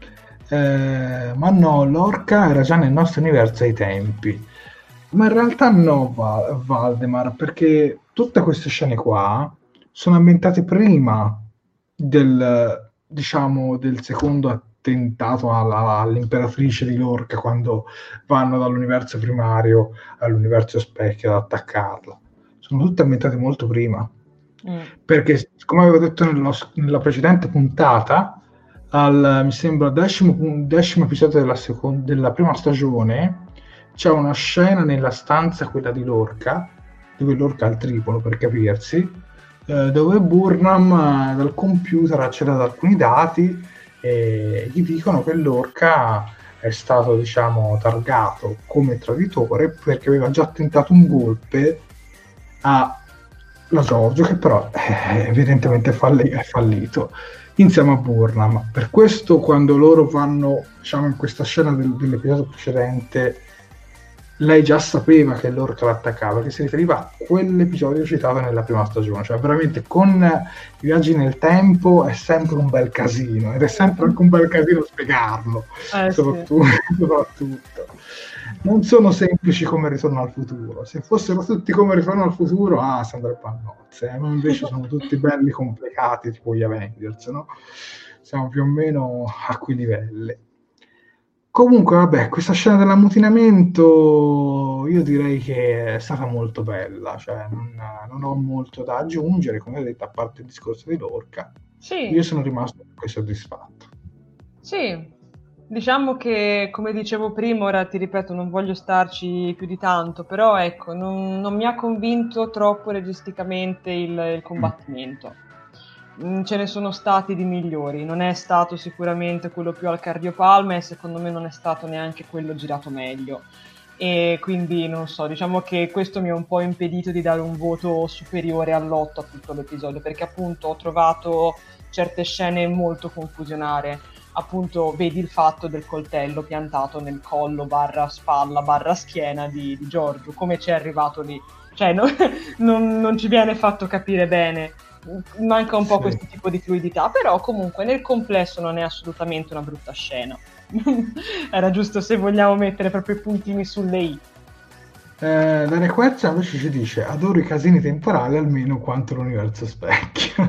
Eh, ma no, l'Orca era già nel nostro universo ai tempi. Ma in realtà no, Val- Valdemar, perché tutte queste scene qua sono ambientate prima del, diciamo, del secondo attentato alla, all'imperatrice di Lorca, quando vanno dall'universo primario all'universo specchio ad attaccarla. Sono tutte ambientate molto prima. Mm. Perché, come avevo detto nello, nella precedente puntata, al, mi sembra, decimo, decimo episodio della, seconda, della prima stagione, c'è una scena nella stanza, quella di Lorca, dove Lorca ha il tripolo per capirsi, eh, dove Burnham eh, dal computer accede ad alcuni dati e gli dicono che Lorca è stato, diciamo, targato come traditore perché aveva già tentato un golpe a la Giorgio, che però eh, evidentemente è, falli- è fallito insieme a Burnham. Per questo quando loro vanno, diciamo, in questa scena del, dell'episodio precedente, lei già sapeva che l'Orca l'attaccava, che si riferiva a quell'episodio citato nella prima stagione. Cioè veramente con i viaggi nel tempo è sempre un bel casino, ed è sempre anche un bel casino spiegarlo, eh, soprattutto, sì. soprattutto non sono semplici come Ritorno al futuro. Se fossero tutti come Ritorno al futuro, ah, si andrebbe a nozze, eh? Ma invece sono tutti belli complicati, tipo gli Avengers, no? Siamo più o meno a quei livelli. Comunque, vabbè, questa scena dell'ammutinamento io direi che è stata molto bella, cioè non, non ho molto da aggiungere, come ho detto, a parte il discorso di Lorca. Sì. Io sono rimasto soddisfatto. Sì, diciamo che, come dicevo prima, ora ti ripeto, non voglio starci più di tanto, però ecco, non, non mi ha convinto troppo registicamente il, il combattimento. Mm, Ce ne sono stati di migliori, non è stato sicuramente quello più al cardiopalma e secondo me non è stato neanche quello girato meglio. E quindi non so, diciamo che questo mi ha un po' impedito di dare un voto superiore all'otto a tutto l'episodio, perché appunto ho trovato certe scene molto confusionarie. Appunto vedi il fatto del coltello piantato nel collo barra spalla barra schiena di, di Giorgio, come ci è arrivato lì? Cioè no- non, non ci viene fatto capire bene, manca un po' Sì. questo tipo di fluidità, però comunque nel complesso non è assolutamente una brutta scena. Era giusto, se vogliamo mettere proprio i puntini sulle i. Eh, la Requezza invece ci dice: adoro i casini temporali almeno quanto l'universo specchio.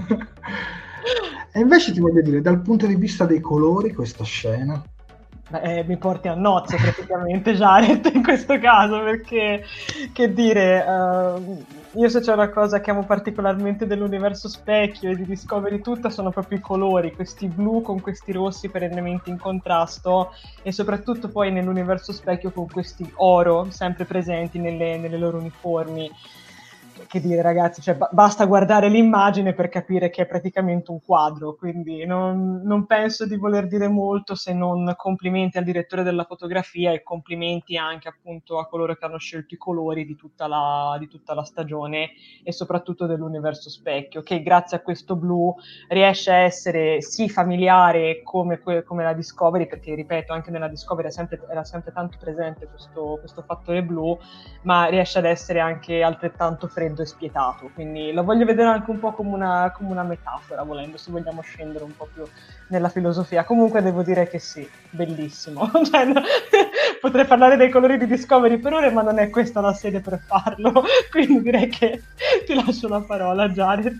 E invece ti voglio dire, dal punto di vista dei colori, questa scena. Eh, mi porti a nozze praticamente Jared in questo caso, perché che dire, uh, io se c'è una cosa che amo particolarmente dell'universo specchio e di Discovery tutta sono proprio i colori, questi blu con questi rossi perennemente in contrasto e soprattutto poi nell'universo specchio con questi oro sempre presenti nelle, nelle loro uniformi. Che dire, ragazzi, cioè, ba- basta guardare l'immagine per capire che è praticamente un quadro, quindi non, non penso di voler dire molto se non complimenti al direttore della fotografia e complimenti anche appunto a coloro che hanno scelto i colori di tutta la, di tutta la stagione e soprattutto dell'universo specchio, che grazie a questo blu riesce a essere sì familiare come, que- come la Discovery, perché ripeto, anche nella Discovery è sempre, era sempre tanto presente questo, questo fattore blu, ma riesce ad essere anche altrettanto freddo e spietato, quindi lo voglio vedere anche un po' come una, come una metafora, volendo, se vogliamo scendere un po' più nella filosofia. Comunque devo dire che sì, bellissimo. Cioè, no, potrei parlare dei colori di Discovery per ore, ma non è questa la sede per farlo, quindi direi che ti lascio la parola, Jared.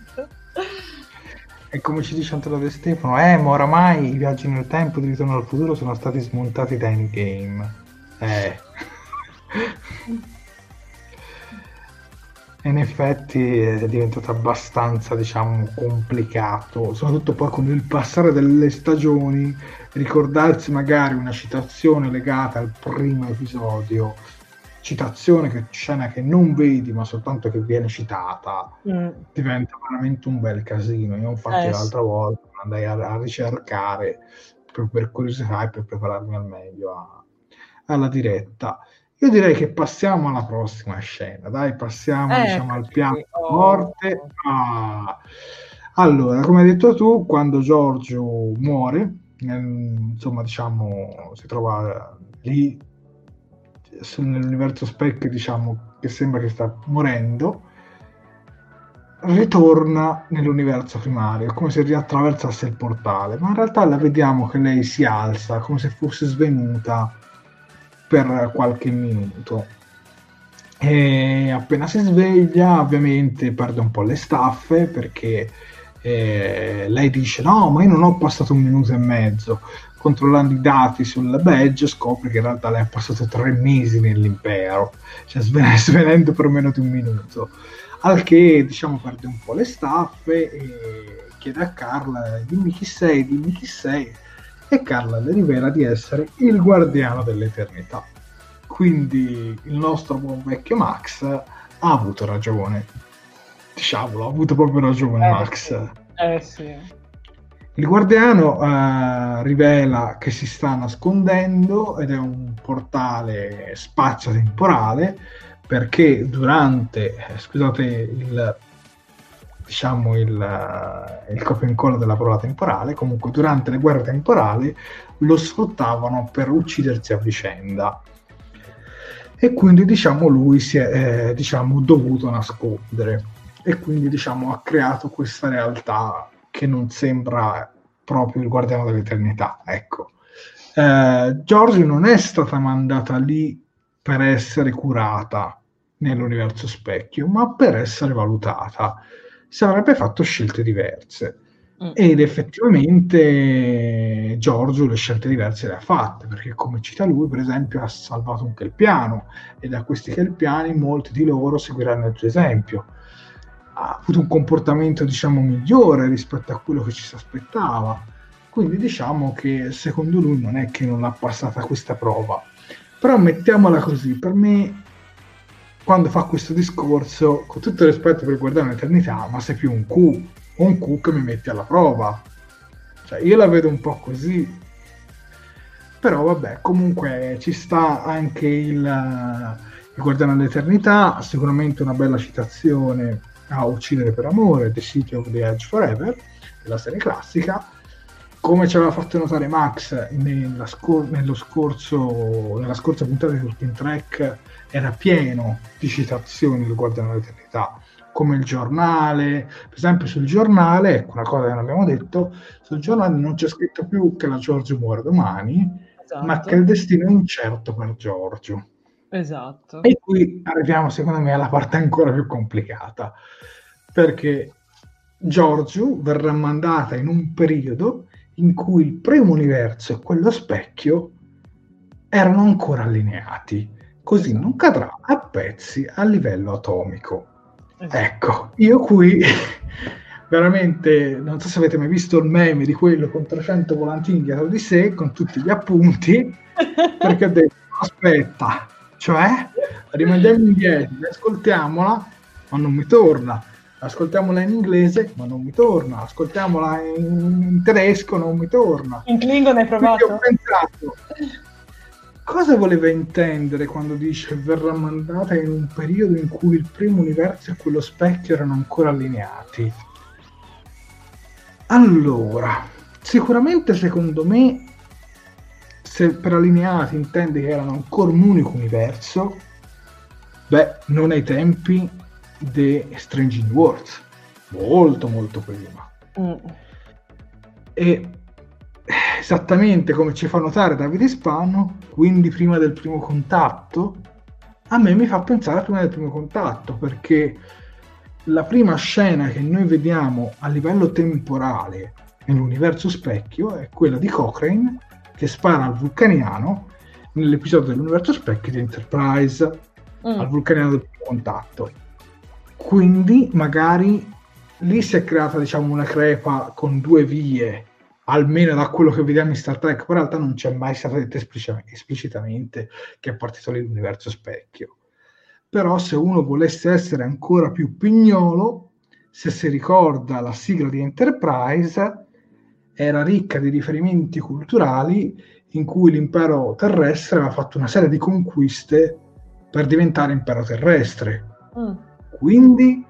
E come ci dice Antonio De Stefano, eh, ma oramai i viaggi nel tempo di Ritorno al futuro sono stati smontati da Endgame. Eh... In effetti è diventato abbastanza, diciamo, complicato, soprattutto poi con il passare delle stagioni, ricordarsi magari una citazione legata al primo episodio, citazione, che scena che non vedi ma soltanto che viene citata, mm. diventa veramente un bel casino. Io infatti eh, l'altra sì. volta andai a, a ricercare per, per curiosità e per prepararmi al meglio a, alla diretta. Io direi che passiamo alla prossima scena, dai, passiamo eh, diciamo al piano oh. morte. Ah. Allora, come hai detto tu, quando Giorgio muore, nel, insomma, diciamo, si trova lì nell'universo specchio, diciamo, che sembra che sta morendo, ritorna nell'universo primario, come se riattraversasse il portale, ma in realtà la vediamo che lei si alza, come se fosse svenuta per qualche minuto, e appena si sveglia ovviamente perde un po' le staffe, perché eh, lei dice no, ma io non ho passato un minuto e mezzo. Controllando i dati sul badge scopre che in realtà lei ha passato tre mesi nell'impero, cioè sven- svenendo per meno di un minuto, al che diciamo perde un po' le staffe e chiede a Carla dimmi chi sei, dimmi chi sei, e Carla le rivela di essere il guardiano dell'eternità. Quindi il nostro buon vecchio Max ha avuto ragione, diciamolo, ha avuto proprio ragione eh, Max. Sì. Eh sì. Il guardiano eh, rivela che si sta nascondendo ed è un portale spazio-temporale, perché durante, eh, scusate il diciamo il, il copia e incolla della parola temporale, comunque durante le guerre temporali lo sfruttavano per uccidersi a vicenda, e quindi diciamo lui si è eh, diciamo dovuto nascondere, e quindi diciamo ha creato questa realtà che non sembra proprio il guardiano dell'eternità, ecco. eh, Giorgio non è stata mandata lì per essere curata nell'universo specchio, ma per essere valutata. Si avrebbe fatto scelte diverse, mm. ed effettivamente Giorgio le scelte diverse le ha fatte, perché come cita lui, per esempio, ha salvato un kelpiano, e da questi kelpiani molti di loro seguiranno il suo esempio. Ha avuto un comportamento diciamo migliore rispetto a quello che ci si aspettava, quindi diciamo che secondo lui non è che non l'ha passata questa prova. Però mettiamola così, per me quando fa questo discorso, con tutto il rispetto per guardare l'eternità, ma sei più un Q o un Q che mi metti alla prova, cioè io la vedo un po' così. Però vabbè, comunque ci sta anche il, il Guardiano dell'Eternità, sicuramente una bella citazione a Uccidere per amore, The City of the Edge Forever, della serie classica. Come ci aveva fatto notare Max nella, scor- nello scorso, nella scorsa puntata di Talking Track, era pieno di citazioni del Guardiano dell'Eternità, come il giornale. Per esempio sul giornale, ecco una cosa che non abbiamo detto, sul giornale non c'è scritto più che la Giorgio muore domani, esatto, ma che il destino è incerto per Giorgio. Esatto. E qui arriviamo secondo me alla parte ancora più complicata, perché Giorgio verrà mandata in un periodo in cui il primo universo e quello specchio erano ancora allineati, così esatto, non cadrà a pezzi a livello atomico. Esatto. Ecco, io qui veramente non so se avete mai visto il meme di quello con trecento volantini dietro di sé con tutti gli appunti, perché ho detto aspetta, cioè rimandiamo indietro, ascoltiamola ma non mi torna, ascoltiamola in inglese ma non mi torna, ascoltiamola in, in tedesco non mi torna. In Klingon hai provato? Quindi ho pensato, cosa voleva intendere quando dice verrà mandata in un periodo in cui il primo universo e quello specchio erano ancora allineati? Allora, sicuramente secondo me, se per allineati intende che erano ancora un unico universo, beh, non ai tempi di Strange New Worlds, molto molto prima. Mm. E esattamente come ci fa notare Davide Spano, quindi prima del primo contatto, a me mi fa pensare a prima del primo contatto, perché la prima scena che noi vediamo a livello temporale nell'universo specchio è quella di Cochrane che spara al vulcaniano nell'episodio dell'universo specchio di Enterprise, mm. al vulcaniano del primo contatto. Quindi magari lì si è creata, diciamo, una crepa con due vie, almeno da quello che vediamo in Star Trek, però in realtà non c'è mai stato detto esplicitamente che è partito lì l'universo specchio. Però se uno volesse essere ancora più pignolo, se si ricorda la sigla di Enterprise, era ricca di riferimenti culturali in cui l'impero terrestre aveva fatto una serie di conquiste per diventare impero terrestre. Mm. Quindi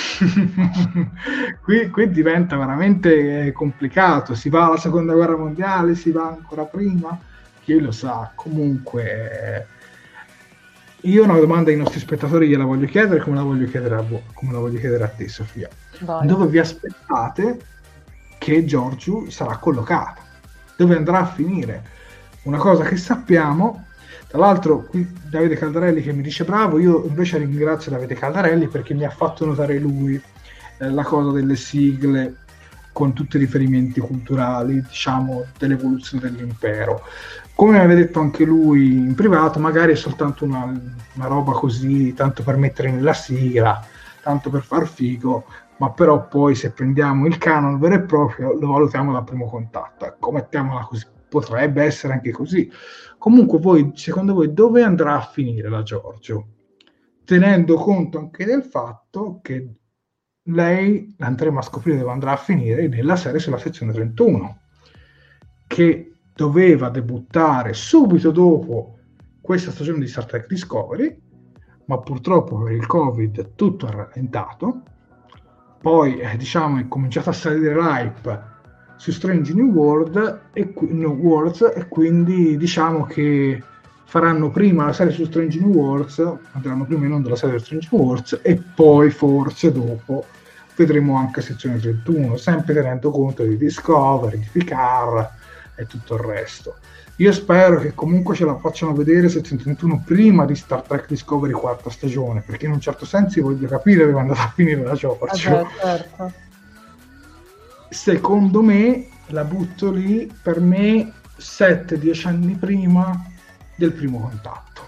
qui, qui diventa veramente complicato, si va alla seconda guerra mondiale, si va ancora prima, chi lo sa. Comunque io una domanda ai nostri spettatori gliela voglio chiedere, come la voglio chiedere a voi, come la voglio chiedere a te Sofia. Vai. Dove vi aspettate che Giorgio sarà collocato? Dove andrà a finire? Una cosa che sappiamo. Tra l'altro qui Davide Caldarelli che mi dice bravo, io invece ringrazio Davide Caldarelli perché mi ha fatto notare lui eh, la cosa delle sigle con tutti i riferimenti culturali, diciamo, dell'evoluzione dell'impero. Come aveva detto anche lui in privato, magari è soltanto una, una roba così, tanto per mettere nella sigla, tanto per far figo, ma però poi se prendiamo il canon vero e proprio lo valutiamo dal primo contatto. Ecco, mettiamola così, potrebbe essere anche così. Comunque voi, secondo voi, dove andrà a finire la Giorgio? Tenendo conto anche del fatto che lei, andremo a scoprire dove andrà a finire nella serie sulla sezione trentuno, che doveva debuttare subito dopo questa stagione di Star Trek Discovery, ma purtroppo per il Covid tutto è rallentato. Poi, eh, diciamo, è cominciato a salire l'hype su Strange New World e, New Worlds, e quindi diciamo che faranno prima la serie su Strange New Worlds, andranno prima in onda la serie su Strange New Worlds e poi forse dopo vedremo anche sezione trentuno, sempre tenendo conto di Discovery, di Picard e tutto il resto. Io spero che comunque ce la facciano vedere sezione trentuno prima di Star Trek Discovery quarta stagione, perché in un certo senso voglio capire dove è andata a finire la Giorgio. Ah, certo. Secondo me la butto lì, per me sette dieci anni prima del primo contatto,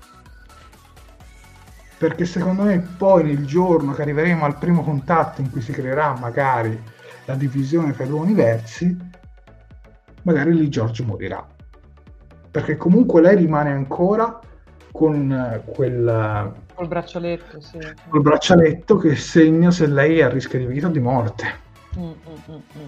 perché secondo me poi nel giorno che arriveremo al primo contatto in cui si creerà magari la divisione tra i due universi, magari lì George morirà, perché comunque lei rimane ancora con quel col braccialetto, sì. Col braccialetto che segna se lei è a rischio di vita o di morte. Mm, mm, mm.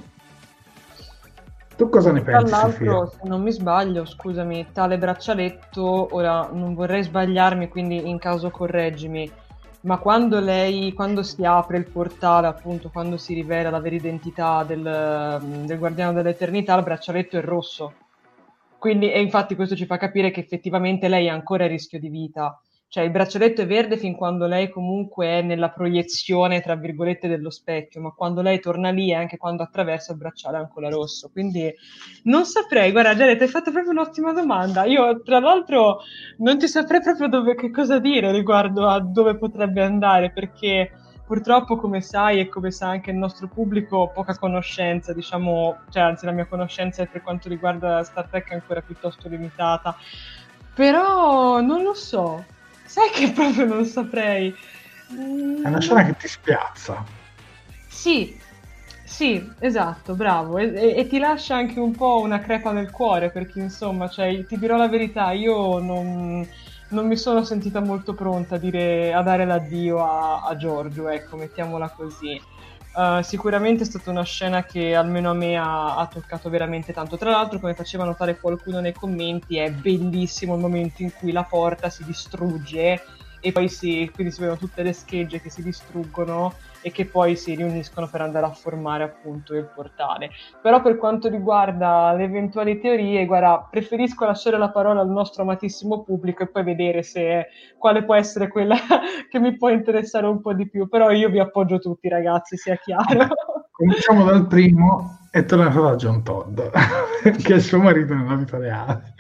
Tu cosa ne Tra pensi, l'altro, Sofia? se non mi sbaglio, scusami, tale braccialetto, ora non vorrei sbagliarmi, quindi in caso correggimi, ma quando lei, quando si apre il portale, appunto, quando si rivela la vera identità del, del Guardiano dell'Eternità, il braccialetto è rosso. Quindi, e infatti questo ci fa capire che effettivamente lei è ancora a rischio di vita. Cioè il braccialetto è verde fin quando lei comunque è nella proiezione, tra virgolette, dello specchio, ma quando lei torna lì e anche quando attraversa il bracciale è ancora rosso. Quindi non saprei, guarda Jared, hai fatto proprio un'ottima domanda. Io tra l'altro non ti saprei proprio dove, che cosa dire riguardo a dove potrebbe andare, perché purtroppo, come sai e come sa anche il nostro pubblico, ho poca conoscenza, diciamo, cioè anzi la mia conoscenza per quanto riguarda Star Trek è ancora piuttosto limitata. Però non lo so. Sai che proprio non saprei. È una scena che ti spiazza. Sì, sì, esatto, bravo. E, e- e ti lascia anche un po' una crepa nel cuore, perché insomma, cioè, ti dirò la verità, io non, non mi sono sentita molto pronta a dire, a dare l'addio a, a Giorgio, ecco, mettiamola così. Uh, sicuramente è stata una scena che almeno a me ha, ha toccato veramente tanto. Tra l'altro, come faceva notare qualcuno nei commenti, è bellissimo il momento in cui la porta si distrugge e poi si, quindi si vedono tutte le schegge che si distruggono e che poi si riuniscono per andare a formare appunto il portale. Però per quanto riguarda le eventuali teorie, guarda, preferisco lasciare la parola al nostro amatissimo pubblico e poi vedere se quale può essere quella che mi può interessare un po' di più. Però io vi appoggio tutti, ragazzi, sia chiaro. Cominciamo dal primo e torniamo da John Todd, che è suo marito nella vita reale.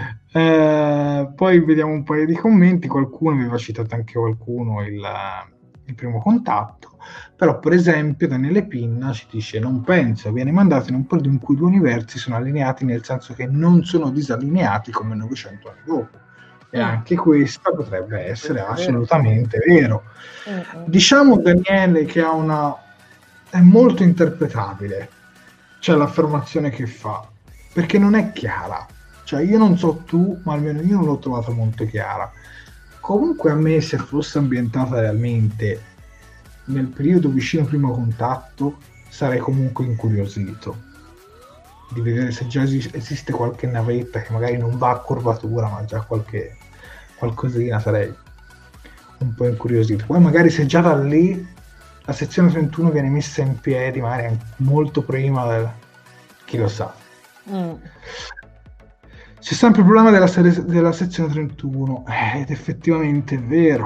Eh, poi vediamo un paio di commenti, qualcuno aveva citato anche qualcuno il, il primo contatto, però per esempio Daniele Pinna ci dice: non penso, viene mandato in un periodo in cui i due universi sono allineati, nel senso che non sono disallineati come novecento anni dopo. E Mm. anche questa potrebbe essere Questo è assolutamente vero. Mm-mm. Diciamo, Daniele, che ha una è molto interpretabile, cioè l'affermazione che fa, perché non è chiara. Cioè io non so tu, ma almeno io non l'ho trovata molto chiara. Comunque a me, se fosse ambientata realmente nel periodo vicino al primo contatto, sarei comunque incuriosito di vedere se già esiste, esiste qualche navetta che magari non va a curvatura, ma già qualche qualcosina, sarei un po' incuriosito. Poi magari se già da lì la sezione trentuno viene messa in piedi, magari molto prima del... chi lo sa. Mm. C'è sempre il problema della, serie, della sezione trentuno, eh, ed effettivamente è vero.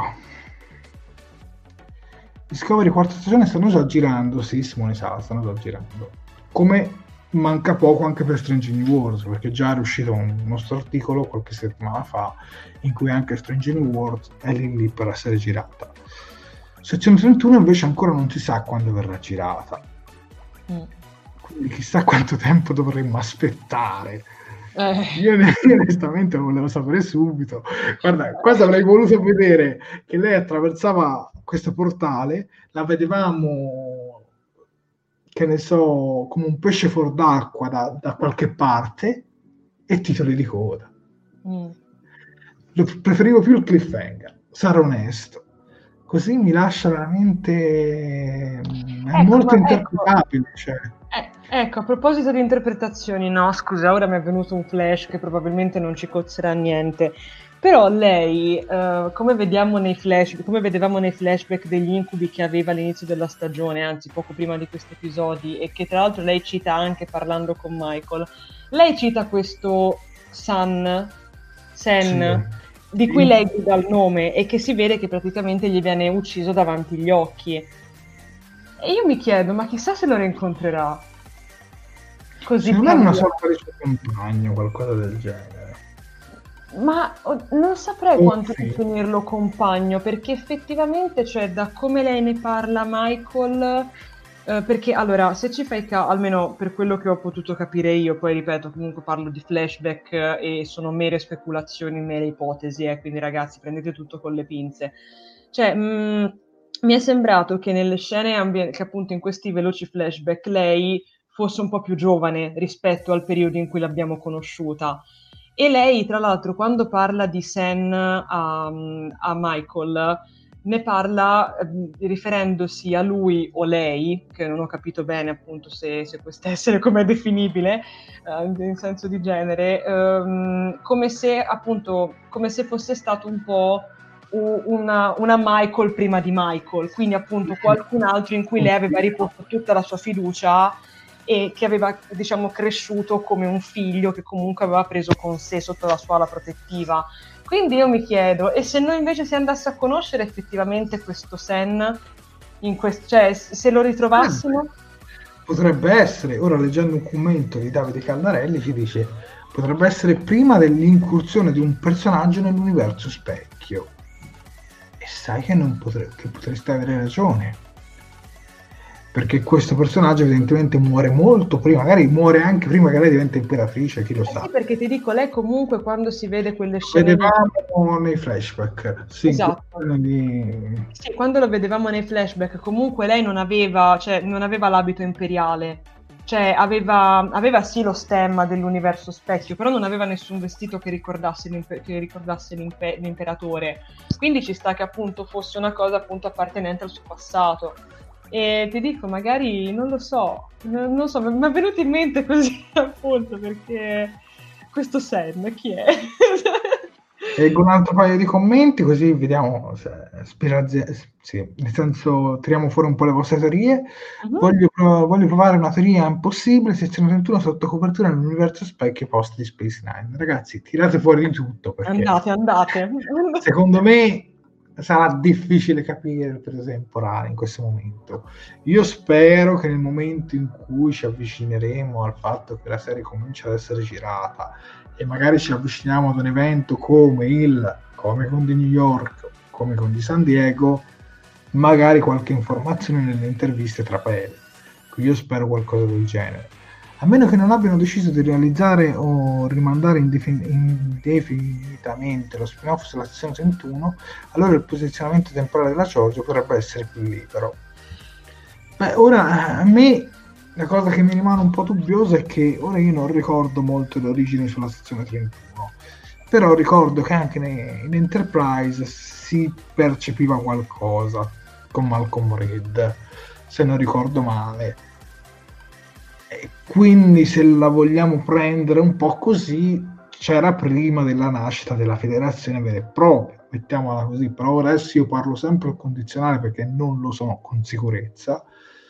Discovery quarta stagione stanno già girando, sì, Simone sa, stanno già girando. Come manca poco anche per Strange New Worlds, perché già è uscito un nostro articolo qualche settimana fa in cui anche Strange New Worlds è lì lì per essere girata. Sezione trentuno invece ancora non si sa quando verrà girata. Mm. Quindi chissà quanto tempo dovremmo aspettare. Eh. Io, io onestamente lo volevo sapere subito. Guarda, quasi avrei voluto vedere che lei attraversava questo portale, la vedevamo, che ne so, come un pesce fuor d'acqua da, da qualche parte, e titoli di coda. Mm. Lo preferivo più il cliffhanger, sarò onesto. Così mi lascia veramente... è Ecco, molto ma interpretabile, ecco. cioè. Eh, ecco, a proposito di interpretazioni, no, scusa, ora mi è venuto un flash che probabilmente non ci cozzerà niente. Però lei, eh, come vediamo nei flash, come vedevamo nei flashback degli incubi che aveva all'inizio della stagione, anzi poco prima di questi episodi, e che tra l'altro lei cita anche parlando con Michael, lei cita questo San, Sen, Sì. di cui Sì. lei dà il nome e che si vede che praticamente gli viene ucciso davanti agli occhi. E io mi chiedo, ma chissà se lo rincontrerà così Secondo me è una cambia- sorta di suo compagno, qualcosa del genere. Ma oh, non saprei Oh, quanto sì. definirlo compagno, perché effettivamente, cioè, da come lei ne parla Michael, eh, perché allora, se ci fai caso, almeno per quello che ho potuto capire io, poi ripeto, comunque parlo di flashback eh, e sono mere speculazioni, mere ipotesi, eh, quindi ragazzi prendete tutto con le pinze. Cioè, mh, mi è sembrato che nelle scene ambien- che appunto in questi veloci flashback lei fosse un po' più giovane rispetto al periodo in cui l'abbiamo conosciuta. E lei, tra l'altro, quando parla di Sen a, a Michael, ne parla eh, riferendosi a lui o lei, che non ho capito bene appunto se, se quest'essere com'è definibile, eh, in senso di genere, ehm, come se appunto, come se fosse stato un po' una, una Michael prima di Michael, quindi appunto qualcun altro in cui lei aveva riposto tutta la sua fiducia e che aveva, diciamo, cresciuto come un figlio che comunque aveva preso con sé sotto la sua ala protettiva. Quindi io mi chiedo, e se noi invece si andasse a conoscere effettivamente questo Sen, in quest- cioè se lo ritrovassimo? Potrebbe essere, ora leggendo un commento di Davide Caldarelli ci dice, potrebbe essere prima dell'incursione di un personaggio nell'universo specchio. E sai che non potre- che potreste avere ragione, perché questo personaggio evidentemente muore molto prima, magari muore anche prima che lei diventa imperatrice, chi lo Eh sa. sì, perché ti dico, lei comunque quando si vede quelle scene... Vedevamo nei flashback, sì, esatto. di... Sì, quando lo vedevamo nei flashback, comunque lei non aveva, cioè, non aveva l'abito imperiale, cioè aveva, aveva sì lo stemma dell'universo specchio, però non aveva nessun vestito che ricordasse, l'imper- che ricordasse l'impe- l'imperatore, quindi ci sta che appunto fosse una cosa appunto appartenente al suo passato. E ti dico, magari, non lo so, non lo so, mi è venuto in mente così appunto, perché questo Sen, chi è? Leggo un altro paio di commenti così vediamo se spirazia- sì, nel senso tiriamo fuori un po' le vostre teorie. Uh-huh. Voglio, prov- voglio provare una teoria impossibile, sezione trentuno sotto copertura nell'universo specchio post di Space Nine. Ragazzi, tirate fuori di tutto perché Andate, andate. secondo me sarà difficile capire il periodo temporale in questo momento. Io spero che nel momento in cui ci avvicineremo al fatto che la serie comincia ad essere girata e magari ci avviciniamo ad un evento come il Comic Con di New York, Comic Con di San Diego, magari qualche informazione nelle interviste trapele. Io spero qualcosa del genere. A meno che non abbiano deciso di realizzare o rimandare indefin- indefinitamente lo spin-off sulla sezione trentuno, allora il posizionamento temporale della Georgia potrebbe essere più libero. Beh, ora a me la cosa che mi rimane un po' dubbiosa è che ora io non ricordo molto le origini sulla sezione trentuno, però ricordo che anche nei, in Enterprise si percepiva qualcosa con Malcolm Reed, se non ricordo male. E quindi se la vogliamo prendere un po' così, c'era prima della nascita della federazione vera e propria, mettiamola così. Però ora adesso io parlo sempre al condizionale perché non lo so con sicurezza.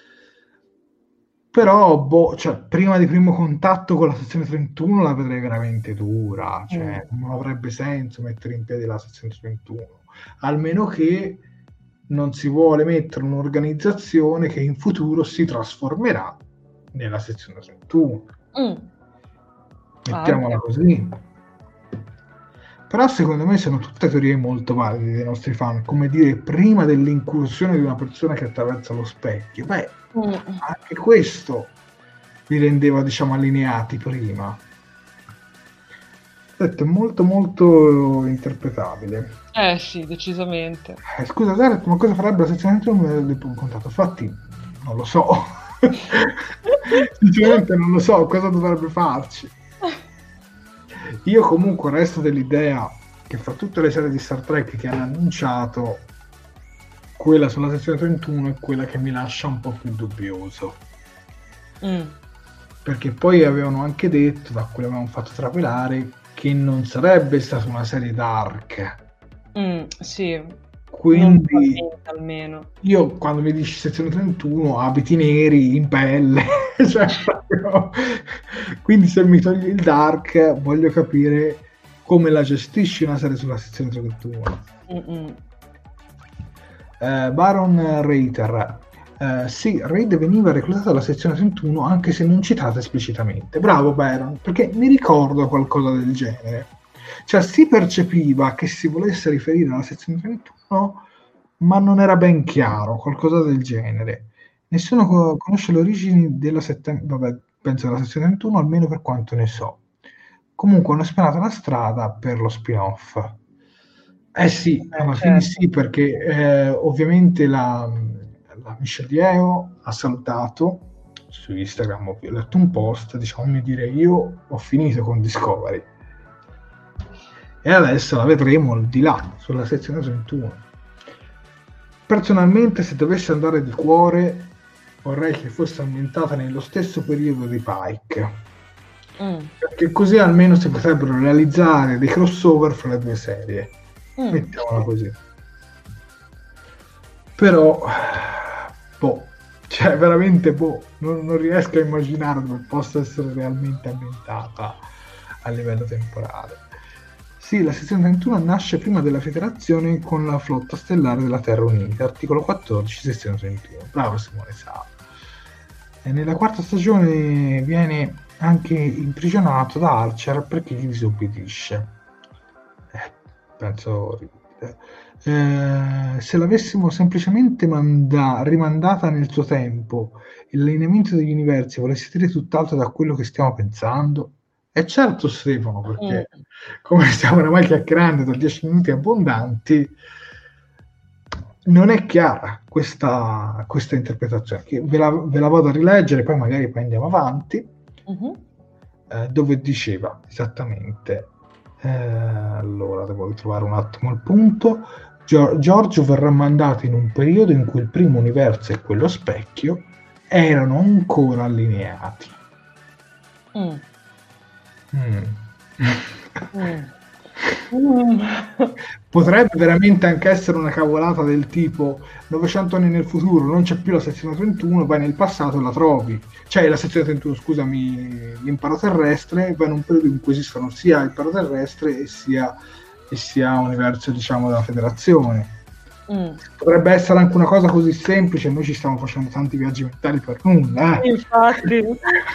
Però boh, cioè, prima di primo contatto con la sezione trentuno la vedrei veramente dura, cioè mm. non avrebbe senso mettere in piedi la sezione trentuno, almeno che non si vuole mettere un'organizzazione che in futuro si trasformerà nella sezione trentuno. Mm. Mettiamola ah, così. Però secondo me sono tutte teorie molto valide dei nostri fan, come dire prima dell'incursione di una persona che attraversa lo specchio. Beh, mm. anche questo li rendeva, diciamo, allineati prima. Detto, è molto molto interpretabile. Eh sì, decisamente. Eh, scusa Gareth, ma cosa farebbe la sezione trentuno del contatto? Infatti non lo so. Sinceramente non lo so cosa dovrebbe farci. Io comunque resto dell'idea che fra tutte le serie di Star Trek che hanno annunciato, quella sulla sezione trentuno è quella che mi lascia un po' più dubbioso. Mm. Perché poi avevano anche detto, da quello che avevano fatto trapelare, che non sarebbe stata una serie dark. Mm, sì. Quindi almeno. Io quando mi dici sezione trentuno, abiti neri in pelle, cioè, no. Quindi se mi togli il dark voglio capire come la gestisci una serie sulla sezione trentuno. eh, Baron Reiter, eh, sì, Reid veniva reclutato alla sezione trentuno anche se non citata esplicitamente. Bravo Baron, perché mi ricordo qualcosa del genere. Cioè si percepiva che si volesse riferire alla sezione trentuno, ma non era ben chiaro, qualcosa del genere. Nessuno co- conosce le origini della sezione, vabbè, penso della sezione trentuno, almeno per quanto ne so. Comunque hanno spianato la strada per lo spin-off. Eh sì, eh, alla certo. fine sì, perché eh, ovviamente la, la Michelle Yeoh ha salutato su Instagram ho letto un post, diciamo, mi dire io ho finito con Discovery e adesso la vedremo al di là, sulla sezione trentuno. Personalmente, se dovesse andare di cuore, vorrei che fosse ambientata nello stesso periodo di Pike, mm. perché così almeno si potrebbero realizzare dei crossover fra le due serie, mm. mettiamola così. Però boh, cioè veramente boh, non, non riesco a immaginare dove possa essere realmente ambientata a livello temporale. Sì, la sezione trentuno nasce prima della federazione con la flotta stellare della Terra Unita, articolo quattordici, sezione trentuno. Bravo Simone Sala. E nella quarta stagione viene anche imprigionato da Archer perché gli disobbedisce. Eh, penso eh, se l'avessimo semplicemente manda- rimandata nel suo tempo il lineamento degli universi volesse dire tutt'altro da quello che stiamo pensando. E certo Stefano, perché mm. come stiamo oramai chiacchierando da dieci minuti abbondanti, non è chiara questa, questa interpretazione, che ve la, ve la vado a rileggere, poi magari poi andiamo avanti, uh-huh. eh, dove diceva esattamente, eh, allora devo ritrovare un attimo il punto, Giorgio verrà mandato in un periodo in cui il primo universo e quello specchio erano ancora allineati. Mm. Mm. Mm. Mm. Potrebbe veramente anche essere una cavolata del tipo novecento anni nel futuro non c'è più la sezione trentuno, vai nel passato e la trovi, cioè la sezione trentuno, scusami, l'impero terrestre, vai in un periodo in cui esistono sia l'impero terrestre e sia, e sia universo, diciamo, della federazione. Mm. Potrebbe essere anche una cosa così semplice, noi ci stiamo facendo tanti viaggi mentali per nulla, eh? Infatti.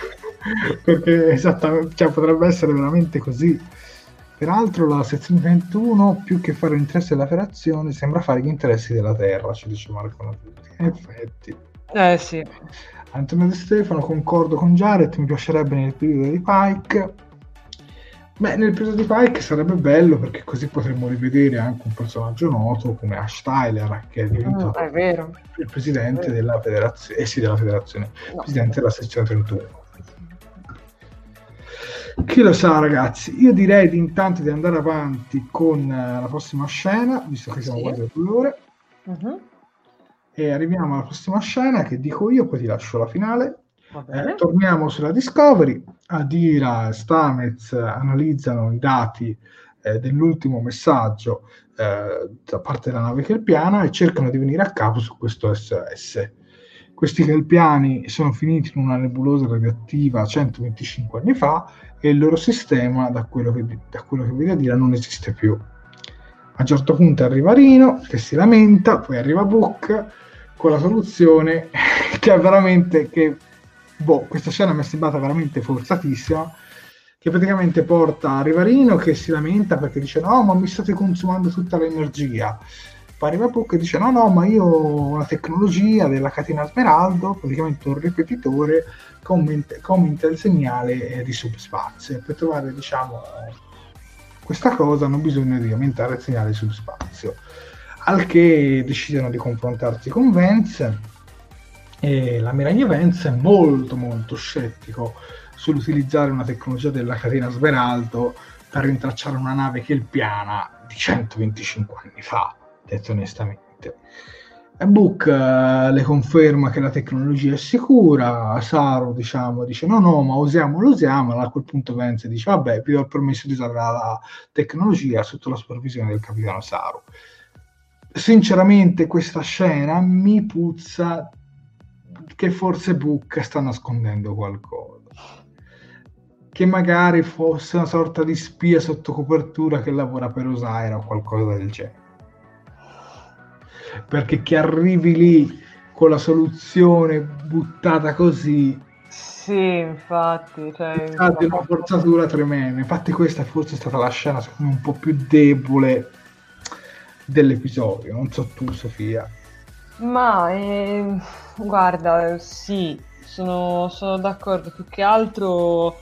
Perché esattamente, cioè, potrebbe essere veramente così. Peraltro la sezione ventuno, più che fare l'interesse della federazione, sembra fare gli interessi della Terra, ci dice Marco Navuti. In effetti. Eh sì. Antonio De Stefano, concordo con Jared, mi piacerebbe nel periodo di Pike. Beh, nel periodo di Pike sarebbe bello, perché così potremmo rivedere anche un personaggio noto come Ash Tyler, che è diventato mm, è vero. il presidente della federazione, eh sì, della federazione, no. presidente della sezione trentuno. Chi lo sa, ragazzi, io direi di intanto di andare avanti con uh, la prossima scena, visto che siamo sì. quasi a due ore, uh-huh. e arriviamo alla prossima scena che dico io, poi ti lascio la finale. Eh, torniamo sulla Discovery. Adira e Stamets analizzano i dati eh, dell'ultimo messaggio eh, da parte della nave kelpiana e cercano di venire a capo su questo S O S. Questi kelpiani sono finiti in una nebulosa radioattiva centoventicinque anni fa e il loro sistema, da quello che, da quello che vede a dire, non esiste più. A un certo punto arriva Rino che si lamenta, poi arriva Book con la soluzione che è veramente che boh, questa scena mi è sembrata veramente forzatissima, che praticamente porta arriva Rino che si lamenta perché dice no ma mi state consumando tutta l'energia. Poi arriva Book e dice no no ma io ho una tecnologia della catena Smeraldo, praticamente un ripetitore che aumenta, che aumenta il segnale di subspazio. Per trovare, diciamo, questa cosa non bisogna di aumentare il segnale di subspazio, al che decidono di confrontarsi con Vance e l'ammiraglio Vance è molto molto scettico sull'utilizzare una tecnologia della catena Smeraldo per rintracciare una nave kelpiana di centoventicinque anni fa, detto onestamente. E Book uh, le conferma che la tecnologia è sicura. Saru, diciamo, dice no no ma usiamola, usiamola. A quel punto Vance dice vabbè, vi ho permesso di usare la, la tecnologia sotto la supervisione del capitano Saru. Sinceramente questa scena mi puzza che forse Book sta nascondendo qualcosa, che magari fosse una sorta di spia sotto copertura che lavora per Osaira o qualcosa del genere, perché che arrivi lì con la soluzione buttata così, sì, infatti, cioè, è stata una forzatura tremenda. Infatti questa forse è stata la scena secondo me un po' più debole dell'episodio, non so tu Sofia. Ma eh, guarda, sì, sono, sono d'accordo, più che altro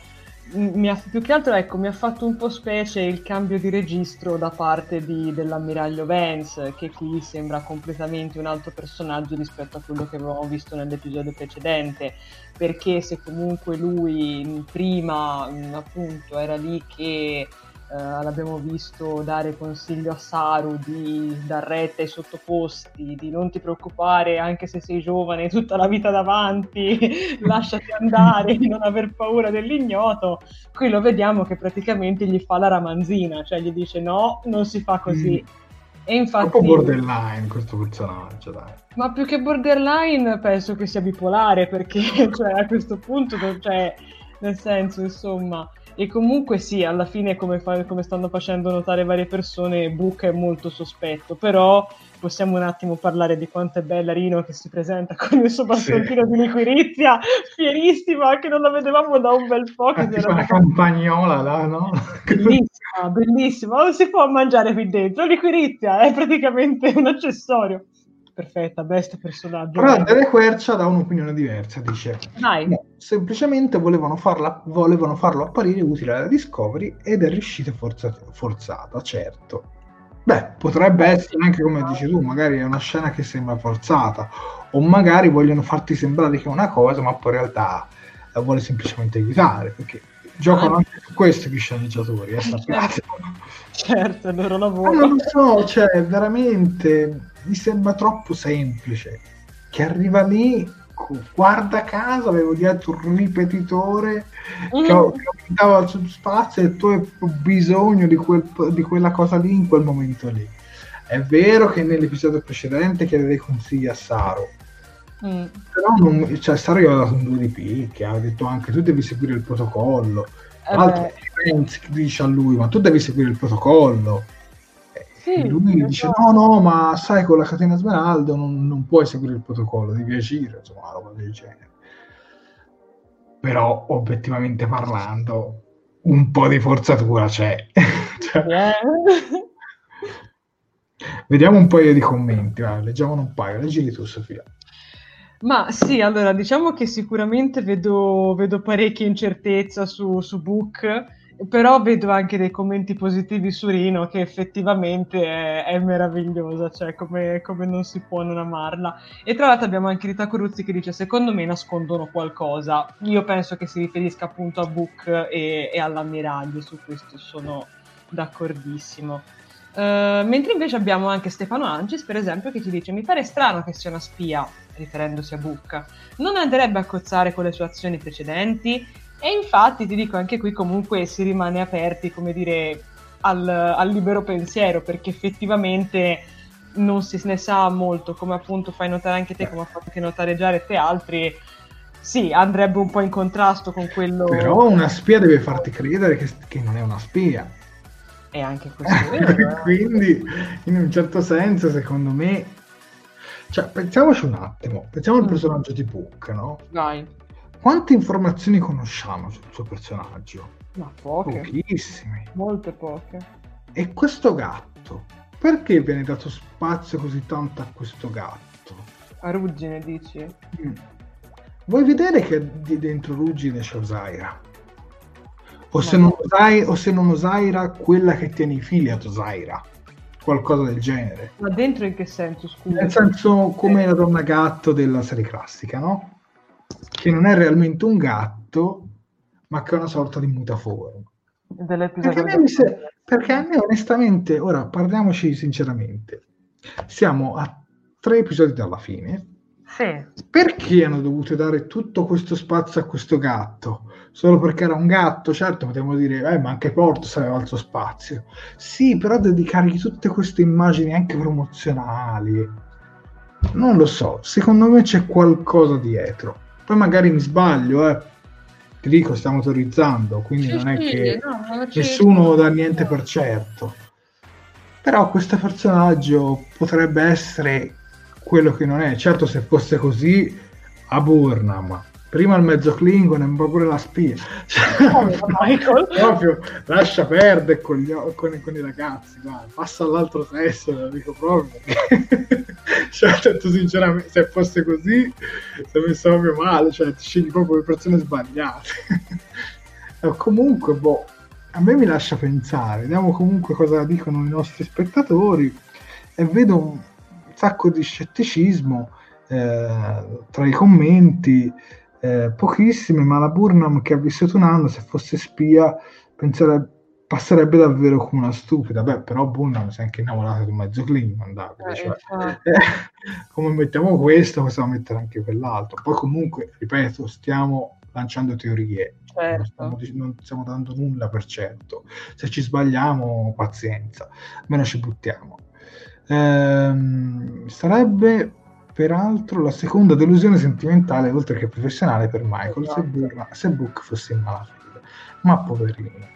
mi ha, più che altro ecco, mi ha fatto un po' specie il cambio di registro da parte di, dell'ammiraglio Vance, che qui sembra completamente un altro personaggio rispetto a quello che avevamo visto nell'episodio precedente, perché se comunque lui prima appunto era lì che Uh, l'abbiamo visto dare consiglio a Saru di dar retta ai sottoposti, di non ti preoccupare anche se sei giovane, tutta la vita davanti, lasciati andare, di non aver paura dell'ignoto. Qui lo vediamo che praticamente gli fa la ramanzina, cioè gli dice no, non si fa così. Mm. E infatti, un po' borderline questo personaggio, dai. Ma più che borderline penso che sia bipolare, perché cioè, a questo punto, cioè, nel senso, insomma... E comunque sì, alla fine, come, fa, come stanno facendo notare varie persone, Book è molto sospetto, però possiamo un attimo parlare di quanto è bella Rino che si presenta con il suo bastoncino sì. di liquirizia, fierissima, che non la vedevamo da un bel po'. Che tipo una campagnola là, no? Bellissima, bellissima, non si può mangiare qui dentro, liquirizia è praticamente un accessorio. Perfetta, best personaggio. Però Dele Quercia dà un'opinione diversa, dice no, semplicemente volevano, farla, volevano farlo apparire utile alla Discovery ed è riuscita forzata, forzata, certo. Beh, potrebbe essere anche come dici tu, magari è una scena che sembra forzata, o magari vogliono farti sembrare che è una cosa, ma poi in realtà la vuole semplicemente aiutare, perché giocano ah. anche su questo gli sceneggiatori, eh, certo. certo, il loro lavoro. Ma non lo so, cioè, veramente... mi sembra troppo semplice che arriva lì, guarda caso avevo dietro un ripetitore mm. che aumentava il subspazio e tu hai bisogno di, quel, di quella cosa lì in quel momento lì. È vero che nell'episodio precedente chiede dei consigli a Saru, mm. però non, cioè, Saru gli aveva dato un due di picche, ha detto anche tu devi seguire il protocollo, tra l'altro dice a lui ma tu devi seguire il protocollo. Sì, lui mi dice no no ma sai con la catena smeraldo non, non puoi seguire il protocollo, devi agire, insomma una roba del genere. Però obiettivamente parlando un po' di forzatura c'è. Cioè, yeah. Vediamo un paio di commenti, vai, leggiamone un paio, leggili tu Sofia. Ma sì, allora diciamo che sicuramente vedo, vedo parecchia incertezza su, su Book, però vedo anche dei commenti positivi su Rino, che effettivamente è, è meravigliosa, cioè come, come non si può non amarla. E tra l'altro abbiamo anche Rita Coruzzi che dice secondo me nascondono qualcosa. Io penso che si riferisca appunto a Book e, e all'ammiraglio, su questo sono d'accordissimo. Uh, mentre invece abbiamo anche Stefano Ancis, per esempio, che ci dice mi pare strano che sia una spia, riferendosi a Book, non andrebbe a cozzare con le sue azioni precedenti? E infatti ti dico anche qui comunque si rimane aperti, come dire, al, al libero pensiero, perché effettivamente non si ne sa molto, come appunto fai notare anche te, come ha fatto anche notare Jared e altri. Sì, andrebbe un po' in contrasto con quello... Però una spia deve farti credere che, che non è una spia. E anche questo è vero. Quindi in un certo senso secondo me, cioè pensiamoci un attimo, pensiamo al mm. personaggio di Book, no? Vai. Quante informazioni conosciamo sul suo personaggio? Ma poche. Pochissime. Molte poche. E questo gatto? Perché viene dato spazio così tanto a questo gatto? A Ruggine, dici? Mm. Vuoi vedere che di dentro Ruggine c'è Osaira? O se, non Osaira, o se non Osaira, quella che tiene i fili ad Osaira. Qualcosa del genere. Ma dentro in che senso, scusa? Nel senso come la donna gatto della serie classica, no? Che non è realmente un gatto, ma che è una sorta di mutaforma. Perché a, me se... Perché a me onestamente, ora parliamoci sinceramente, siamo a tre episodi dalla fine. Sì. Perché hanno dovuto dare tutto questo spazio a questo gatto? Solo perché era un gatto? Certo, potremmo dire, eh, ma anche Porto aveva il suo spazio. Sì, però dedicargli tutte queste immagini anche promozionali, non lo so, secondo me c'è qualcosa dietro. Poi magari mi sbaglio, eh. Ti dico, stiamo teorizzando, quindi sì, non è che no, non nessuno dà niente per certo. Però questo personaggio potrebbe essere quello che non è. Certo, se fosse così a Burnham, prima il mezzo Klingon e poi pure la spia, cioè, oh, Michael. Proprio lascia perdere con, gli, con, con i ragazzi, guarda, passa all'altro sesso, lo dico proprio perché cioè, detto sinceramente, se fosse così si è messo proprio male, cioè ti scegli proprio le persone sbagliate. No, comunque, boh, a me mi lascia pensare, vediamo comunque cosa dicono i nostri spettatori, e vedo un sacco di scetticismo eh, tra i commenti, eh, pochissimi, ma la Burnham che ha vissuto un anno, se fosse spia, penserebbe, passerebbe davvero come una stupida. Beh, però Burnham si è anche innamorata di un mezzo Klingon, Davide, Eh, cioè, infatti. eh, come mettiamo questo, possiamo mettere anche quell'altro. Poi comunque, ripeto, stiamo lanciando teorie, non Certo. stiamo, dic- non stiamo dando nulla per certo. Se ci sbagliamo, pazienza, almeno ci buttiamo. Ehm, sarebbe peraltro la seconda delusione sentimentale oltre che professionale per Michael, se, Esatto. Burra- se Book fosse in malafede. Ma poverino.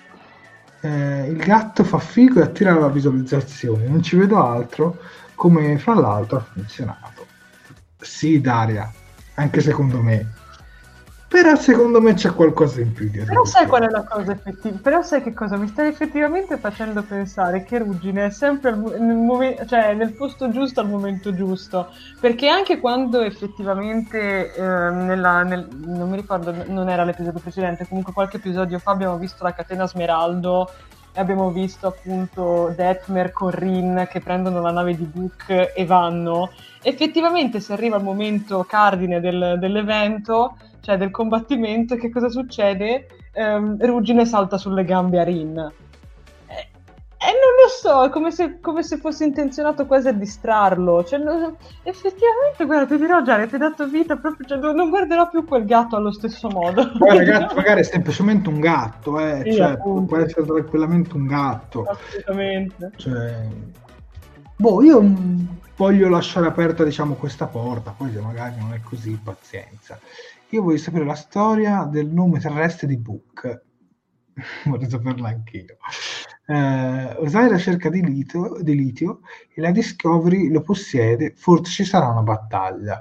Eh, il gatto fa figo e attira la visualizzazione, non ci vedo altro, come fra l'altro ha funzionato. Sì, Daria, anche secondo me. Però secondo me c'è qualcosa in più dietro. Però sai questo. qual è la cosa effettiva? Però sai che cosa? Mi stai effettivamente facendo pensare che Ruggine è sempre al mo- nel, momen- cioè, nel posto giusto al momento giusto. Perché anche quando effettivamente eh, nella, nel, non mi ricordo, non era l'episodio precedente, comunque qualche episodio fa abbiamo visto la catena Smeraldo e abbiamo visto appunto Detmer con Rin che prendono la nave di Book e vanno. Effettivamente se arriva il momento cardine del- dell'evento, cioè del combattimento, che cosa succede? Ehm, Ruggine salta sulle gambe a Rin. E, e non lo so, è come se, come se fosse intenzionato quasi a distrarlo. Cioè, non- effettivamente, guarda, ti dirò già, ti ho dato vita proprio, cioè, non guarderò più quel gatto allo stesso modo. Poi ragazzi, magari è semplicemente un gatto, eh, Sì, cioè, appunto. può essere tranquillamente un gatto. Assolutamente. Cioè, boh, io mh, voglio lasciare aperta, diciamo, questa porta, poi se magari non è così, pazienza. Io voglio sapere la storia del nome terrestre di Book. Vorrei saperla anch'io. Eh, Osaira cerca di litio, di litio e la Discovery lo possiede, forse ci sarà una battaglia.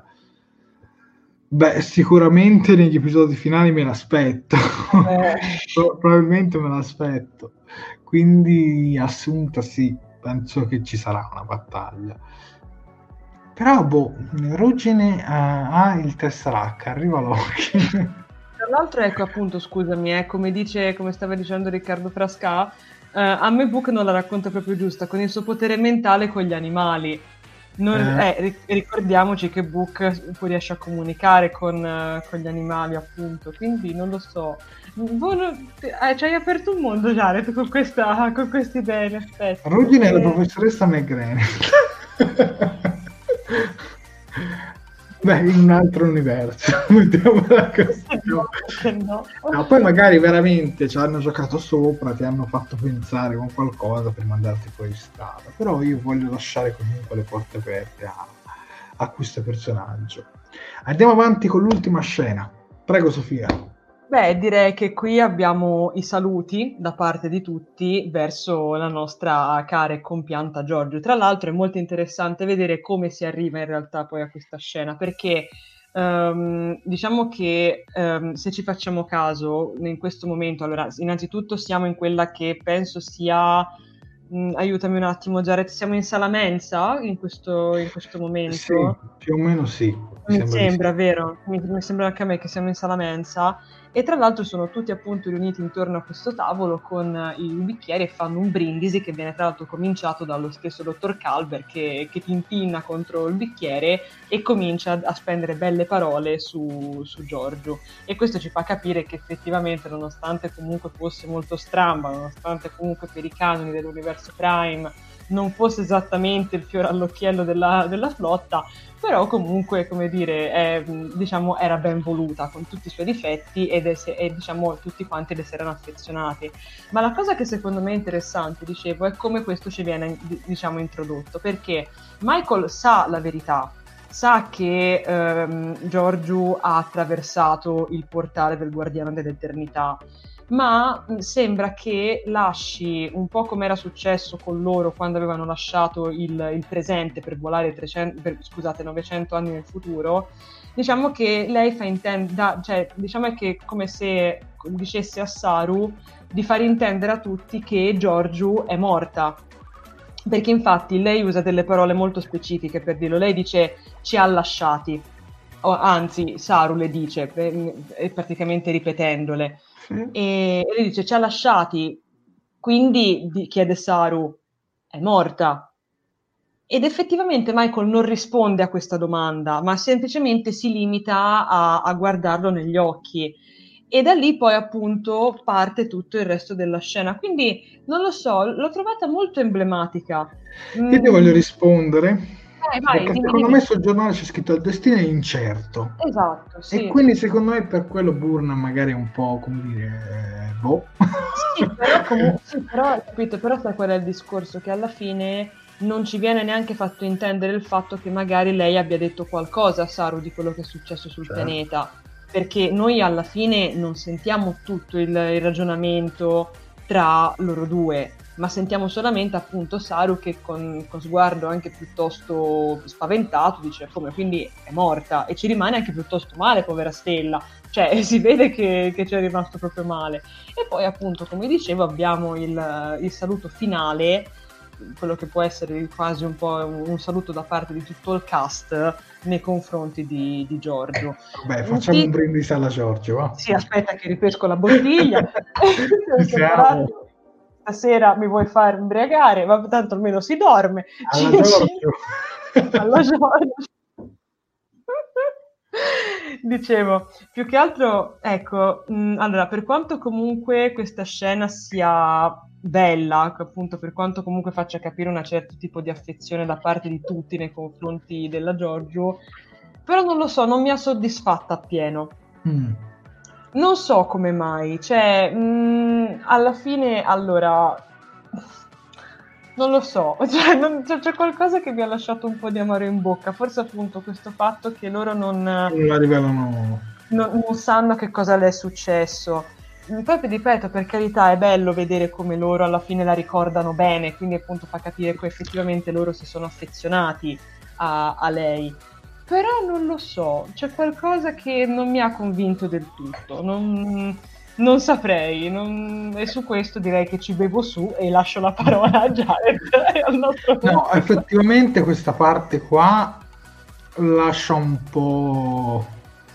Beh, sicuramente negli episodi finali me l'aspetto. Eh. Pro- probabilmente me l'aspetto. Quindi, assunta, sì, penso che ci sarà una battaglia. Però, boh, Ruggine ha, ha il Tesseract, arriva Loki. Tra l'altro, ecco appunto, scusami, eh, come dice, come stava dicendo Riccardo Frasca, eh, a me Book non la racconta proprio giusta, con il suo potere mentale con gli animali. Non- Eh. eh, ri- ricordiamoci che Book poi riesce a comunicare con, eh, con gli animali, appunto, quindi non lo so. Boh, non- eh, ci hai aperto un mondo, Jared, con questa, con queste idee, in effetti. Ruggine è la perché- professoressa McGraney. Beh, in un altro universo, mettiamola così. No, perché no? No, poi magari veramente ci hanno giocato sopra, ti hanno fatto pensare con qualcosa per mandarti fuori strada. Però io voglio lasciare comunque le porte aperte a, a questo personaggio. Andiamo avanti con l'ultima scena. Prego, Sofia. Beh, direi che qui abbiamo i saluti da parte di tutti verso la nostra cara e compianta Giorgio. Tra l'altro è molto interessante vedere come si arriva in realtà poi a questa scena, perché ehm, diciamo che ehm, se ci facciamo caso in questo momento, allora innanzitutto siamo in quella che penso sia... mh, aiutami un attimo, Jared, siamo in sala mensa in questo, in questo momento? Sì, più o meno sì. Mi sembra di sembra, sì. vero? Mi, mi sembra anche a me che siamo in sala mensa e tra l'altro sono tutti appunto riuniti intorno a questo tavolo con eh, i bicchieri e fanno un brindisi che viene tra l'altro cominciato dallo stesso dottor Calber che, che tintinna contro il bicchiere e comincia a, a spendere belle parole su, su Giorgio, e questo ci fa capire che effettivamente, nonostante comunque fosse molto stramba, nonostante comunque per i canoni dell'universo Prime non fosse esattamente il fiore all'occhiello della, della flotta, però comunque, come dire, è, diciamo, era ben voluta con tutti i suoi difetti ed è, e diciamo tutti quanti le si erano affezionati. Ma la cosa che secondo me è interessante, dicevo, è come questo ci viene, diciamo, introdotto, perché Michael sa la verità, sa che ehm, Giorgio ha attraversato il portale del Guardiano dell'Eternità, ma mh, sembra che lasci un po' come era successo con loro quando avevano lasciato il, il presente per volare trecento, per, scusate, novecento anni nel futuro. Diciamo che lei fa intendere, cioè diciamo è che come se dicesse a Saru di far intendere a tutti che Giorgio è morta, perché infatti lei usa delle parole molto specifiche per dirlo. Lei dice ci ha lasciati, o, anzi Saru le dice, eh, praticamente ripetendole. Sì. E, e lui dice ci ha lasciati, quindi di, chiede Saru, è morta? Ed effettivamente Michael non risponde a questa domanda, ma semplicemente si limita a, a guardarlo negli occhi. E da lì poi appunto parte tutto il resto della scena. Quindi non lo so, l'ho trovata molto emblematica. Io ti voglio rispondere, Eh, vai, perché dimmi, secondo dimmi. me sul giornale c'è scritto il destino è incerto. Esatto, sì. E quindi secondo me per quello Burnham magari è un po', come dire, eh, boh. Sì, però, comunque, sì, però, capito, però sai qual è il discorso? Che alla fine non ci viene neanche fatto intendere il fatto che magari lei abbia detto qualcosa a Saru di quello che è successo sul Certo. pianeta, perché noi alla fine non sentiamo tutto il, il ragionamento tra loro due, ma sentiamo solamente appunto Saru che con, con sguardo anche piuttosto spaventato dice come, quindi è morta, e ci rimane anche piuttosto male, povera Stella, cioè si vede che, che ci è rimasto proprio male. E poi appunto, come dicevo, abbiamo il, il saluto finale, quello che può essere quasi un po' un, un saluto da parte di tutto il cast nei confronti di, di Giorgio. Eh, vabbè, facciamo Sì. un brindisi alla Giorgio, va? Sì, aspetta che ripesco la bottiglia. Ci siamo. Stasera mi vuoi far imbriagare, ma tanto almeno si dorme. Alla Cin Giorgio. cin. Alla Giorgio. Dicevo, più che altro, ecco, mh, allora, per quanto comunque questa scena sia bella, appunto, per quanto comunque faccia capire un certo tipo di affezione da parte di tutti nei confronti della Giorgio, però non lo so, non mi ha soddisfatta appieno. Mm. Non so come mai, cioè, mh, alla fine, allora, non lo so, cioè, non, cioè, c'è qualcosa che mi ha lasciato un po' di amaro in bocca, forse appunto questo fatto che loro non, Non la rivelano. non, non sanno che cosa le è successo. Poi ti ripeto, per carità, è bello vedere come loro alla fine la ricordano bene, quindi appunto fa capire che effettivamente loro si sono affezionati a, a lei. Però non lo so, c'è qualcosa che non mi ha convinto del tutto, non, non saprei, non... e su questo direi che ci bevo su e lascio la parola a Jared e al nostro No, effettivamente questa parte qua lascia un po'...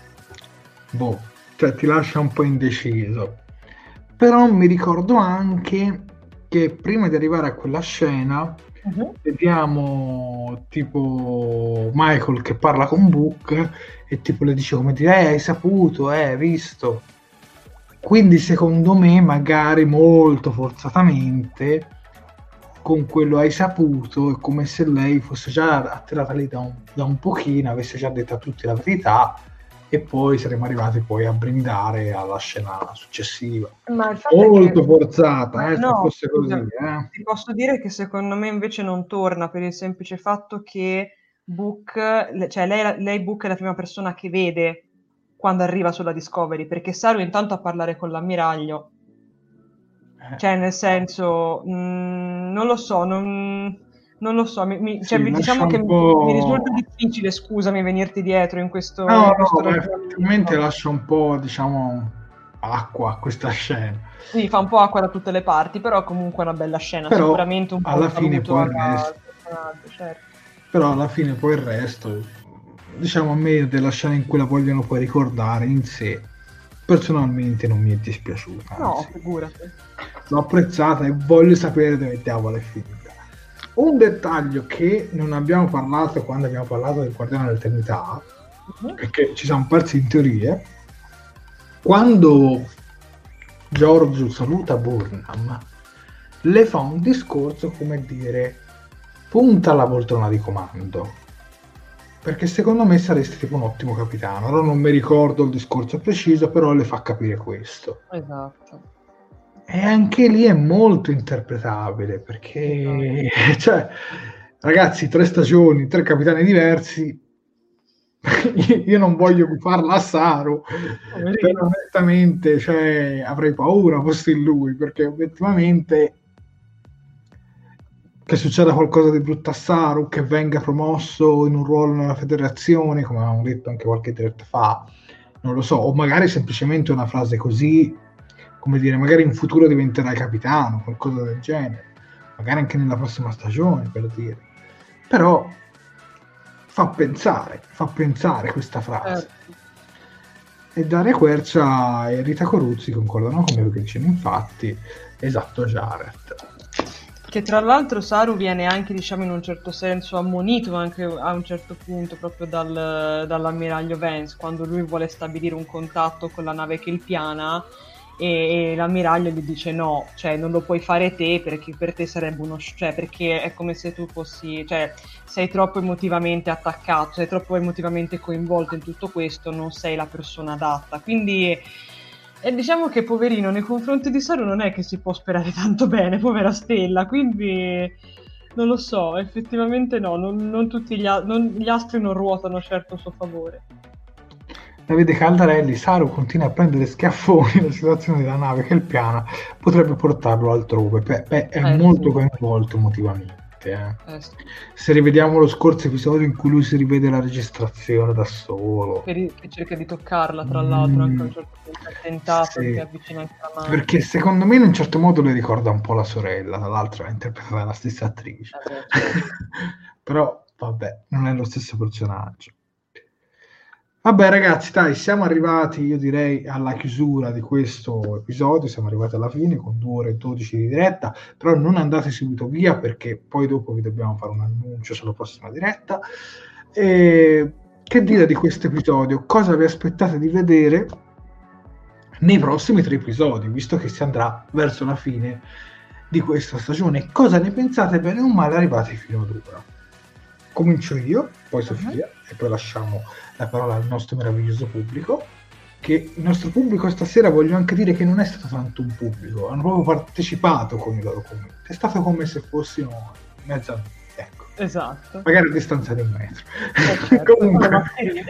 boh, cioè ti lascia un po' indeciso. Però mi ricordo anche che prima di arrivare a quella scena uh-huh. vediamo tipo Michael che parla con Book e tipo le dice come dire, eh, hai saputo, eh, hai visto. Quindi secondo me magari molto forzatamente con quello hai saputo è come se lei fosse già attirata lì da un, da un pochino, avesse già detto a tutti la verità e poi saremmo arrivati poi a brindare alla scena successiva. Ma molto che... forzata, eh, no, se fosse scusa, così. Eh. Ti posso dire che secondo me invece non torna per il semplice fatto che Book, cioè lei, lei Book è la prima persona che vede quando arriva sulla Discovery, perché Saru intanto a parlare con l'ammiraglio, eh. cioè nel senso, mh, non lo so, non... Non lo so, mi, mi, cioè, sì, diciamo che po'... mi, mi risulta difficile, scusami, venirti dietro in questo... No, in questo no, effettivamente lascia un po', diciamo, acqua questa scena. Sì, fa un po' acqua da tutte le parti, però comunque è una bella scena, però, sicuramente un po' alla fine poi il alla... resto. Certo. Però alla fine poi il resto, diciamo a me della scena in cui la vogliono poi ricordare in sé, personalmente non mi è dispiaciuta. No, anzi. figurati. L'ho apprezzata e voglio sapere dove diavolo è finita. Un dettaglio che non abbiamo parlato quando abbiamo parlato del Guardiano dell'Eternità, uh-huh. perché ci siamo persi in teorie, quando Giorgio saluta Burnham, le fa un discorso come dire punta alla poltrona di comando, perché secondo me saresti tipo un ottimo capitano. Allora non mi ricordo il discorso preciso, però le fa capire questo. Esatto. E anche lì è molto interpretabile, perché cioè, ragazzi, tre stagioni, tre capitani diversi, io non voglio farla a Saru, però onestamente cioè, avrei paura fossi lui, perché obiettivamente che succeda qualcosa di brutto a Saru, che venga promosso in un ruolo nella federazione, come avevamo detto anche qualche diretta fa, non lo so, o magari semplicemente una frase così, come dire, magari in futuro diventerai capitano, qualcosa del genere, magari anche nella prossima stagione, per dire. Però fa pensare, fa pensare questa frase. E Daria Quercia e Rita Coruzzi concordano con me perché dicono infatti esatto Jared. Che tra l'altro Saru viene anche, diciamo, in un certo senso ammonito anche a un certo punto proprio dal, dall'ammiraglio Vance, quando lui vuole stabilire un contatto con la nave Kelpiana e, e l'ammiraglio gli dice no, cioè non lo puoi fare te perché per te sarebbe uno cioè perché è come se tu fossi, cioè sei troppo emotivamente attaccato, sei troppo emotivamente coinvolto in tutto questo, non sei la persona adatta. Quindi e diciamo che poverino nei confronti di Saru non è che si può sperare tanto bene, povera Stella, quindi non lo so, effettivamente no, non, non tutti gli, a- non- gli astri non ruotano certo a suo favore. Davide Caldarelli, Saru continua a prendere schiaffoni la situazione della nave Kelpiana potrebbe portarlo altrove. Beh, beh, è Eh, molto sì. coinvolto emotivamente. Eh. Eh, sì. Se rivediamo lo scorso episodio in cui lui si rivede la registrazione da solo, Che, ri- che cerca di toccarla, tra l'altro, anche a un certo punto è tentato, sì. che avvicina anche la mano. Perché secondo me in un certo modo le ricorda un po' la sorella, tra l'altro è interpretata dalla stessa attrice. Eh, beh, certo. Però vabbè, non è lo stesso personaggio. Vabbè ragazzi, dai, siamo arrivati, io direi, alla chiusura di questo episodio, siamo arrivati alla fine con due ore e dodici di diretta, però non andate subito via perché poi dopo vi dobbiamo fare un annuncio sulla prossima diretta. E che dire di questo episodio? Cosa vi aspettate di vedere nei prossimi tre episodi, visto che si andrà verso la fine di questa stagione? Cosa ne pensate bene o male arrivati fino ad ora? Comincio io, poi Sofia, uh-huh. e poi lasciamo la parola al nostro meraviglioso pubblico, che il nostro pubblico stasera, voglio anche dire che non è stato tanto un pubblico, hanno proprio partecipato con i loro commenti, è stato come se fossimo mezza, ecco, esatto, magari a distanza di un metro. Eh, certo, comunque,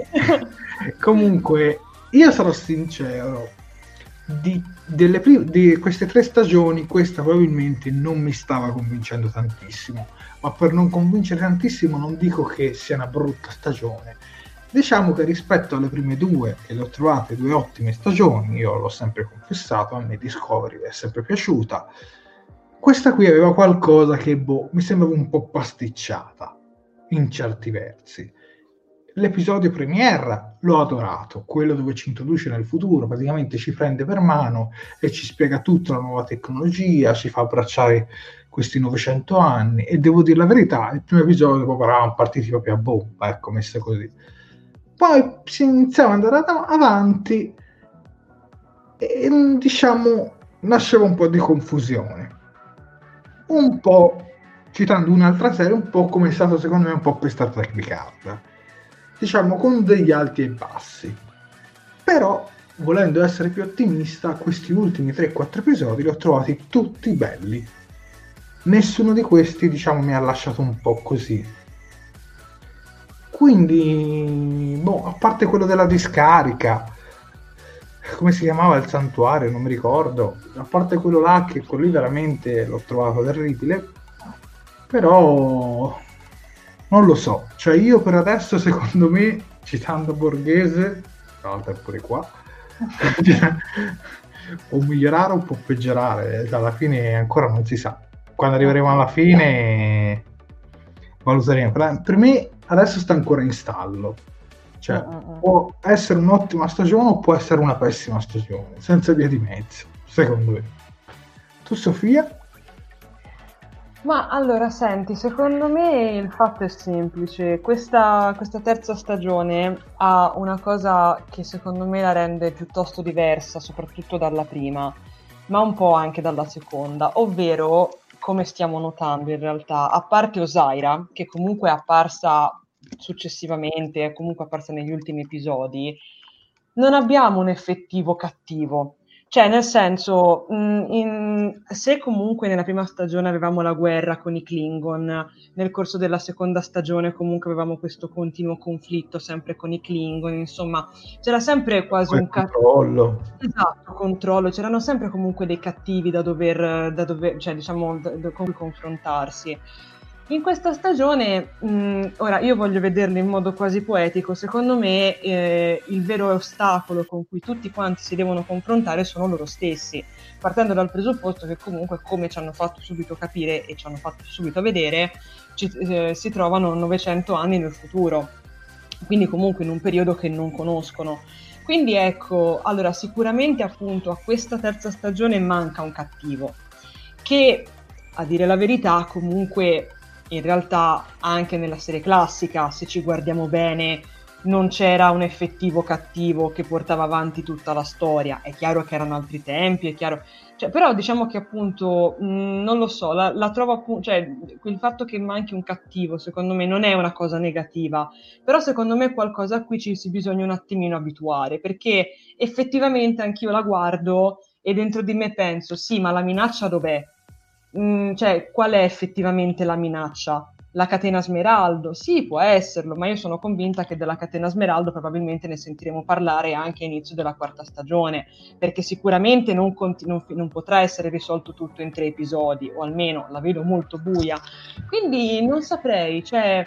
comunque, io sarò sincero, di, delle prim- di queste tre stagioni questa probabilmente non mi stava convincendo tantissimo, ma per non convincere tantissimo non dico che sia una brutta stagione. Diciamo che rispetto alle prime due, che le ho trovate due ottime stagioni, io l'ho sempre confessato, a me Discovery è sempre piaciuta, questa qui aveva qualcosa che boh, mi sembrava un po' pasticciata in certi versi. L'episodio premiere l'ho adorato, quello dove ci introduce nel futuro, praticamente ci prende per mano e ci spiega tutta la nuova tecnologia, ci fa abbracciare questi novecento anni, e devo dire la verità, il primo episodio proprio eravamo partiti proprio a bomba, ecco, messa così. Poi si iniziava ad andare avanti e diciamo nasceva un po' di confusione, un po', citando un'altra serie, un po' come è stato secondo me un po' per Star Trek Picard, diciamo con degli alti e bassi. Però volendo essere più ottimista, questi ultimi tre quattro episodi li ho trovati tutti belli, nessuno di questi diciamo mi ha lasciato un po' così. Quindi, boh, a parte quello della discarica, come si chiamava il santuario, non mi ricordo, a parte quello là, che quello lì veramente l'ho trovato terribile, però non lo so, cioè io per adesso secondo me, citando Borghese, tra l'altro è pure qua, può migliorare o può peggiorare, alla fine ancora non si sa, quando arriveremo alla fine valuteremo. Per me adesso sta ancora in stallo, cioè uh-uh. può essere un'ottima stagione o può essere una pessima stagione, senza via di mezzo, secondo me. Tu Sofia? Ma allora senti, secondo me il fatto è semplice, questa, questa terza stagione ha una cosa che secondo me la rende piuttosto diversa, soprattutto dalla prima, ma un po' anche dalla seconda, ovvero, come stiamo notando in realtà, a parte Osaira, che comunque è apparsa successivamente, è comunque apparsa negli ultimi episodi, non abbiamo un effettivo cattivo. Cioè, nel senso, mh, in, se comunque nella prima stagione avevamo la guerra con i Klingon, nel corso della seconda stagione comunque avevamo questo continuo conflitto sempre con i Klingon, insomma, c'era sempre quasi Quel un ca- controllo. Esatto, controllo, c'erano sempre comunque dei cattivi da dover, da dover cioè diciamo, da, da, con cui confrontarsi. In questa stagione, mh, ora io voglio vederlo in modo quasi poetico, secondo me eh, il vero ostacolo con cui tutti quanti si devono confrontare sono loro stessi, partendo dal presupposto che comunque, come ci hanno fatto subito capire e ci hanno fatto subito vedere, ci, eh, si trovano novecento anni nel futuro, quindi comunque in un periodo che non conoscono. Quindi ecco, allora sicuramente appunto a questa terza stagione manca un cattivo, che a dire la verità comunque in realtà anche nella serie classica, se ci guardiamo bene, non c'era un effettivo cattivo che portava avanti tutta la storia. È chiaro che erano altri tempi, è chiaro, cioè, però diciamo che appunto mh, non lo so, la, la trovo appunto, cioè il fatto che manchi un cattivo secondo me non è una cosa negativa, però secondo me qualcosa a cui ci si bisogna un attimino abituare, perché effettivamente anch'io la guardo e dentro di me penso sì, ma la minaccia dov'è? Mm, cioè qual è effettivamente la minaccia? La catena Smeraldo? Sì, può esserlo, ma io sono convinta che della catena Smeraldo probabilmente ne sentiremo parlare anche all'inizio della quarta stagione, perché sicuramente non, conti- non, non potrà essere risolto tutto in tre episodi, o almeno la vedo molto buia. Quindi non saprei, cioè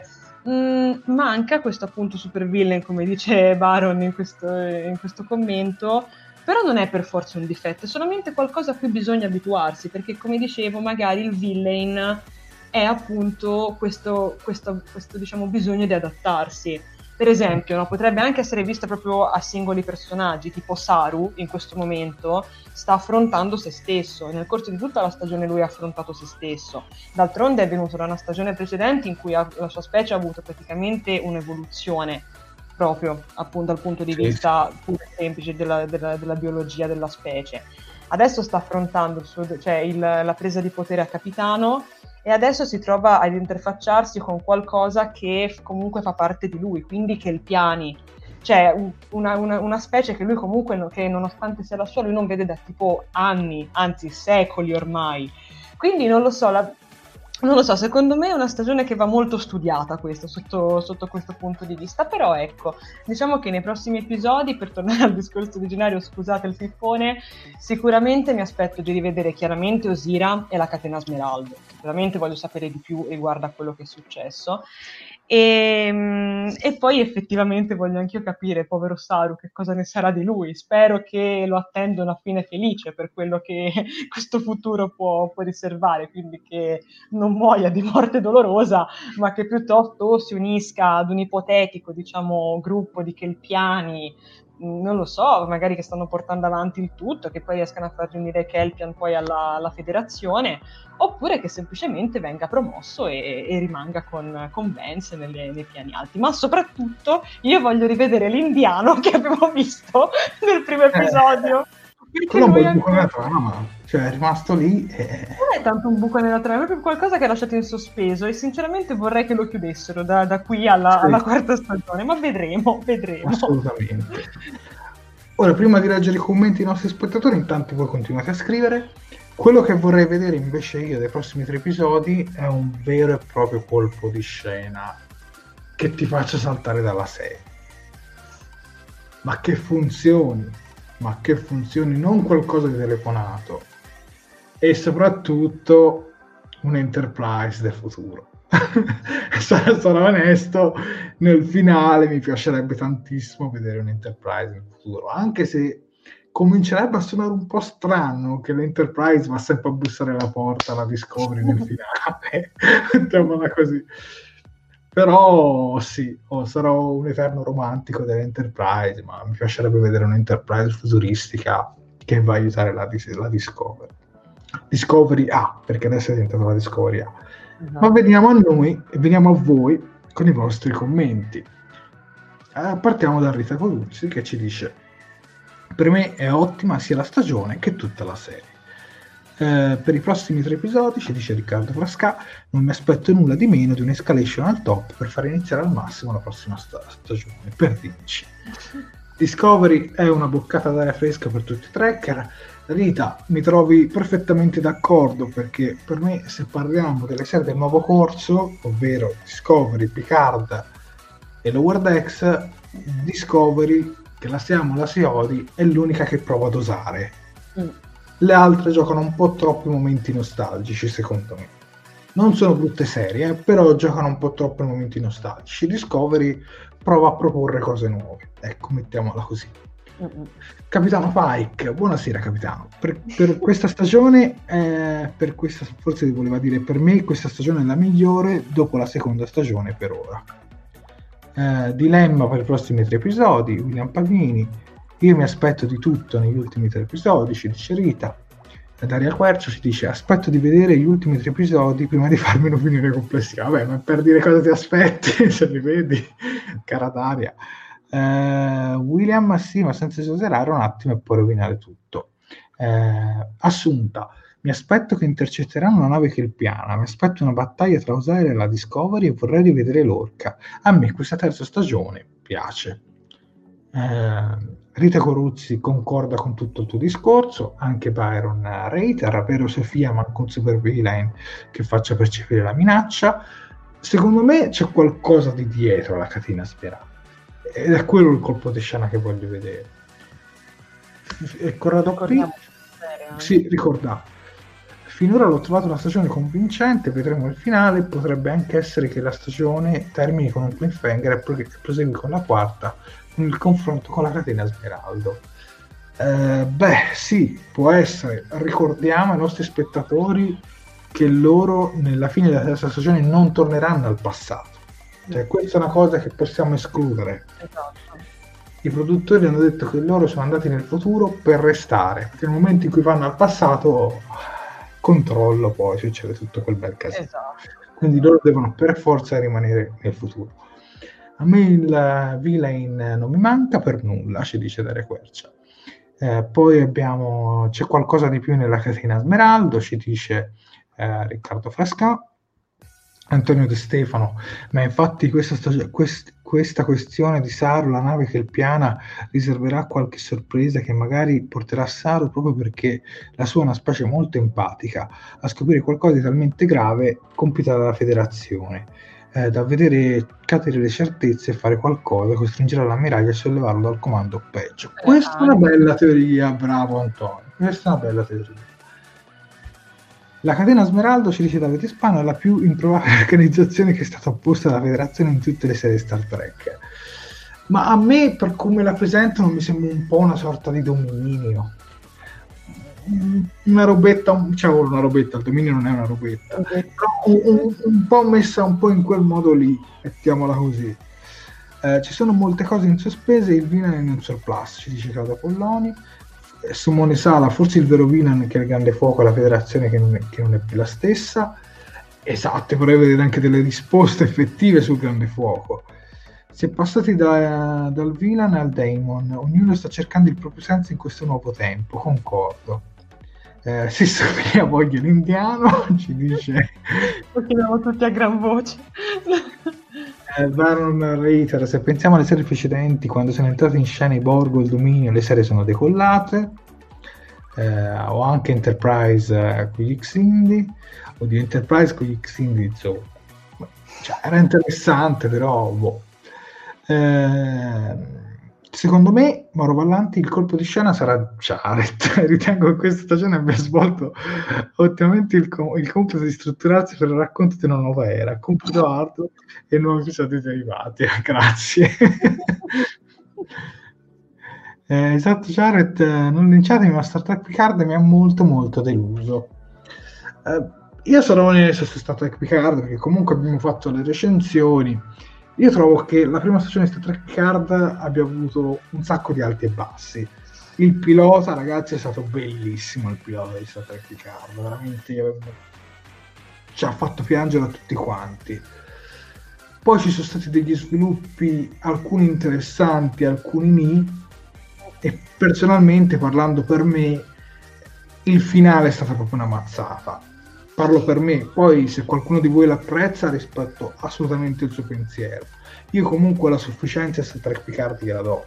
mh, manca questo appunto supervillain, come dice Baron in questo, in questo commento, però non è per forza un difetto, è solamente qualcosa a cui bisogna abituarsi, perché come dicevo magari il villain è appunto questo, questo, questo diciamo bisogno di adattarsi. Per esempio, no, potrebbe anche essere vista proprio a singoli personaggi, tipo Saru in questo momento sta affrontando se stesso, e nel corso di tutta la stagione lui ha affrontato se stesso. D'altronde è venuto da una stagione precedente in cui ha, la sua specie ha avuto praticamente un'evoluzione, proprio appunto dal punto di vista puro e semplice della, della, della biologia della specie. Adesso sta affrontando il suo, cioè il, la presa di potere a capitano, e adesso si trova ad interfacciarsi con qualcosa che comunque fa parte di lui, quindi che il piani, cioè una, una, una specie che lui comunque, che nonostante sia la sua, lui non vede da tipo anni, anzi secoli ormai. Quindi non lo so, la, non lo so, secondo me è una stagione che va molto studiata questa, sotto, sotto questo punto di vista, però ecco, diciamo che nei prossimi episodi, per tornare al discorso originario, scusate il fiffone, sicuramente mi aspetto di rivedere chiaramente Osira e la catena Smeraldo, veramente voglio sapere di più riguardo a quello che è successo, e, e poi effettivamente voglio anch'io capire, povero Saru, che cosa ne sarà di lui. Spero che lo attenda una fine felice per quello che questo futuro può, può riservare, quindi che non muoia di morte dolorosa, ma che piuttosto si unisca ad un ipotetico, diciamo, gruppo di Kelpiani, non lo so, magari che stanno portando avanti il tutto, che poi riescano a far riunire Kelpian poi alla, alla federazione, oppure che semplicemente venga promosso e, e rimanga con, con Vance nelle, nei piani alti. Ma soprattutto io voglio rivedere l'indiano che abbiamo visto nel primo episodio. Eh, quello è un bel buco nella trama, cioè è rimasto lì e... non è tanto un buco nella trama, è proprio qualcosa che ha lasciato in sospeso, e sinceramente vorrei che lo chiudessero da, da qui alla, sì. alla quarta stagione, ma vedremo, vedremo. Assolutamente. Ora, prima di leggere i commenti dei nostri spettatori, intanto voi continuate a scrivere. Quello che vorrei vedere invece io dei prossimi tre episodi è un vero e proprio colpo di scena che ti faccia saltare dalla serie, ma che funzioni, ma che funzioni, non qualcosa di telefonato, e soprattutto un Enterprise del futuro. Sarò, sarò onesto, nel finale mi piacerebbe tantissimo vedere un Enterprise nel futuro, anche se comincerebbe a suonare un po' strano che l'Enterprise va sempre a bussare alla porta alla Discovery nel finale, mettiamola così. Però sì, oh, sarò un eterno romantico dell'Enterprise, ma mi piacerebbe vedere un'Enterprise futuristica che va a aiutare la, la Discovery. Discovery A, perché adesso è diventata la Discovery A. No. Ma veniamo a noi e veniamo a voi con i vostri commenti. Eh, partiamo da Rita Coluzzi che ci dice: per me è ottima sia la stagione che tutta la serie. Eh, per i prossimi tre episodi, ci dice Riccardo Frasca, non mi aspetto nulla di meno di un'escalation al top per far iniziare al massimo la prossima sta- stagione. Per dirci, Discovery è una boccata d'aria fresca per tutti i tracker. Rita, mi trovi perfettamente d'accordo, perché per me, se parliamo delle serie del nuovo corso, ovvero Discovery, Picard e Lower Decks, Discovery, che la si ama o la si odi, è l'unica che prova ad osare. Mm. Le altre giocano un po' troppi momenti nostalgici, secondo me. Non sono brutte serie, eh, però giocano un po' troppi momenti nostalgici. Discovery prova a proporre cose nuove. Ecco, mettiamola così. Mm-mm. Capitano Pike, buonasera capitano. Per, per questa stagione, eh, per questa, forse voleva dire per me, questa stagione è la migliore dopo la seconda stagione per ora. Eh, dilemma per i prossimi tre episodi, William Pagnini. io mi aspetto di tutto negli ultimi tre episodi, ci dice Rita. Daria Quercia ci dice aspetto di vedere gli ultimi tre episodi prima di farmi un'opinione complessiva. Vabbè, ma per dire cosa ti aspetti se li vedi, cara Daria. Uh, William, sì, ma senza esagerare un attimo e poi rovinare tutto. Uh, Assunta, mi aspetto che intercetteranno una nave kelpiana, mi aspetto una battaglia tra Osair e la Discovery e vorrei rivedere Lorca. A me questa terza stagione piace. Uh, Rita Coruzzi concorda con tutto il tuo discorso, anche Byron reitera, vero Sofia, manca un super villain che faccia percepire la minaccia. Secondo me c'è qualcosa di dietro alla catena sperata ed è quello il colpo di scena che voglio vedere. E Corrado P, sì, ricordato. Finora l'ho trovato una stagione convincente, vedremo il finale, potrebbe anche essere che la stagione termini con un cliffhanger e prosegui con la quarta, con il confronto con la catena Smeraldo. Eh, beh, sì, può essere. Ricordiamo ai nostri spettatori che loro nella fine della terza stagione non torneranno al passato. Cioè, questa è una cosa che possiamo escludere. Esatto. I produttori hanno detto che loro sono andati nel futuro per restare. Nel momento in cui vanno al passato, controllo, poi succede tutto quel bel casino. Esatto. Quindi loro devono per forza rimanere nel futuro. A me il villain non mi manca per nulla, ci dice Daria Quercia. Eh, poi abbiamo c'è qualcosa di più nella catena Smeraldo, ci dice eh, Riccardo Frasca. Antonio De Stefano, ma infatti questa, stag- quest- questa questione di Saru, la nave kelpiana, riserverà qualche sorpresa che magari porterà Saru, proprio perché la sua è una specie molto empatica, a scoprire qualcosa di talmente grave compita dalla federazione. Eh, da vedere cadere le certezze e fare qualcosa, costringerà l'ammiraglia a sollevarlo dal comando o peggio. Questa è una bella teoria, bravo Antonio, questa è una bella teoria. La catena Smeraldo, ci dice Davide Spano, è la più improbabile organizzazione che è stata opposta dalla federazione in tutte le serie Star Trek. Ma a me, per come la presentano, mi sembra un po' una sorta di dominio. Una robetta, cioè una robetta, il dominio non è una robetta, okay. un, un, un po' messa un po' in quel modo lì, mettiamola così. Eh, ci sono molte cose in sospese, il villain è in un surplus, ci dice Claudio Polloni. Simone Sala, forse il vero villain che è il grande fuoco è la federazione che non è, che non è più la stessa. Esatto, vorrei vedere anche delle risposte effettive sul grande fuoco. Si è passati da, dal villain al daemon, ognuno sta cercando il proprio senso in questo nuovo tempo, concordo. Eh, sì, Sofia voglio l'indiano, ci dice. Lo chiamiamo tutti a gran voce. Eh, Baron Reiter, se pensiamo alle serie precedenti, quando sono entrati in scena i Borgo e il Dominio, le serie sono decollate. Eh, o anche Enterprise eh, con gli Xindi, o di Enterprise con gli Xindi, insomma. Cioè, era interessante, però boh. Eh, secondo me Mauro Vallanti il colpo di scena sarà Jared. Ritengo che questa stagione abbia svolto ottimamente il, com- il compito di strutturarsi per il racconto di una nuova era, compito arduo e nuovi episodi derivati. Grazie. eh, esatto, Jared, non linciatemi, ma Star Trek Picard mi ha molto molto deluso. Eh, io sarò onesto su Star Trek Picard, perché comunque abbiamo fatto le recensioni. Io trovo che la prima stagione di Star Trek Picard abbia avuto un sacco di alti e bassi. Il pilota, ragazzi, è stato bellissimo, il pilota di Star Trek Picard, veramente ci ha fatto piangere a tutti quanti. Poi ci sono stati degli sviluppi, alcuni interessanti, alcuni ni, e personalmente, parlando per me, il finale è stata proprio una mazzata. Parlo per me, poi se qualcuno di voi l'apprezza rispetto assolutamente il suo pensiero. Io comunque la sufficienza a Star Trek Picard gliela do.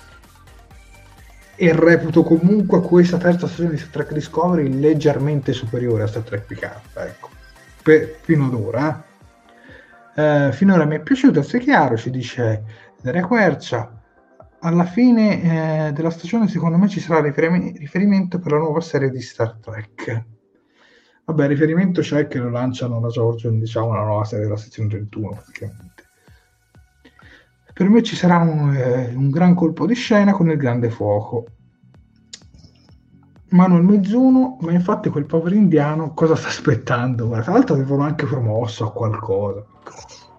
E reputo comunque questa terza stagione di Star Trek Discovery leggermente superiore a Star Trek Picard, ecco, per, fino ad ora. Eh, finora mi è piaciuto, se chiaro, ci dice Daria Quercia. Alla fine eh, della stagione secondo me ci sarà riferim- riferimento per la nuova serie di Star Trek. Vabbè, riferimento c'è che lo lanciano da Giorgio, diciamo, la nuova serie della sezione trentuno, praticamente. Per me ci sarà un, eh, un gran colpo di scena con il grande fuoco. Manuel Mezzuno, ma infatti quel povero indiano cosa sta aspettando? Tra l'altro avevano anche promosso a qualcosa.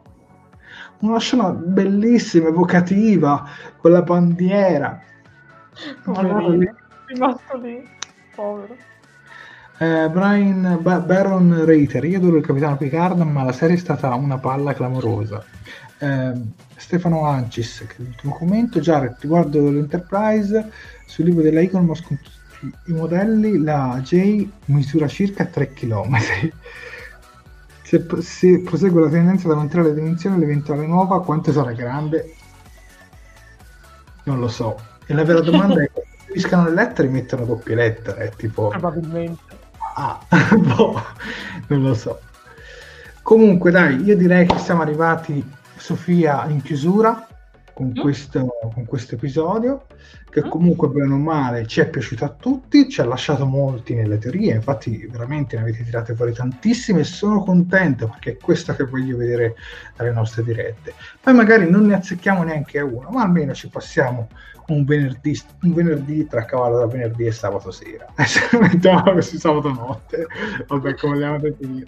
Una scena bellissima, evocativa, con la bandiera. Poverino, è rimasto lì, povero. Eh, Brian ba- Baron Reiter, io adoro il Capitano Picard, ma la serie è stata una palla clamorosa. Eh, Stefano Ancis, che è l'ultimo commento. Jared, riguardo l'Enterprise, sul libro della Iconos con tutti i modelli, la J misura circa tre chilometri. Se, se prosegue la tendenza ad aumentare le dimensioni, l'eventuale nuova, quanto sarà grande? Non lo so. E la vera domanda è: se finiscano le lettere, mettono doppie lettere, tipo... Probabilmente. Ah, boh, non lo so. Comunque dai, io direi che siamo arrivati, Sofia, in chiusura con Mm. questo, con questo episodio, che Mm. comunque bene o male ci è piaciuto a tutti, ci ha lasciato molti nelle teorie, infatti veramente ne avete tirate fuori tantissime e sono contento perché è questo che voglio vedere dalle nostre dirette. Poi magari non ne azzecchiamo neanche uno, ma almeno ci passiamo un venerdì, un venerdì tra cavallo da venerdì e sabato sera. Se mettiamo così sabato notte, vabbè, come vogliamo definire.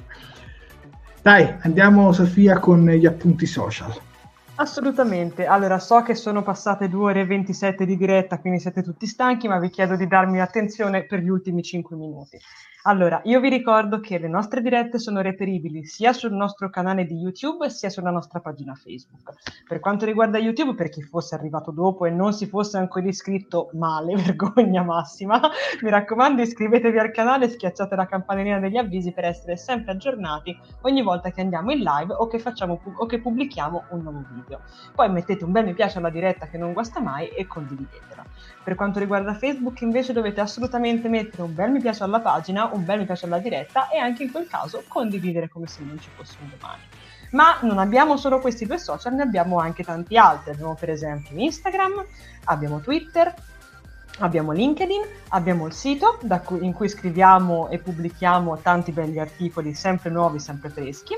Dai, andiamo Sofia con gli appunti social. Assolutamente. Allora, so che sono passate due ore e ventisette di diretta, quindi siete tutti stanchi, ma vi chiedo di darmi attenzione per gli ultimi cinque minuti. Allora, io vi ricordo che le nostre dirette sono reperibili sia sul nostro canale di YouTube sia sulla nostra pagina Facebook. Per quanto riguarda YouTube, per chi fosse arrivato dopo e non si fosse ancora iscritto, male, vergogna massima, mi raccomando iscrivetevi al canale e schiacciate la campanellina degli avvisi per essere sempre aggiornati ogni volta che andiamo in live o che, facciamo, o che pubblichiamo un nuovo video. Poi mettete un bel mi piace alla diretta che non guasta mai e condividetela. Per quanto riguarda Facebook invece dovete assolutamente mettere un bel mi piace alla pagina, un bel mi piace alla diretta e anche in quel caso condividere come se non ci fosse un domani. Ma non abbiamo solo questi due social, ne abbiamo anche tanti altri. Abbiamo per esempio Instagram, abbiamo Twitter, abbiamo LinkedIn, abbiamo il sito da cui, in cui scriviamo e pubblichiamo tanti belli articoli sempre nuovi, sempre freschi.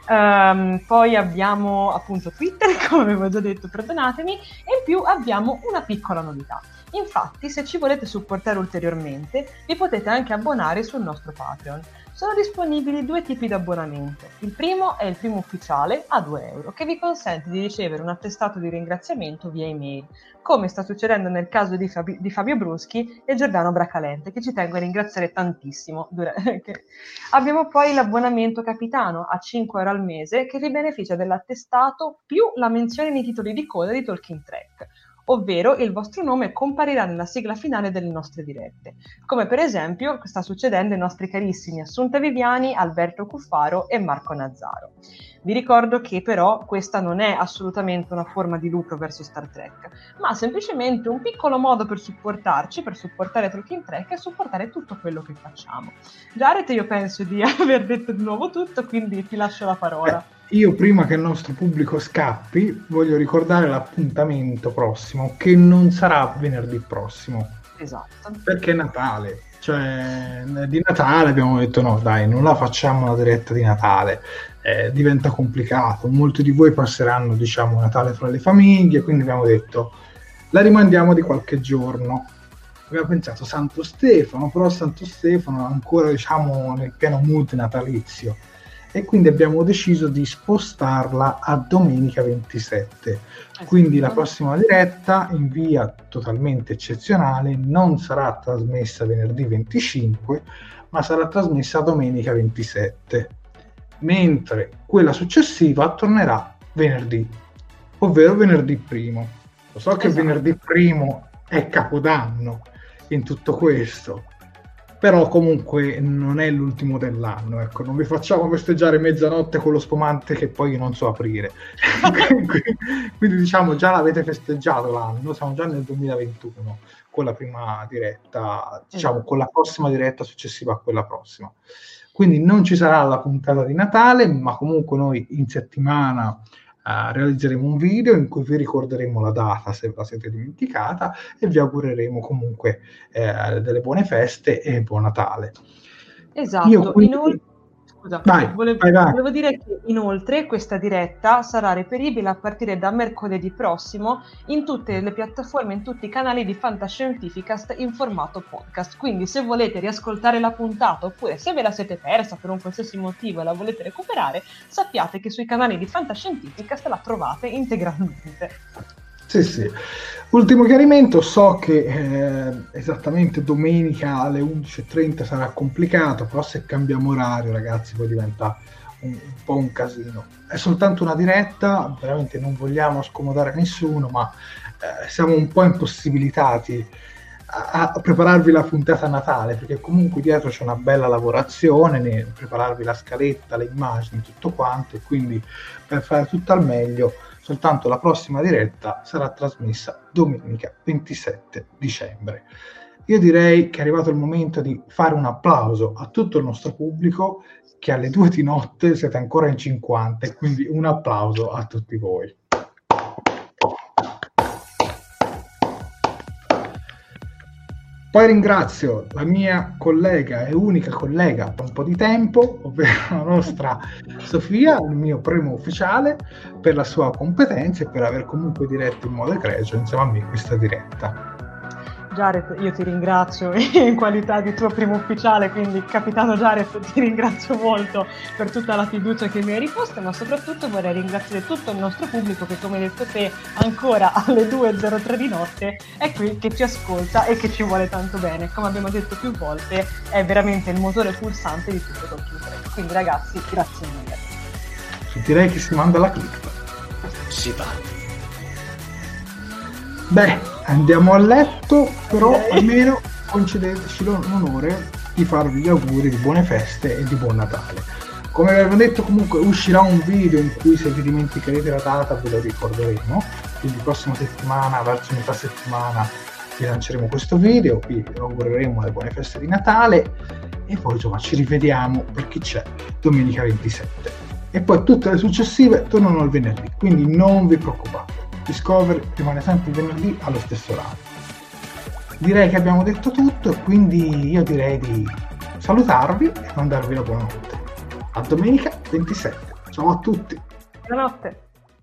Um, poi abbiamo appunto Twitter, come avevo già detto, perdonatemi, e in più abbiamo una piccola novità. Infatti, se ci volete supportare ulteriormente, vi potete anche abbonare sul nostro Patreon. Sono disponibili due tipi di abbonamento. Il primo è il primo ufficiale a due euro, che vi consente di ricevere un attestato di ringraziamento via email, come sta succedendo nel caso di, Fabi- di Fabio Bruschi e Giordano Bracalente, che ci tengo a ringraziare tantissimo. Abbiamo poi l'abbonamento capitano a cinque euro al mese, che vi beneficia dell'attestato più la menzione nei titoli di coda di Talking Track, ovvero il vostro nome comparirà nella sigla finale delle nostre dirette, come per esempio sta succedendo ai nostri carissimi Assunta Viviani, Alberto Cuffaro e Marco Nazzaro. Vi ricordo che però questa non è assolutamente una forma di lucro verso Star Trek, ma semplicemente un piccolo modo per supportarci, per supportare Talking Track e supportare tutto quello che facciamo. Jared, io penso di aver detto di nuovo tutto, quindi ti lascio la parola. Eh. Io prima che il nostro pubblico scappi voglio ricordare l'appuntamento prossimo, che non sarà venerdì prossimo. Esatto. Perché è Natale. Cioè, di Natale abbiamo detto no dai, non la facciamo la diretta di Natale, eh, diventa complicato, molti di voi passeranno diciamo Natale fra le famiglie, quindi abbiamo detto la rimandiamo di qualche giorno. Abbiamo pensato Santo Stefano, però Santo Stefano è ancora diciamo nel pieno mood natalizio, e quindi abbiamo deciso di spostarla a domenica ventisette. Quindi la prossima diretta in via totalmente eccezionale non sarà trasmessa venerdì venticinque, ma sarà trasmessa domenica ventisette, mentre quella successiva tornerà venerdì, ovvero venerdì primo. Lo so che esatto. Venerdì primo è Capodanno in tutto questo, però comunque non è l'ultimo dell'anno, ecco, non vi facciamo festeggiare mezzanotte con lo spumante che poi non so aprire. quindi, quindi diciamo già l'avete festeggiato l'anno, siamo già nel duemilaventuno con la prima diretta, diciamo con la prossima diretta successiva a quella prossima. Quindi non ci sarà la puntata di Natale, ma comunque noi in settimana Uh, realizzeremo un video in cui vi ricorderemo la data se ve la siete dimenticata e vi augureremo comunque eh, delle buone feste e buon Natale. Esatto. Io quindi... Inoltre, scusa, vai, volevo, vai, vai. volevo dire che inoltre questa diretta sarà reperibile a partire da mercoledì prossimo in tutte le piattaforme, in tutti i canali di Fantascientificast in formato podcast. Quindi se volete riascoltare la puntata oppure se ve la siete persa per un qualsiasi motivo e la volete recuperare, sappiate che sui canali di Fantascientificast la trovate integralmente. Sì, sì. Ultimo chiarimento, so che eh, esattamente domenica alle undici e trenta sarà complicato, però se cambiamo orario, ragazzi, poi diventa un, un po' un casino. È soltanto una diretta, veramente non vogliamo scomodare nessuno, ma eh, siamo un po' impossibilitati a, a prepararvi la puntata a Natale, perché comunque dietro c'è una bella lavorazione nel prepararvi la scaletta, le immagini, tutto quanto, e quindi per fare tutto al meglio soltanto la prossima diretta sarà trasmessa domenica ventisette dicembre. Io direi che è arrivato il momento di fare un applauso a tutto il nostro pubblico, che alle due di notte siete ancora in cinquanta, e quindi un applauso a tutti voi. Poi ringrazio la mia collega e unica collega da un po' di tempo, ovvero la nostra Sofia, il mio primo ufficiale, per la sua competenza e per aver comunque diretto in modo egregio insieme a me questa diretta. Jared, io ti ringrazio in qualità di tuo primo ufficiale, quindi capitano Jared, ti ringrazio molto per tutta la fiducia che mi hai riposto, ma soprattutto vorrei ringraziare tutto il nostro pubblico che, come hai detto te, ancora alle due e zero tre di notte è qui, che ci ascolta e che ci vuole tanto bene. Come abbiamo detto più volte, è veramente il motore pulsante di tutto Talking Trek. Quindi ragazzi, grazie mille. Direi che si manda la clip. Si va. Beh, andiamo a letto, però almeno concedeteci l'onore di farvi gli auguri di buone feste e di buon Natale. Come avevo detto, comunque uscirà un video in cui, se vi dimenticherete la data, ve lo ricorderemo, quindi prossima settimana, verso metà settimana, vi lanceremo questo video, vi augureremo le buone feste di Natale e poi insomma ci rivediamo, per chi c'è, domenica ventisette. E poi tutte le successive tornano il venerdì, quindi non vi preoccupate. Discovery rimane sempre il venerdì allo stesso orario. Direi che abbiamo detto tutto, quindi io direi di salutarvi e mandarvi la buonanotte. A domenica ventisette. Ciao a tutti. Buonanotte.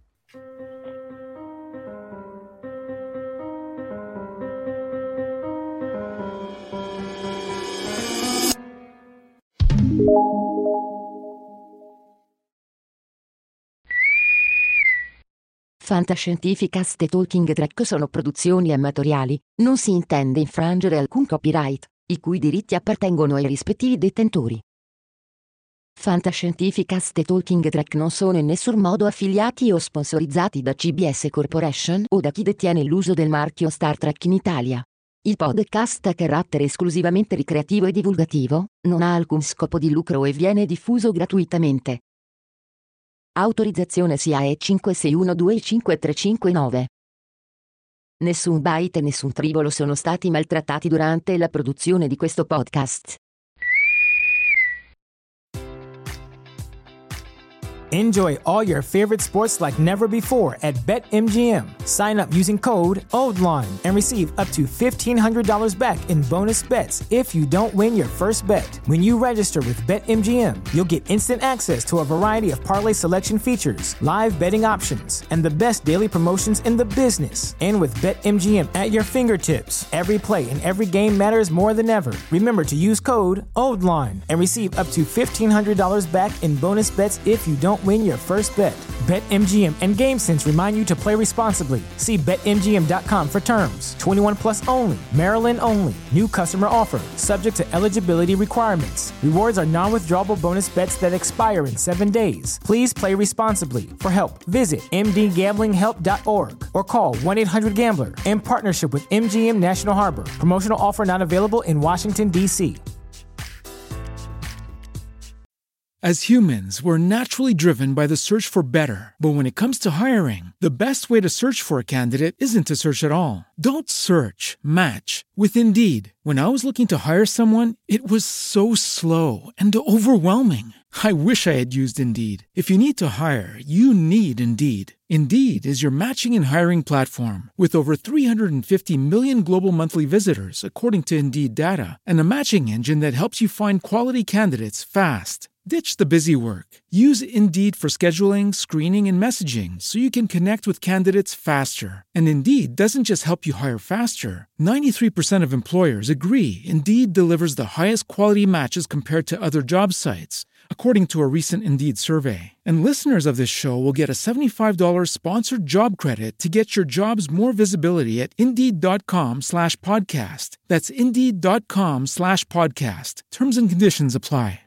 Fantascientificast e Talking Trek sono produzioni amatoriali, non si intende infrangere alcun copyright, i cui diritti appartengono ai rispettivi detentori. Fantascientificast e Talking Trek non sono in nessun modo affiliati o sponsorizzati da C B S Corporation o da chi detiene l'uso del marchio Star Trek in Italia. Il podcast ha carattere esclusivamente ricreativo e divulgativo, non ha alcun scopo di lucro e viene diffuso gratuitamente. Autorizzazione S I A E cinque sei uno due cinque tre cinque nove. Nessun byte e nessun tribolo sono stati maltrattati durante la produzione di questo podcast. Enjoy all your favorite sports like never before at BetMGM. Sign up using code OldLine and receive up to fifteen hundred dollars back in bonus bets if you don't win your first bet. When you register with BetMGM, you'll get instant access to a variety of parlay selection features, live betting options, and the best daily promotions in the business. And with BetMGM at your fingertips, every play and every game matters more than ever. Remember to use code OldLine and receive up to fifteen hundred dollars back in bonus bets if you don't win your first bet. BetMGM and GameSense remind you to play responsibly. See Bet M G M dot com for terms. twenty-one plus only. Maryland only. New customer offer. Subject to eligibility requirements. Rewards are non-withdrawable bonus bets that expire in seven days. Please play responsibly. For help, visit m d gambling help dot org or call one eight hundred gambler in partnership with M G M National Harbor. Promotional offer not available in Washington, D C As humans, we're naturally driven by the search for better. But when it comes to hiring, the best way to search for a candidate isn't to search at all. Don't search, match with Indeed. When I was looking to hire someone, it was so slow and overwhelming. I wish I had used Indeed. If you need to hire, you need Indeed. Indeed is your matching and hiring platform with over three hundred fifty million global monthly visitors, according to Indeed data, and a matching engine that helps you find quality candidates fast. Ditch the busy work. Use Indeed for scheduling, screening, and messaging so you can connect with candidates faster. And Indeed doesn't just help you hire faster. ninety-three percent of employers agree Indeed delivers the highest quality matches compared to other job sites. according to a recent Indeed survey. And listeners of this show will get a seventy-five dollars sponsored job credit to get your jobs more visibility at Indeed.com slash podcast. That's Indeed.com slash podcast. Terms and conditions apply.